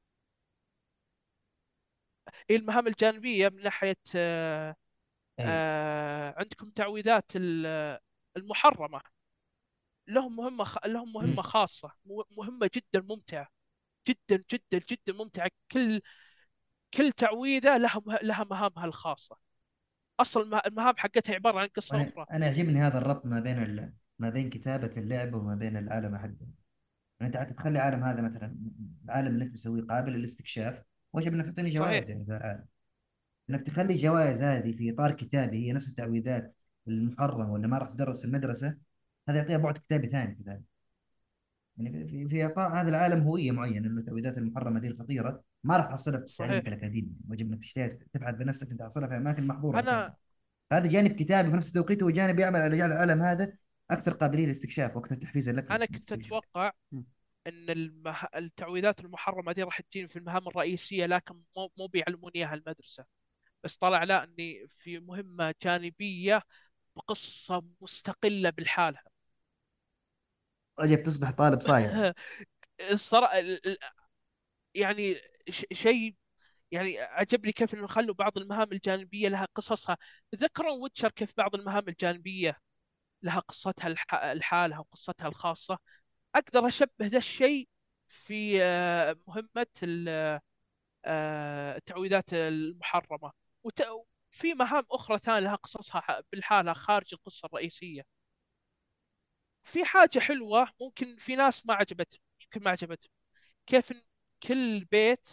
إيه المهام الجانبيه من ناحيه آه، اي. آه، عندكم تعويذات ال- المحرمه، لهم مهمه خ... لهم مهمه مم. خاصه، م- مهمه جدا ممتعه، جدا جدا جدا ممتعة. كل كل تعويذة لها مه... لها مهامها الخاصة. أصلا المه- المهام حقتها عبارة عن قصة وانا أخرى. انا يعجبني هذا الربط ما بين ال... ما بين كتابه اللعبه وما بين العالم حقه. يعني انت تخلي العالم هذا مثلا، العالم اللي انت مسويه قابل للاستكشاف، وجب انك تعطيني صحيح. جوائز يعني في العالم. انك تخلي جوائز هذه في اطار كتابي، هي نفس التعويذات المحرمه واللي ما راح تدرس في المدرسه، هذا يعطيها بعد كتابي ثاني كذلك. يعني في في اطار هذا العالم هويه معينه، انه التعويذات المحرمه دي الخطيره ما راح تحصلها في تعليمك صحيح. الأكاديمي، وجب إنك تجتهد تبحث بنفسك، أنت تحصلها في أماكن محظورة أساسا. أنا هذا جانب كتابي في نفس التوقيت، هو جانب يعمل على جعل العالم هذا أكثر قابلية للاستكشاف وأكثر تحفيزا لك أنا كنت للاستكشاف. أتوقع مم. أن المه... التعويذات المحرمة دي راح تجيني في المهام الرئيسية، لكن مو مو بيعلموني إياها المدرسة. بس طلع لا، أني في مهمة جانبية بقصة مستقلة بالحالها. وجب تصبح طالب صايع. الصراحة يعني ش... شيء يعني عجبني كيف انه خلوا بعض المهام الجانبيه لها قصصها. تذكرون ويتشر كيف بعض المهام الجانبيه لها قصتها الح... الحالها وقصتها الخاصه. اقدر اشبه ذا الشيء في آه، مهمه ال... آه، التعويذات المحرمة، وفي مهام أخرى ثانية لها قصصها ح- بالحالة خارج القصة الرئيسية. في حاجة حلوة ممكن في ناس ما عجبت، يمكن ما عجبت، كيف إن كل بيت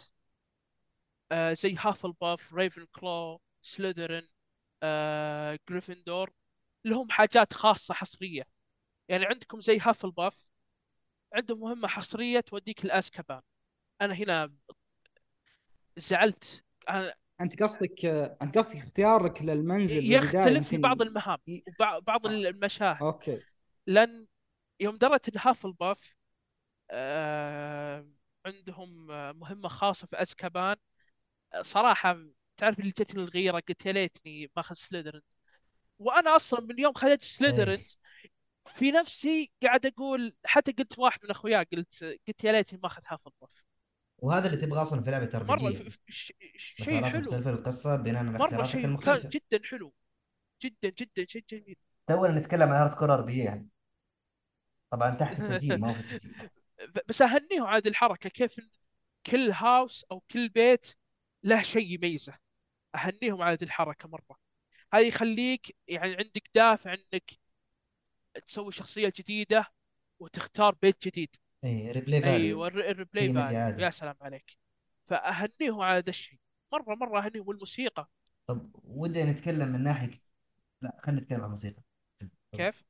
آه، زي هافلباف، ريفن كلو، سليذرين، آه، جريفندور، لهم حاجات خاصة حصرية. يعني عندكم زي هافلباف عندهم مهمة حصرية توديك لأزكبان. أنا هنا زعلت. أنا انت قصدك انت قصدك اختيارك للمنزل بالبدايه يختلف في بعض ممكن المهام ي... وبعض آه. المشاهد. اوكي. لأن يوم درت إن هافلباف آه، عندهم آه، مهمة خاصة في أزكبان، آه، صراحة تعرف اللي جتني الغيرة، قلت يا ليتني ماخذ سليذرين. وأنا أصلا من يوم خذيت سليذرين ايه، في نفسي قاعد أقول، حتى قلت واحد من أخوياي، قلت قلت يا ليتني ماخذ هافلباف. وهذا اللي تبغاه اصلا في لعبه ار بي مرة جي ف- يعني. ف- ش- ش- شيء مسارات حلو. مختلفه للقصه بناء على مرة اختياراتك شيء كان المختلفه. جدا حلو، جدا جدا شيء جميل. تونا نتكلم عن هارد كور ار بي جي يعني، طبعا تحت التسجيل ما هو في التسجيل. ب- بس اهنيهم على هذه الحركه، كيف إن كل هاوس او كل بيت له شيء يميزه. اهنيهم على هذه الحركه مره. هذه يخليك يعني عندك دافع انك تسوي شخصيه جديده وتختار بيت جديد. ايه، ريبلاي ايوه، فاليو، الر- الريبلاي قيمه فاليو، اعاده. يا سلام عليك. فاهنيهم على هذا الشيء، مره مره اهنيهم. والموسيقى طب ودي نتكلم من ناحيه، لا خلينا نتكلم عن الموسيقى. تفضل. كيف.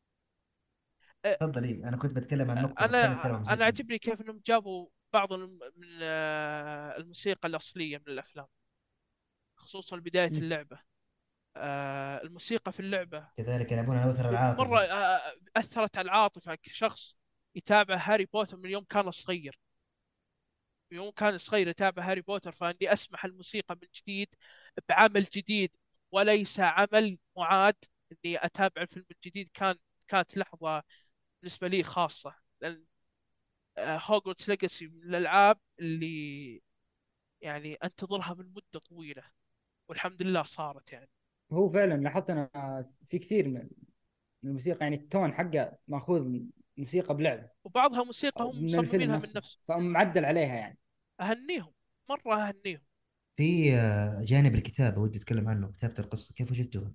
أ- تفضل، إيه انا كنت بتكلم عن نقطه بس خلينا انا نتكلم عن انا الموسيقى. عجبني كيف انهم جابوا بعض الم- من آه، الموسيقى الاصليه من الافلام، خصوصا بدايه مم. اللعبه. آه، الموسيقى في اللعبة كذلك يلعبون على الاثر مرة العاطفي. آه، أثرت على العاطفة كشخص يتابع هاري بوتر من يوم كان صغير. من يوم كان صغير يتابع هاري بوتر، فإني أسمع الموسيقى من جديد بعمل جديد، وليس عمل معاد، إني أتابع الفيلم الجديد، كان كانت لحظة بالنسبة لي خاصة. لأن هوجورتس ليجاسي من الألعاب اللي يعني أنتظرها من مدة طويلة، والحمد لله صارت يعني. هو فعلا لاحظت انا في كثير من الموسيقى، يعني التون حقه ماخوذ من موسيقى بلعبه وبعضها موسيقى او هم من الفيلم مصممينها من نفسه، نفسهم. فمعدل عليها يعني. أهنيهم، مرة أهنيهم. في آه، جانب الكتابه ودي اتكلم عنه، كتابه القصه كيف وجدتوها؟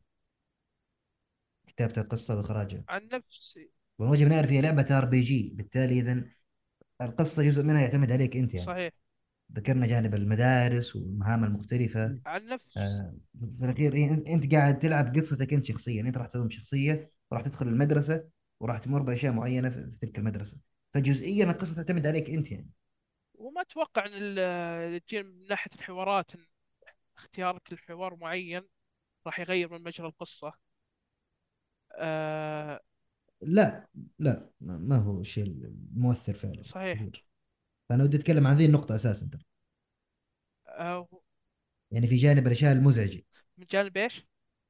كتابه القصه واخراجها. عن نفسي. ونوجه نعرف هي لعبه ار بي جي، بالتالي اذا القصه جزء منها يعتمد عليك انت يعني. صحيح. ذكرنا جانب المدارس والمهام المختلفه. مم. عن نفس. آه، في الاخير إيه، انت أنت قاعد تلعب قصتك انت شخصيا، انت راح تكون شخصيه وراح تدخل المدرسه وراح تمر باشياء معينه في في تلك المدرسه، فجزئيا القصه تعتمد عليك انت يعني. وما أتوقع أن ال- تجي من ناحية الحوارات، إن اختيارك لحوار معين راح يغير من مجرى القصة. آه. لا لا، ما ما هو الشيء المؤثر فعلا صحيح. كثير. فانا ودي اتكلم عن ذي النقطه اساسا ترى. آه. يعني في جانب الاشياء المزعجه، من جانب إيش؟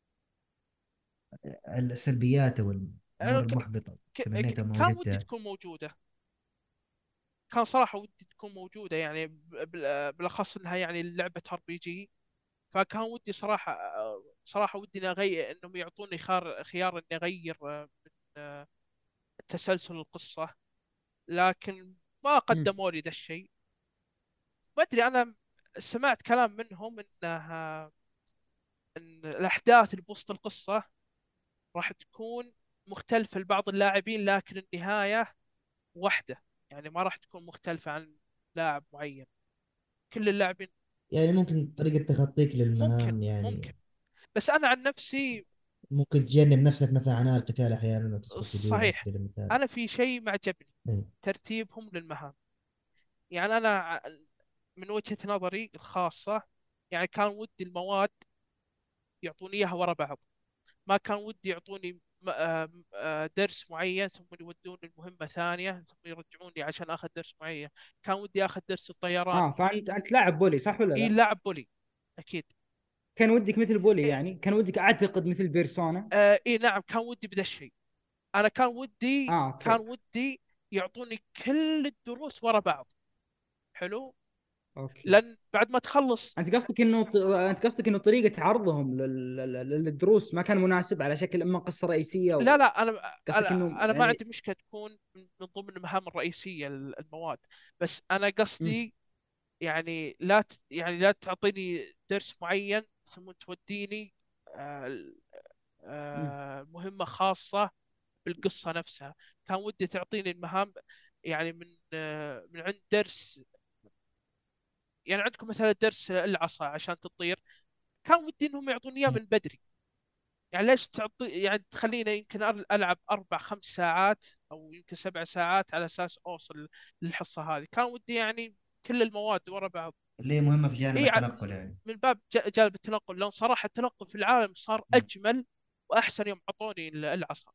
السلبيات او الامور أنا ك... المحبطه ك... تمنيتها ك- ما كان ودي وجدتها. تكون موجودة. كان صراحة ودي تكون موجودة يعني، ب- بال- بالأخص إنها يعني لعبة ار بي جي. فكان ودي صراحة، آه، صراحة ودي إني أغير، إنهم يعطوني خيار خيار إني أغير آه، من آه، تسلسل القصة. لكن ما مم. قدموا لي ذا الشيء. ما ادري، انا سمعت كلام منهم انها ان الاحداث اللي بوسط القصه راح تكون مختلفه لبعض اللاعبين، لكن النهايه واحده. يعني ما راح تكون مختلفه عن لاعب معين، كل اللاعبين. يعني ممكن طريقه تخطيك ممكن للمهام ممكن يعني. بس انا عن نفسي. ممكن تجنب نفسك مثلا عناء القتال احيانا وتدخل في دول على صحيح. سبيل المثال. انا في شيء ما عجبني، إيه. ترتيبهم للمهام. يعني انا ع- من وجهة نظري الخاصة، يعني كان ودي المواد يعطوني اياها ورا بعض. ما كان ودي يعطوني م- آه، آه، درس معين ثم يودوني المهمة ثانية ثم يرجعوني عشان آخذ درس معين. كان ودي آخذ درس الطيران. اه، فانت انت لاعب بولي صح ولا إي، لا؟ لاعب بولي أكيد. كان ودك مثل بولي، إيه. يعني كان ودك اعتقد مثل بيرسونا. آه، إي نعم، كان ودي بذا الشيء. أنا كان ودي اه كان اوكي. ودي يعطوني كل الدروس ورا بعض. حلو. اوكي. لأن بعد ما تخلص. انت قصدك انه ط- انت قصدك انه طريقه عرضهم لل... لل- للدروس ما كان مناسب على شكل اما قصه رئيسيه لا و... لا، أنا قصدك انه أنا أنا ما يعني. عندي مشكلة تكون من من ضمن المهام الرئيسية المواد. بس أنا مم. قصدي يعني لا ت... يعني لا تعطيني درس معين ثم توديني آه، مم. آه، مهمة خاصة بالقصة نفسها. كان ودي تعطيني المهام يعني من آه، من عند درس. يعني عندكم مثلا درس العصا عشان تطير، كان ودي انهم يعطوني اياه مم. من بدري. يعني ليش تعطي يعني تخليني يمكن أر- العب اربع خمس ساعات او يمكن سبع ساعات على اساس اوصل للحصة هذه. كان ودي يعني كل المواد ورا بعض. اللي هي مهمة في جانب اي ع- التنقل يعني. من باب ج- جانب التنقل، لان صراحة التنقل في العالم صار مم. اجمل واحسن يوم اعطوني ال- العصا.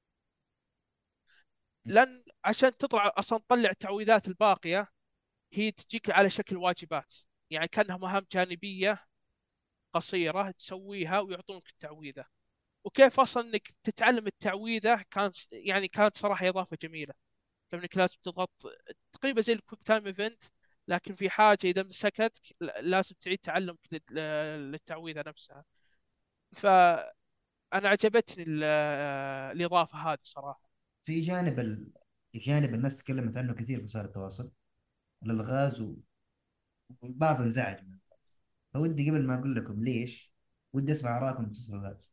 مم. لان عشان تطلع اصلا تطلع التعويذات الباقية هي تجيك على شكل واجبات، يعني كانها مهام جانبية قصيرة تسويها ويعطونك التعويذة. وكيف اصلا انك تتعلم التعويذة كان يعني كانت صراحة اضافة جميلة. كم انك لازم تضغط تقريبا زي الكويك تايم ايفنت، لكن في حاجة اذا مسكتك لازم تعيد تعلمك لل- للتعويذة نفسها. فانا عجبتني ال- الاضافة هذه صراحة. في جانب ال... في جانب الناس تكلمت عنه كثير في وسائل التواصل، الالغاز و- والبعض انزعج منه. فودي قبل ما اقول لكم ليش، ودي اسمع ارائكم بخصوص الالغاز.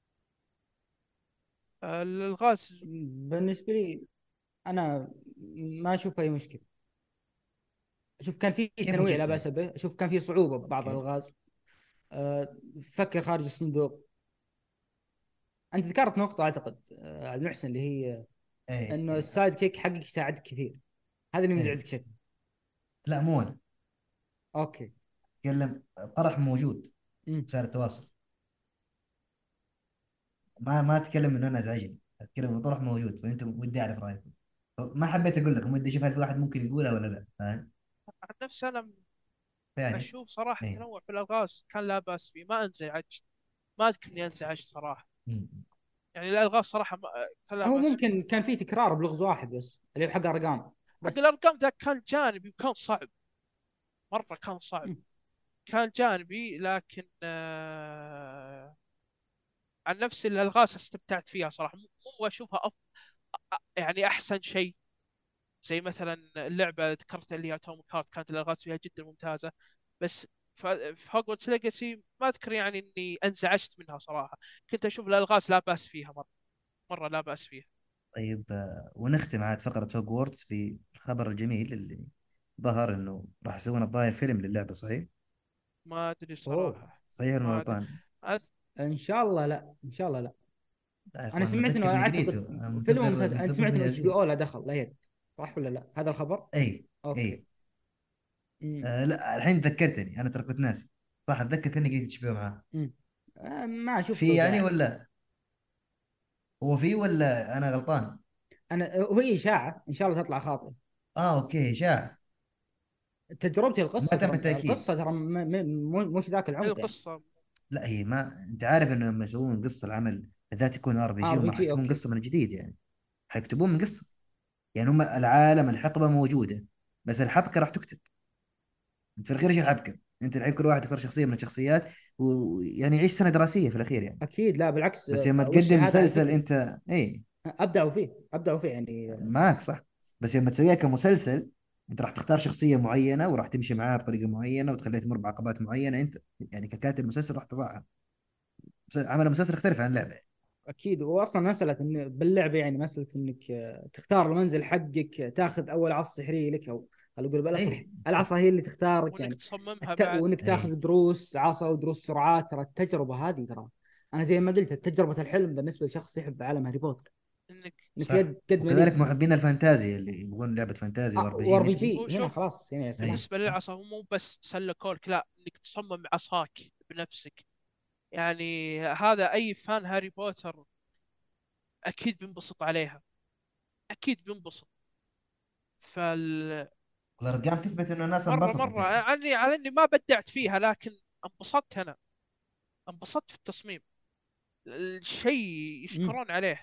الغاز بالنسبه لي انا ما اشوف اي مشكله. اشوف كان في كيف تنويع لا وجدته؟ باس به، اشوف كان في صعوبه ببعض اوكي. الالغاز. أه، فكر خارج الصندوق. انت ذكرت نقطه اعتقد أه، عبد المحسن، اللي هي ايه انه ايه السايد كيك حقك يساعدك كثير. هذا اللي ايه. مزعجك شكله. لا مو انا اوكي. اتكلم، طرح موجود في امم. وسائل التواصل. ما ما اتكلم انه انا ازعجني، اتكلم انه طرح موجود، فانت ودي اعرف رايكم. ما حبيت اقول لكم، ودي اشوف هل في واحد ممكن يقولها ولا لا، فاهم؟ عن نفسي انا يعني اشوف صراحة ايه. التنوع في الالغاز كان لا باس فيه، ما انزعجت. ما اذكر اني انزعجت صراحة. مم. يعني الالغاز صراحة ما كان لا هو باس فيه. ممكن كان في تكرار بلغز واحد بس، اللي هو حق ارقام حق بس. الارقام ذاك كان جانبي وكان صعب، مرة كان صعب. مم. كان جانبي لكن آه... عن نفسي الالغاز استمتعت فيها صراحة. مو مو اشوفها أف... أ- يعني احسن شيء. زي مثلا اللعبة ذكرت اللي هي اتوميك هارت، كانت الالغاز فيها جدا ممتازة. بس ف- في هوجورتس ليجاسي ما اذكر يعني اني انزعجت منها صراحة. كنت اشوف الالغاز لا باس فيها مرة، مرة لا باس فيها. طيب آه، ونختم عاد فقرة هوجورتس بالخبر الجميل اللي ظهر انه راح يسوون الظاهر فيلم للعبة، صحيح؟ ما ادري اوه. صراحة. صحيح ولا ما ادري. غلطان؟ أز... ان شاء الله لا، ان شاء الله لا. لا يا انا اخوان، سمعت انه متذكر اني قريته، اعتقد أنا فيلم منتظر ومسلسل. انت منتظر سمعت انه اتش بي ينزلون. او لا دخل لا يد، صح ولا لا هذا الخبر؟ اي اي. اوكي. امم. آه لا الحين ذكرتني، انا ترى كنت ناسي. صح اتذكر كاني قلت تشبيه معاه. امم. آه، ما اشوف في له يعني داعي. ولا هو في ولا انا غلطان؟ انا وهي اشاعه، ان شاء الله تطلع خاطئه. اه اوكي اشاعة. تجربتي وما القصه تم ترى، التاكيد. القصه ترى م- م- مو- مش ذاك العمق يعني. القصة لا هي ما انت عارف انه لما يسوون قصة العمل بالذات يكون ار بي جي، ار هم بي راح جي يكتبون اوكي. قصة من جديد يعني. حيكتبون من قصة. يعني هم العالم الحقبة موجودة، بس الحبكة راح تكتب. انت في الاخير ايش الحبكة؟ انت الحين كل واحد يختار شخصية من الشخصيات ويعني يعيش سنة دراسية في الاخير يعني. اكيد لا بالعكس، بس آه، لما وش تقدم هذا على مسلسل فكره. انت اي. ابدعوا فيه، ابدعوا فيه يعني. معك صح. بس لما تسويها كمسلسل، انت راح تختار شخصيه معينه وراح تمشي معاها بطريقه معينه وتخليها تمر بعقبات معينه، انت يعني ككاتب مسلسل راح تضعها. مس- عمل مسلسل يختلف عن لعبه. اكيد. واصلا مساله ان باللعبه يعني مساله انك آه، تختار المنزل حقك، آه، تاخذ اول عصا سحريه لك، او خلينا نقول بالاصح اي صح. العصا هي اللي تختارك وانك يعني. تصممها الت... بعد. وانك اي تاخذ دروس عصا ودروس سرعات. ترى التجربه هذه ترى، انا زي ما قلت تجربه الحلم بالنسبه لشخص يحب عالم هاري بوتر، انك انك صح. تقد- قد ما وكذلك لي. محبين الفانتازيا اللي يبغون لعبه فانتازي وار بي جي وار بي مثلي. جي هو هنا شوف، خلاص هنا يا سلام. اي بالنسبة صح. للعصا هو مو بس سلة لا، انك تصمم عصاك بنفسك. يعني هذا اي فان هاري بوتر اكيد بينبسط عليها، اكيد بينبسط. فال والارقام تثبت انه الناس مرة انبسطت مرة يعني. عني على اني ما بدعت فيها، لكن انبسطت انا، انبسطت في التصميم. الشيء مم. يشكرون عليه.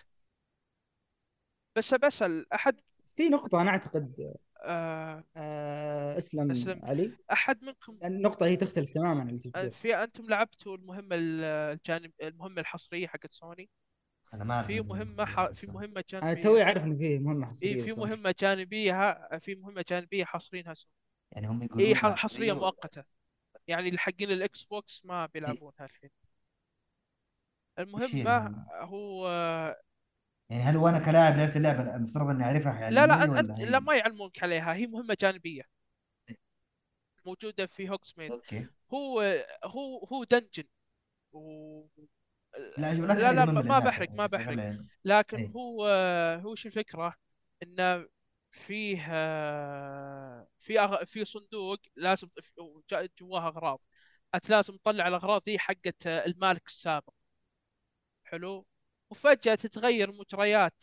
بس بسأل احد. في نقطه انا اعتقد آه، آه اسلم اسلم. علي. احد منكم النقطه هي تختلف تماما عن اللي آه، تقول. في انتم لعبتوا المهمة الجانب المهمة الحصرية حقت سوني؟ انا ما اعرف في انه مهمة في ح... حق في السنه. مهمة انا توي جانبية. اعرف انه فيه مهمه اي حصريه في بس. مهمة جانبية، في مهمة جانبية حاصرينها سوني. يعني هم اي، يقولون ح- راح حصريه تغير. مؤقته. يعني اللي حقين الاكس بوكس ما بيلعبونها الحين. وش هي المهمه المهم؟ هو، يعني هل هو انا كلاعب لعبت اللعبه المفترض اني اعرفها لا لا، يعلموني، أنت ولا أنت- لا، هي؟ ما يعلمونك عليها، هي مهمه جانبيه موجوده في هوكسميد. اوكي. هو هو هو دنجن و... لا شوف، لا لا تحرق لا، المهم ما ما للناس بحرق يعني، ما شكلي بحرق. خلي. لكن اي. هو هو شو الفكرة؟ انه فيه آه، في أغ- في صندوق لازم جا- جواه اغراض. انت لازم تطلع الاغراض دي حقت آه، المالك السابق. حلو. وفجأة تتغير مجريات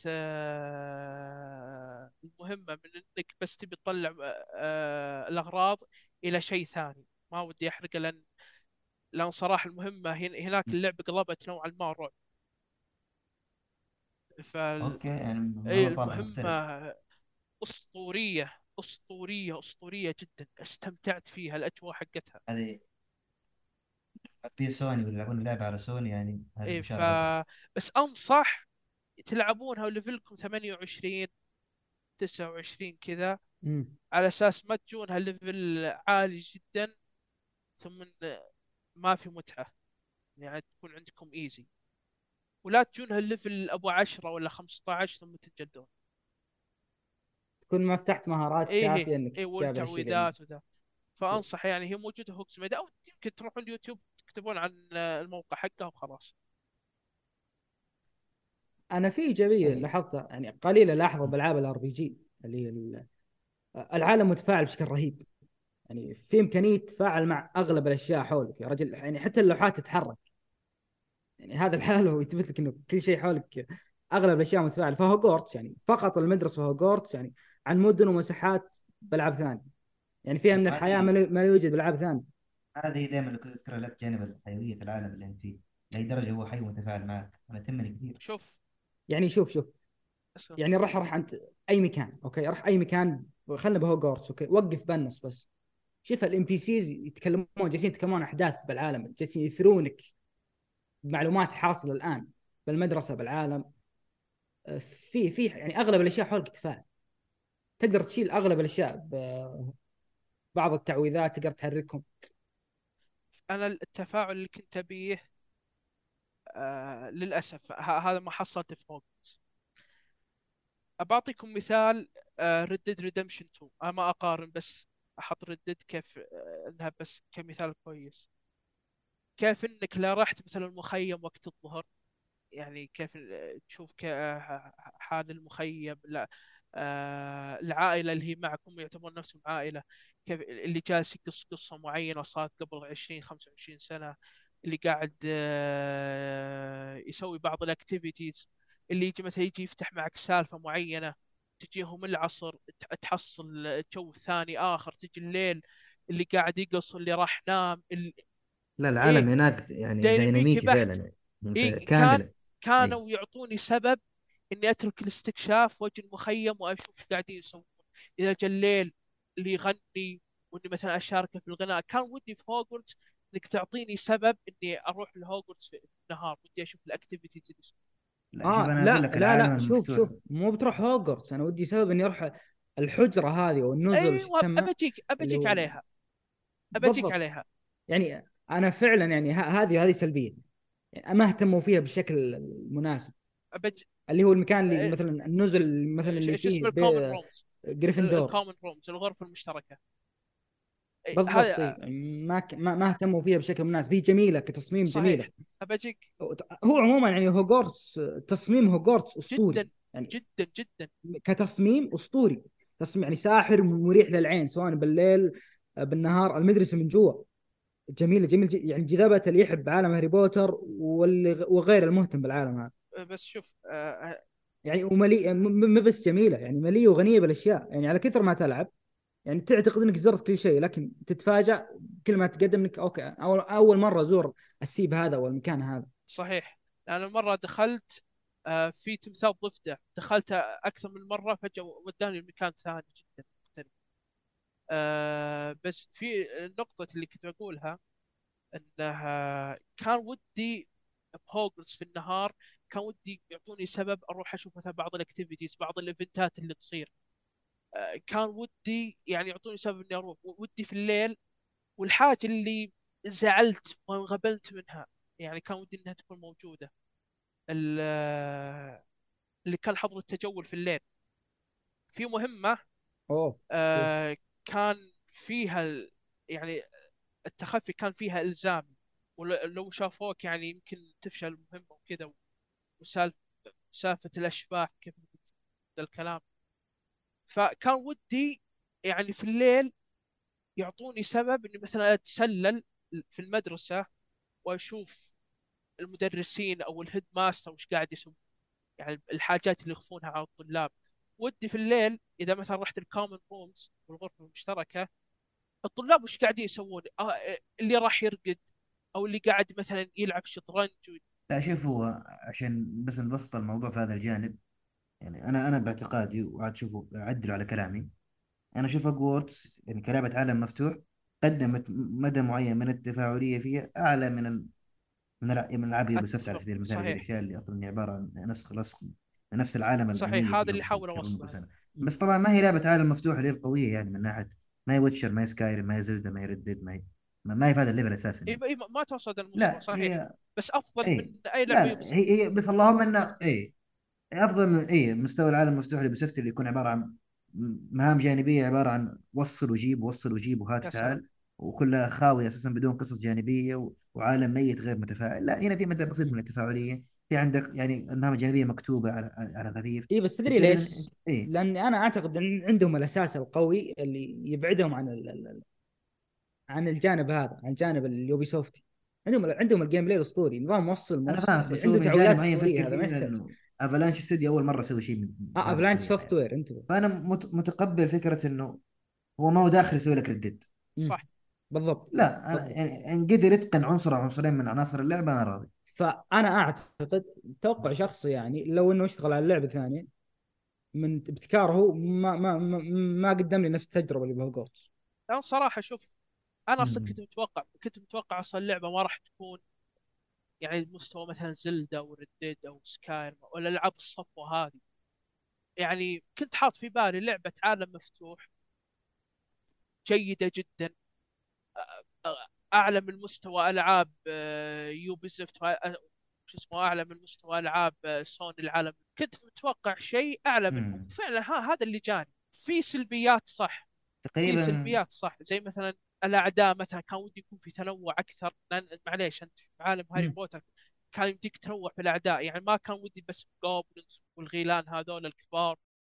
آه، المهمة من انك بس تبي تطلع آه، آه، الاغراض الى شيء ثاني. ما ودي احرقه، لان لان صراحة المهمة هن- هناك اللعبة قلبت نوعا ما رعب. اوكي، يعني اي، الموضوع طالع مختلف. المهمة أسطورية أسطورية أسطورية جدا، استمتعت فيها الأجواء حقتها. هذه في سوني بيلعبون اللعبه على سوني، يعني هذه إيه ف بشاره طبعا. بس أنصح تلعبونها وليفلكم ثمانية وعشرين تسعة وعشرين كذا، امم على أساس ما تجونها ليفل عالي جدا ثم ما في متعة. يعني تكون عندكم ايزي، ولا تجونها الليفل أبو عشرة ولا خمسة عشر ثم تنجلدون. تكون ما فتحت مهارات ايه ايه كافيه انك ايه، تقابل الشيء اللي والتعويذات وذا. فانصح يعني، هي موجوده في هوكس ميدا، او يمكن تروحون اليوتيوب تكتبون عن الموقع حقه وخلاص. انا في ايجابيه طيب. لاحظتها يعني قليله لاحظها بالعاب الار بي جي، اللي هي ال- العالم متفاعل بشكل رهيب. يعني في امكانيه تتفاعل مع اغلب الاشياء حولك يا رجل، يعني حتى اللوحات تتحرك. يعني هذا الحال هو يثبت لك انه كل شيء حولك اغلب الاشياء متفاعله. فهوجورتس يعني فقط المدرسه هوجورتس يعني عن مدن ومساحات بالعاب ثانيه، يعني فيها من الحياه ما هذه لا ما لا يوجد بالعاب ثانيه. هذه دائما اللي كنت اذكرها لك، جانب الحيويه في العالم اللي انت فيه، لاي درجه هو حي ومتفاعل معك، انا تهمني كثير. شوف. يعني شوف شوف اسلم. يعني راح راح انت اي مكان، اوكي راح اي مكان، خلنا بهوجورتس، اوكي وقف بنس بس. شوف الام بي سيز يتكلمون، جالسين يتكلمون عن احداث بالعالم، جالسين يثرونك بمعلومات حاصله الان بالمدرسه بالعالم. آه، في في يعني اغلب الاشياء حولك تفاعل، تقدر تشيل اغلب الاشياء، بعض التعويذات تقدر تحركهم. انا التفاعل اللي كنت ابيه آه للاسف ه- هذا ما حصلته في هوجورتس. بعطيكم مثال. ريد ديد ريدمشن تو، انا ما اقارن، بس احط ريد ديد كيف آه، انها بس كمثال كويس. كيف انك لا رحت مثلا المخيم وقت الظهر، يعني كيف تشوف ك- حال المخيم، لا آه، العائلة اللي هي معكم يعتبرون نفسهم عائلة. كيف اللي جالس يقص قصة معينة صارت قبل عشرين خمسة وعشرين سنة، اللي قاعد آه، يسوي بعض الاكتيفيتيز، اللي يجي مثلا يجي يفتح معك سالفة معينة، تجيهم العصر ت- تحصل جو ثاني آخر، تجي الليل اللي قاعد يقص، اللي راح نام ال... لا، العالم ايه، هناك يعني ديناميكي ديناميكي فعلا بحت. يعني، إيه كان متكامل. اي. كانوا يعطوني سبب إني أترك الاستكشاف وأجي المخيم وأشوف إيش قاعدين يسوون. إذا جاء الليل اللي يغني، وإني مثلا أشاركه في الغناء، كان ودي في هوجورتس إنك تعطيني سبب إني أروح لهوجورتس في النهار، ودي أشوف الأكتيفيتيز اللي يسوون. لا شوف، اه انا اقول لا لك لا العالم لا، شوف المفتوح. شوف مو بتروح هوجورتس، انا ودي سبب اني اروح الحجره هذه او النزل وش أيوة، تسمى، أبجيك اللي أبجيك هو عليها أبجيك بالضبط. عليها. يعني انا فعلا يعني ه- هذه هذه سلبيه، يعني ما اهتموا فيها بالشكل المناسب. أبج... اللي هو المكان اللي آه، مثلا النزل مثلا ش- اللي شو فيه اسمه، الكومن بي- رومز. جريفندور. الكومن رومز، الغرفة المشتركة. إيه، بالضبط هذا إيه. ما ك- ما ما اهتموا فيها بشكل مناسب، هي جميله كتصميم جميله. صحيح. أبجيك. هو عموما يعني هوجورتس، تصميم هوجورتس اسطوري جدا يعني، جدا جدا. كتصميم اسطوري. تصميم يعني ساحر مريح للعين سواء بالليل بالنهار. المدرسه من جوا جميله جميل ج- يعني جذبت اللي يحب عالم هاري بوتر واللي وغير المهتم بالعالم هذا. بس شوف آه، يعني ومليء مو بس جميله، يعني مليئه وغنيه بالاشياء. يعني على كثر ما تلعب يعني تعتقد انك زرت كل شيء، لكن تتفاجأ كل ما تقدم انك اوكي اول اول مره ازور السيب هذا والمكان هذا. صحيح. أنا مرة دخلت آه، في تمثال ضفدع، دخلت أكثر من مرة، فجأة وداني لمكان ثاني جدا مختلف. آه، بس في النقطة اللي كنت بقولها، أنها كان ودي بهوجرتس في النهار، كان ودي يعطوني سبب أروح أشوف مثلا بعض الأكتيفيتيز، بعض الإيفنتات اللي تصير. آه، كان ودي يعني يعطوني سبب اني اروح، ودي في الليل. والحاجه اللي زعلت وانغبلت منها، يعني كان ودي انها تكون موجوده، ال- آه، اللي كان حظر التجول في الليل في مهمه. اوه. اوكي. آه، كان فيها ال- يعني التخفي كان فيها الزامي، ولو شافوك يعني يمكن تفشل المهمه وكذا. وسالفه سالفه الاشباح كيف ذا الكلام. فكان ودي يعني في الليل يعطوني سبب اني مثلا اتسلل في المدرسه واشوف المدرسين او الهيد ماستر وش قاعد يسوي، يعني الحاجات اللي يخفونها على الطلاب. ودي في الليل اذا مثلا رحت الكومن رومز والغرفه المشتركه، الطلاب وش قاعدين يسوون، آه، اللي راح يرقد او اللي قاعد مثلا يلعب شطرنج. لا شوف، هو عشان بس نبسط الموضوع في هذا الجانب، يعني انا انا باعتقادي، وعاد شوفوا عدلوا على كلامي. انا اشوف هوجورتس يعني كلعبة عالم مفتوح قدمت مدى معين من التفاعلية فيها اعلى من ال... من الع- من العاب يوبيسوفت على اتفق، سبيل المثال، هذه صحيح. الاشياء اللي اصلا هي عبارة عن نسخ لصق من نفس العالم صحيح، الميت هذا اللي هو اللي في احاول كرون اوصله. سنة. مم. بس طبعا ما هي لعبة عالم مفتوح اللي هي القوية، يعني من ناحية ما هي ويتشر، ما هي سكايرم، ما هي زلدا، ما هي ردد، ما هي ما ما هي في هذا الليفل اساسا إيه يعني. إيه، ما توصل المستوى، لا صحيح. هي بس افضل من اي، اي لا لعبه لا يوبيسوفت. هي هي بس اللهم انه اي افضل من اي مستوى العالم المفتوح اللي بسفت، اللي يكون عباره عن مهام جانبيه، عباره عن وصل وجيب، وصل وجيب، وهات يا سلام. وتعال، وكلها خاويه اساسا بدون قصص جانبيه و... وعالم ميت غير متفاعل. لا هنا في مدى بسيط من التفاعليه، في عندك يعني المهام الجانبيه مكتوبه على على خفيف. اي بس تدري بالتالي من... ليش؟ اي لاني انا اعتقد ان عندهم الاساس القوي اللي يبعدهم عن ال... ال- عن الجانب هذا، عن جانب اليوبي سوفتي. عندهم عندهم الجيم بلاي الاسطوري، نظام موصل انا موصل، فاهمك، بس هو عنده من جانب تعويضات معين فكر اسطوريه، هذا ما فيها يحتاج. انه افلانش استوديو اول مره يسوي شيء من- اه، بهذه افلانش الطريقه سوفت يعني. وير انتبه. فانا مت... متقبل فكره انه هو ما هو داخل يسوي لك ردد. مم. صح. بالضبط. لا انا بالضبط. يعني ان قدر يتقن عنصر او عنصرين من عناصر اللعبه انا راضي. فانا اعتقد، توقع شخصي يعني، لو انه اشتغل على لعبه ثانيه من ابتكاره، ما ما ما, ما قدم لي نفس التجربه اللي بهوجورتس. انا صراحه شوف، انا اصلا مم. كنت متوقع كنت متوقع اصلا اللعبه ما راح تكون يعني مستوى مثلا زلدا او ردد او سكاير ولا العاب الصفوه هذه. يعني كنت حاط في بالي لعبه عالم مفتوح جيده جدا، اعلى من مستوى العاب يوبي سوفت، شو اسمه، اعلى من مستوى العاب آه، سوني العالم. كنت متوقع شيء اعلى منهم، مم. فعلا ها هذا اللي جاني. في سلبيات صح، في تقريبا. سلبيات صح، زي مثلا الاعداء مثلا كان ودي يكون في تنوع اكثر، لان معليش انت في عالم هاري مم. بوتر كان يمديك تنوع في الاعداء، يعني ما كان ودي بس جوبلنز والغيلان هذول الكبار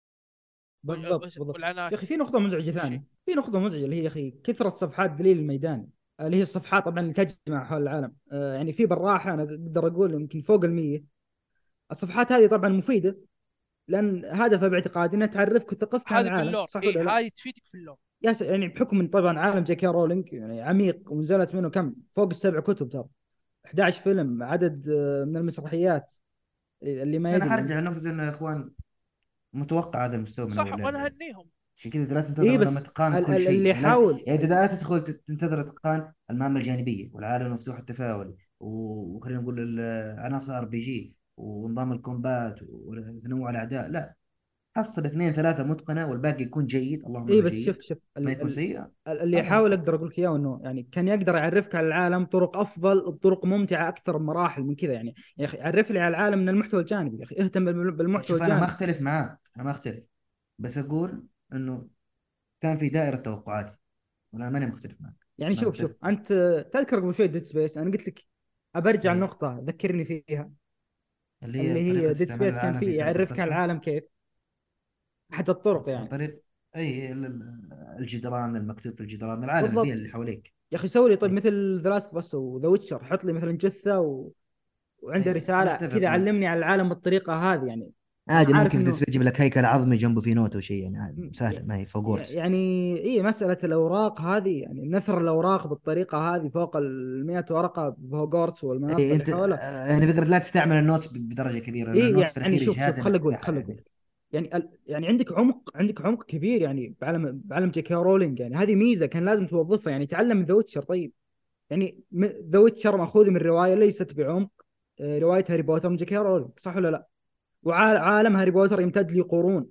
بالضبط. بالضبط. يا اخي والعناكب في نقطه مزعجه وشي. ثانيه، في نقطه مزعجه اللي هي يا اخي كثره صفحات دليل الميداني، اللي هي الصفحات طبعا اللي تجمع حول العالم. آه يعني في بالراحه انا اقدر اقول يمكن فوق المية. الصفحات هذه طبعا مفيده، لان هدفها باعتقادي انها تعرفك وثقفتك عن هذه في العالم، اللور، صح اي ولا لا؟ هذه تفيدك في اللور. يا س- يعني بحكم ان طبعا عالم جي كي رولينج يعني عميق، ونزلت منه كم فوق السبع كتب ترى، احد عشر فيلم، عدد آه، من المسرحيات اللي بس ما انا يدري يعني. حرجع لنقطة انه يا اخوان متوقع هذا المستوى من اول صح، لعبة وانا يعني. هنيهم. عشان كذا لا تنتظر اي منهم بس اتقان ال- كل ال- شيء اللي يعني. لا يحاول يعني انت لا تدخل تنتظر اتقان المهام الجانبية والعالم المفتوح التفاعلي و- وخلينا نقول ال- عناصر ار بي جي ونظام الكومبات وتنوع الاعداء. لا، حصل اثنين ثلاثة متقنة والباقي يكون جيد، اللهم اي انه بس شوف جيد، شوف ما ال يكون ال سيء. ال- اللي هذا يحاول المطلوب. اقدر اقول لك اياه انه يعني كان يقدر يعرفك على العالم طرق افضل، بطرق ممتعه اكثر بمراحل من كذا يعني. يا اخي عرف لي على العالم من المحتوى الجانبي، يا اخي اهتم بال- بالمحتوى شوف انا ما الجانبي. اختلف معاك، انا ما اختلف، بس اقول انه كان في دائرة توقعاتي، وانا ماني مختلف معك. يعني ما شوف متفق شوف معك. انت، تذكر قبل شوي ديد سبيس، انا قلت لك ابرجع اي، النقطه ذكرني فيها، اللي هي اللي طريقة هي ديد استعمال سبيس كان العالم في فيه سرد يعرفك على القصة. العالم كيف، احد الطرق عن يعني. طريق اي ال- ال- الجدران، المكتوب في الجدران، العالم، البيئة بالضبط. اللي حواليك. يا اخي سوي لي طيب اي، مثل ذا لاست بس وذا ويتشر، حط لي مثلا جثه و... وعنده اي انا رساله اتفق كذا، معك. علمني على العالم بالطريقه هذه يعني. انا عادي عارف ممكن في انه ديسبي يجيب لك هيكل عظمي جنبه في نوت او شيء يعني، عادي سهلة، ما هي فوق ووردز. يعني اي مساله الاوراق هذه، يعني نثر الاوراق بالطريقه هذه فوق ال مئة ورقه بهوغورتس والمناطق اي اللي انت حوله. آه، يعني فكرة لا تستعمل النوتس ب- بدرجة كبيرة، لان اي النوتس في يعني الاخير شوف شوف اجهاد انك خل اقول لك تفتحها خل اقول يعني. لك يعني ال... يعني عندك عمق، عندك عمق كبير يعني بعالم بعالم جي كي رولينج، يعني هذه ميزه كان لازم توظفها يعني. تعلم من ذا ويتشر طيب، يعني ذا ويتشر ماخوذ من روايه ليست بعمق آه، روايه هاري بوتر من جي كي رولينج، صح ولا لا؟ وعالم هاري بوتر يمتد لقرون،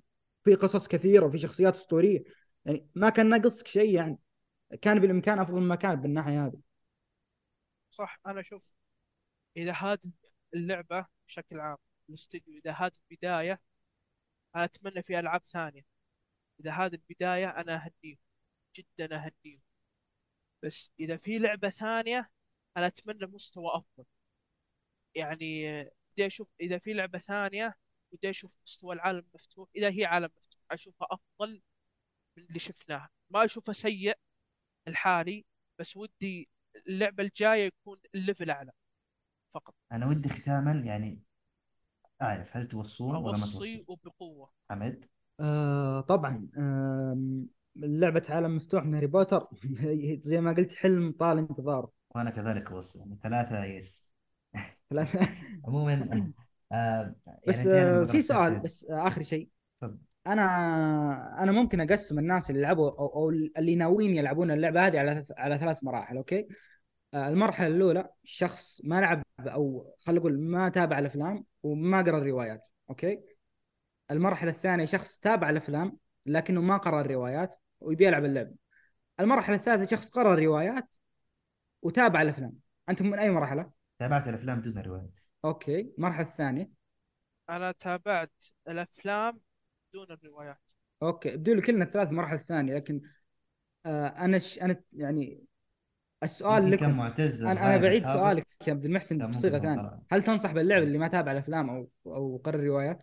في قصص كثيره وفي شخصيات اسطوريه، يعني ما كان ناقصك شيء يعني. كان بالامكان افضل ما كان بالناحيه هذه. صح. انا اشوف اذا هذه اللعبه بشكل عام، الاستوديو اذا هذه البدايه، انا اتمنى في العاب ثانيه. اذا هذه البدايه انا اهنيهم، جدا اهنيهم. بس اذا في لعبه ثانيه انا اتمنى مستوى افضل. يعني آه، بدي اشوف اذا في لعبه ثانيه، بدي اشوف مستوى العالم مفتوح. اذا هي عالم مفتوح اشوفها افضل من اللي شفناه، ما اشوفه سيء الحالي. بس ودي اللعبه الجايه يكون الليفل اعلى فقط. انا ودي ختاما يعني اعرف هل توصون ولا ما اوصي توصون؟ وبقوه. حمد. آه طبعا. آه لعبه عالم مفتوح من هاري بوتر زي ما قلت حلم طال انتظاره. وانا كذلك اوصي، يعني ثلاثة يس. ثلاثة. عموما آه يعني بس انتهينا من آه فقرة في سؤال الترحيب. بس آه اخر شيء. تفضل. انا انا ممكن اقسم الناس اللي يلعبوا او, أو اللي ناويين يلعبون اللعبه هذه على على ثلاث مراحل، اوكي؟ آه، المرحله الاولى شخص ما لعب او خلينا نقول ما تابع الافلام وما قرا الروايات، اوكي؟ المرحله الثانيه شخص تابع الافلام لكنه ما قرا الروايات ويبي يلعب اللعبه. المرحله الثالثه شخص قرا الروايات وتابع الافلام. انتم من اي مرحله؟ تابعت الافلام دون روايات. اوكي، المرحله الثانيه. انا تابعت الافلام دون الروايات. اوكي، بدون كلنا الثلاث المرحله الثانيه، لكن آه انا ش... انا يعني السؤال يمكن كان لكم. معتز انا انا الغايب بعيد الحاضر سؤالك يا عبد المحسن كان ممكن بصيغه يكون ثانيه. قرأ. هل تنصح باللعب اللي ما تابع الافلام او او قرا الروايات؟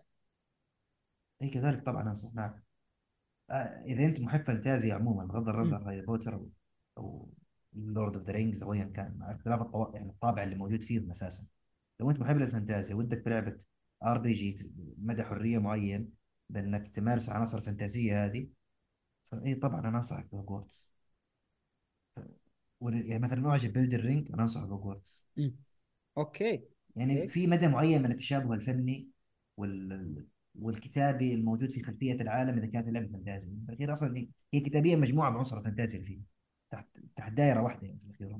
اي كذلك طبعا انصح، نعم. آه اذا انت محب فانتازيا عموما بغض النظر مم. عن هاري بوتر او او لورد اوف ذا رينجز او ايا كان، مع اختلاف الطو... يعني الطابع اللي موجود فيهم اساسا. لو انت محب للفانتازيا ودك بلعبه ار بي جي مدى حريه معين بانك تمارس عناصر الفانتازيه هذه، فاي طبعا انا انصحك بهوجورتس. ول- يعني مثلا اعجب بيلد الرينج، انا انصح بهوجورتس. مم. اوكي. يعني اوكي. في مدى معين من التشابه الفني وال والكتابي الموجود في خلفيه العالم اذا كانت اللعبه فانتازيا. في الاخير اصلا هي هي كتابيا مجموعه من عنصر الفانتازيا اللي فيها، تحت تحت دائره واحده يعني في الاخير.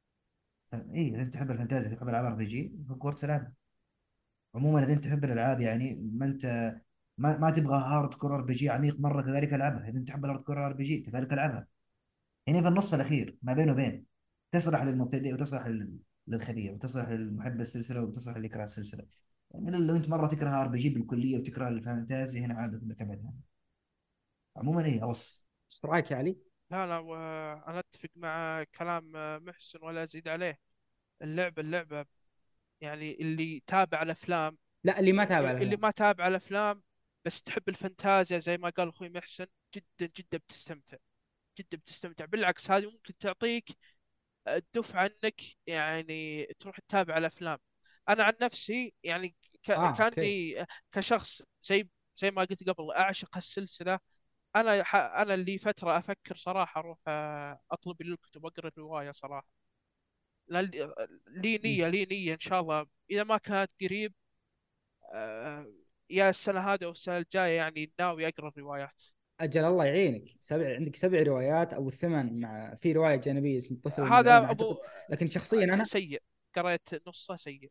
اي اذا انت تحب الفانتازيا تحب العاب ار بي جي، هوجورتس سلام. عموما اذا انت تحب الالعاب يعني ما انت ما, ما تبغى هارد كور ار بي جي عميق مره، كذلك العبها. اذا انت تحب الهارد كور ار بي جي كذلك العبها. يعني في النصف الاخير ما بين وبين، تصلح للمبتدئ وتصلح لل- للخبير، وتصلح للمحب السلسله وتصلح اللي يكره السلسله. يعني لو انت مره تكره ار بي جي بالكليه وتكره الفانتازي، هنا عاد انك ابعد عنها. عموما ايه اوصي. ايش رايك يا علي؟ لا لا، وانا اتفق مع كلام محسن ولا ازيد عليه. اللعبه اللعبه يعني اللي تابع الافلام، لا، اللي ما تابع اللي الافلام. ما تابع الافلام بس تحب الفانتازيا زي ما قال اخوي محسن، جدا جدا بتستمتع. جدا بتستمتع بالعكس، هذه ممكن تعطيك الدفعة انك يعني تروح تتابع الافلام. انا عن نفسي يعني ك- اه اوكي. كاني كشخص زي زي ما قلت قبل اعشق السلسلة. انا ح- انا اللي فترة افكر صراحة اروح آه، اطلب لي الكتب واقرا الرواية صراحة. لا- لي مم. نية لي نية ان شاء الله اذا ما كانت قريب، آه، يا السنة هذه او السنة الجاية، يعني ناوي اقرا الروايات. اجل الله يعينك، سبع عندك سبع روايات او ثمان، مع في روايه جانبيه اسمها الطفل الملعون هذا ابو اعتقد. لكن شخصيا انا سيء، قريت نصه سيء.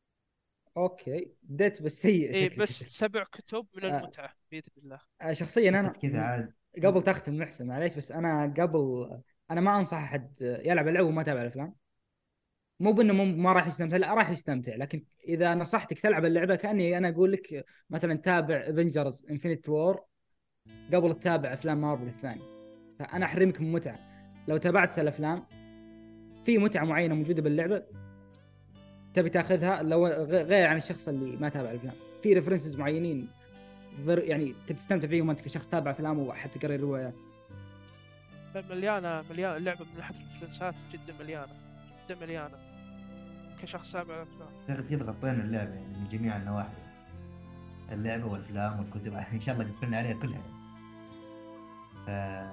اوكي بديت بس سيء إيه شكلك بس انت. سبع كتب من آه المتعة بإذن الله. آه، شخصيا طيب انا كذا عاد. قبل تختم محسن معليش، بس انا قبل انا ما انصح احد يلعب اللعبه وما تابع الافلام. مو بانه مو ما راح يستمتع، لا راح يستمتع، لكن اذا نصحتك تلعب اللعبه كاني انا اقول لك مثلا تابع افنجرز انفنت وور قبل تتابع افلام مارفل الثانيه. فانا احرمك من متعه. لو تابعت الافلام في متعه معينه موجوده باللعبه تبي تاخذها، لو غير عن الشخص اللي ما تابع الافلام في ريفرنسز معينين يعني تبي تستمتع فيهم انت كشخص تابع افلام وحتى تقرا روايات. مليانة مليانة اللعبة من ناحية الريفرنسات، جدا مليانة، جدا مليانة كشخص سامع الأفلام. اعتقد كذا غطينا اللعبه يعني من جميع النواحي، اللعبه والافلام والكتب ان شاء الله قفلنا عليها كلها. ف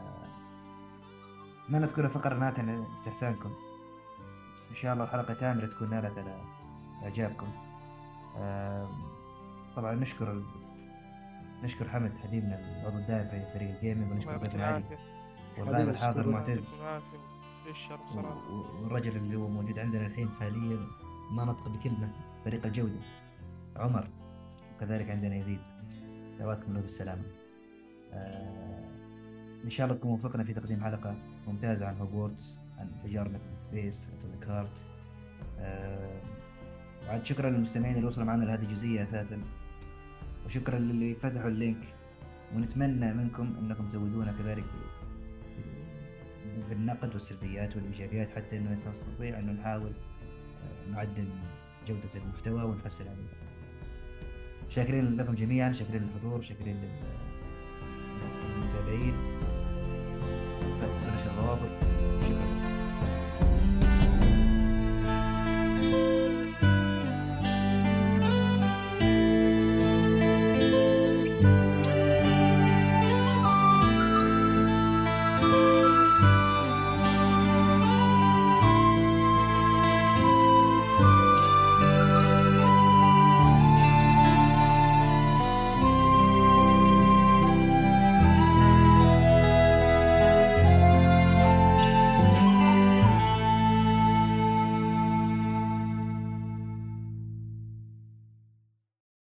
اتمنى تكون الفقره نالت عن استحسانكم. ان شاء الله الحلقه كامله تكون نالت على اعجابكم. آم، طبعا نشكر نشكر حمد حبيبنا العضو الدائم في فريق الجيمنج، الله ونشكر يعطيك ضيفنا علي العافية. والغايب حبيبي الحاضر أشكرك. يعطيكم معتز، العافية والشر و- بصراحة. و- والرجل اللي هو موجود عندنا الحين حاليا ما نطق بكلمة، فريق الجودة عمر، وكذلك عندنا يزيد. دعواتكم له بالسلامة. آه، إن شاء الله تكون وفقنا في تقديم حلقة ممتازة عن هوجورتس، عن تجاربنا في بيس أتوميك هارت. آه، وعاد شكرا للمستمعين اللي وصلوا معنا لهذه الجزئية أساسا، وشكرا للي فتحوا اللينك، ونتمنى منكم أنكم تزودونا كذلك بالنقد والسلبيات والإيجابيات، حتى أنه نستطيع أنه نحاول آه، نعدل جودة المحتوى ونحسن عليه. شاكرين لكم جميعا، شاكرين للحضور، شاكرين للمتابعين. بس نشر الروابط.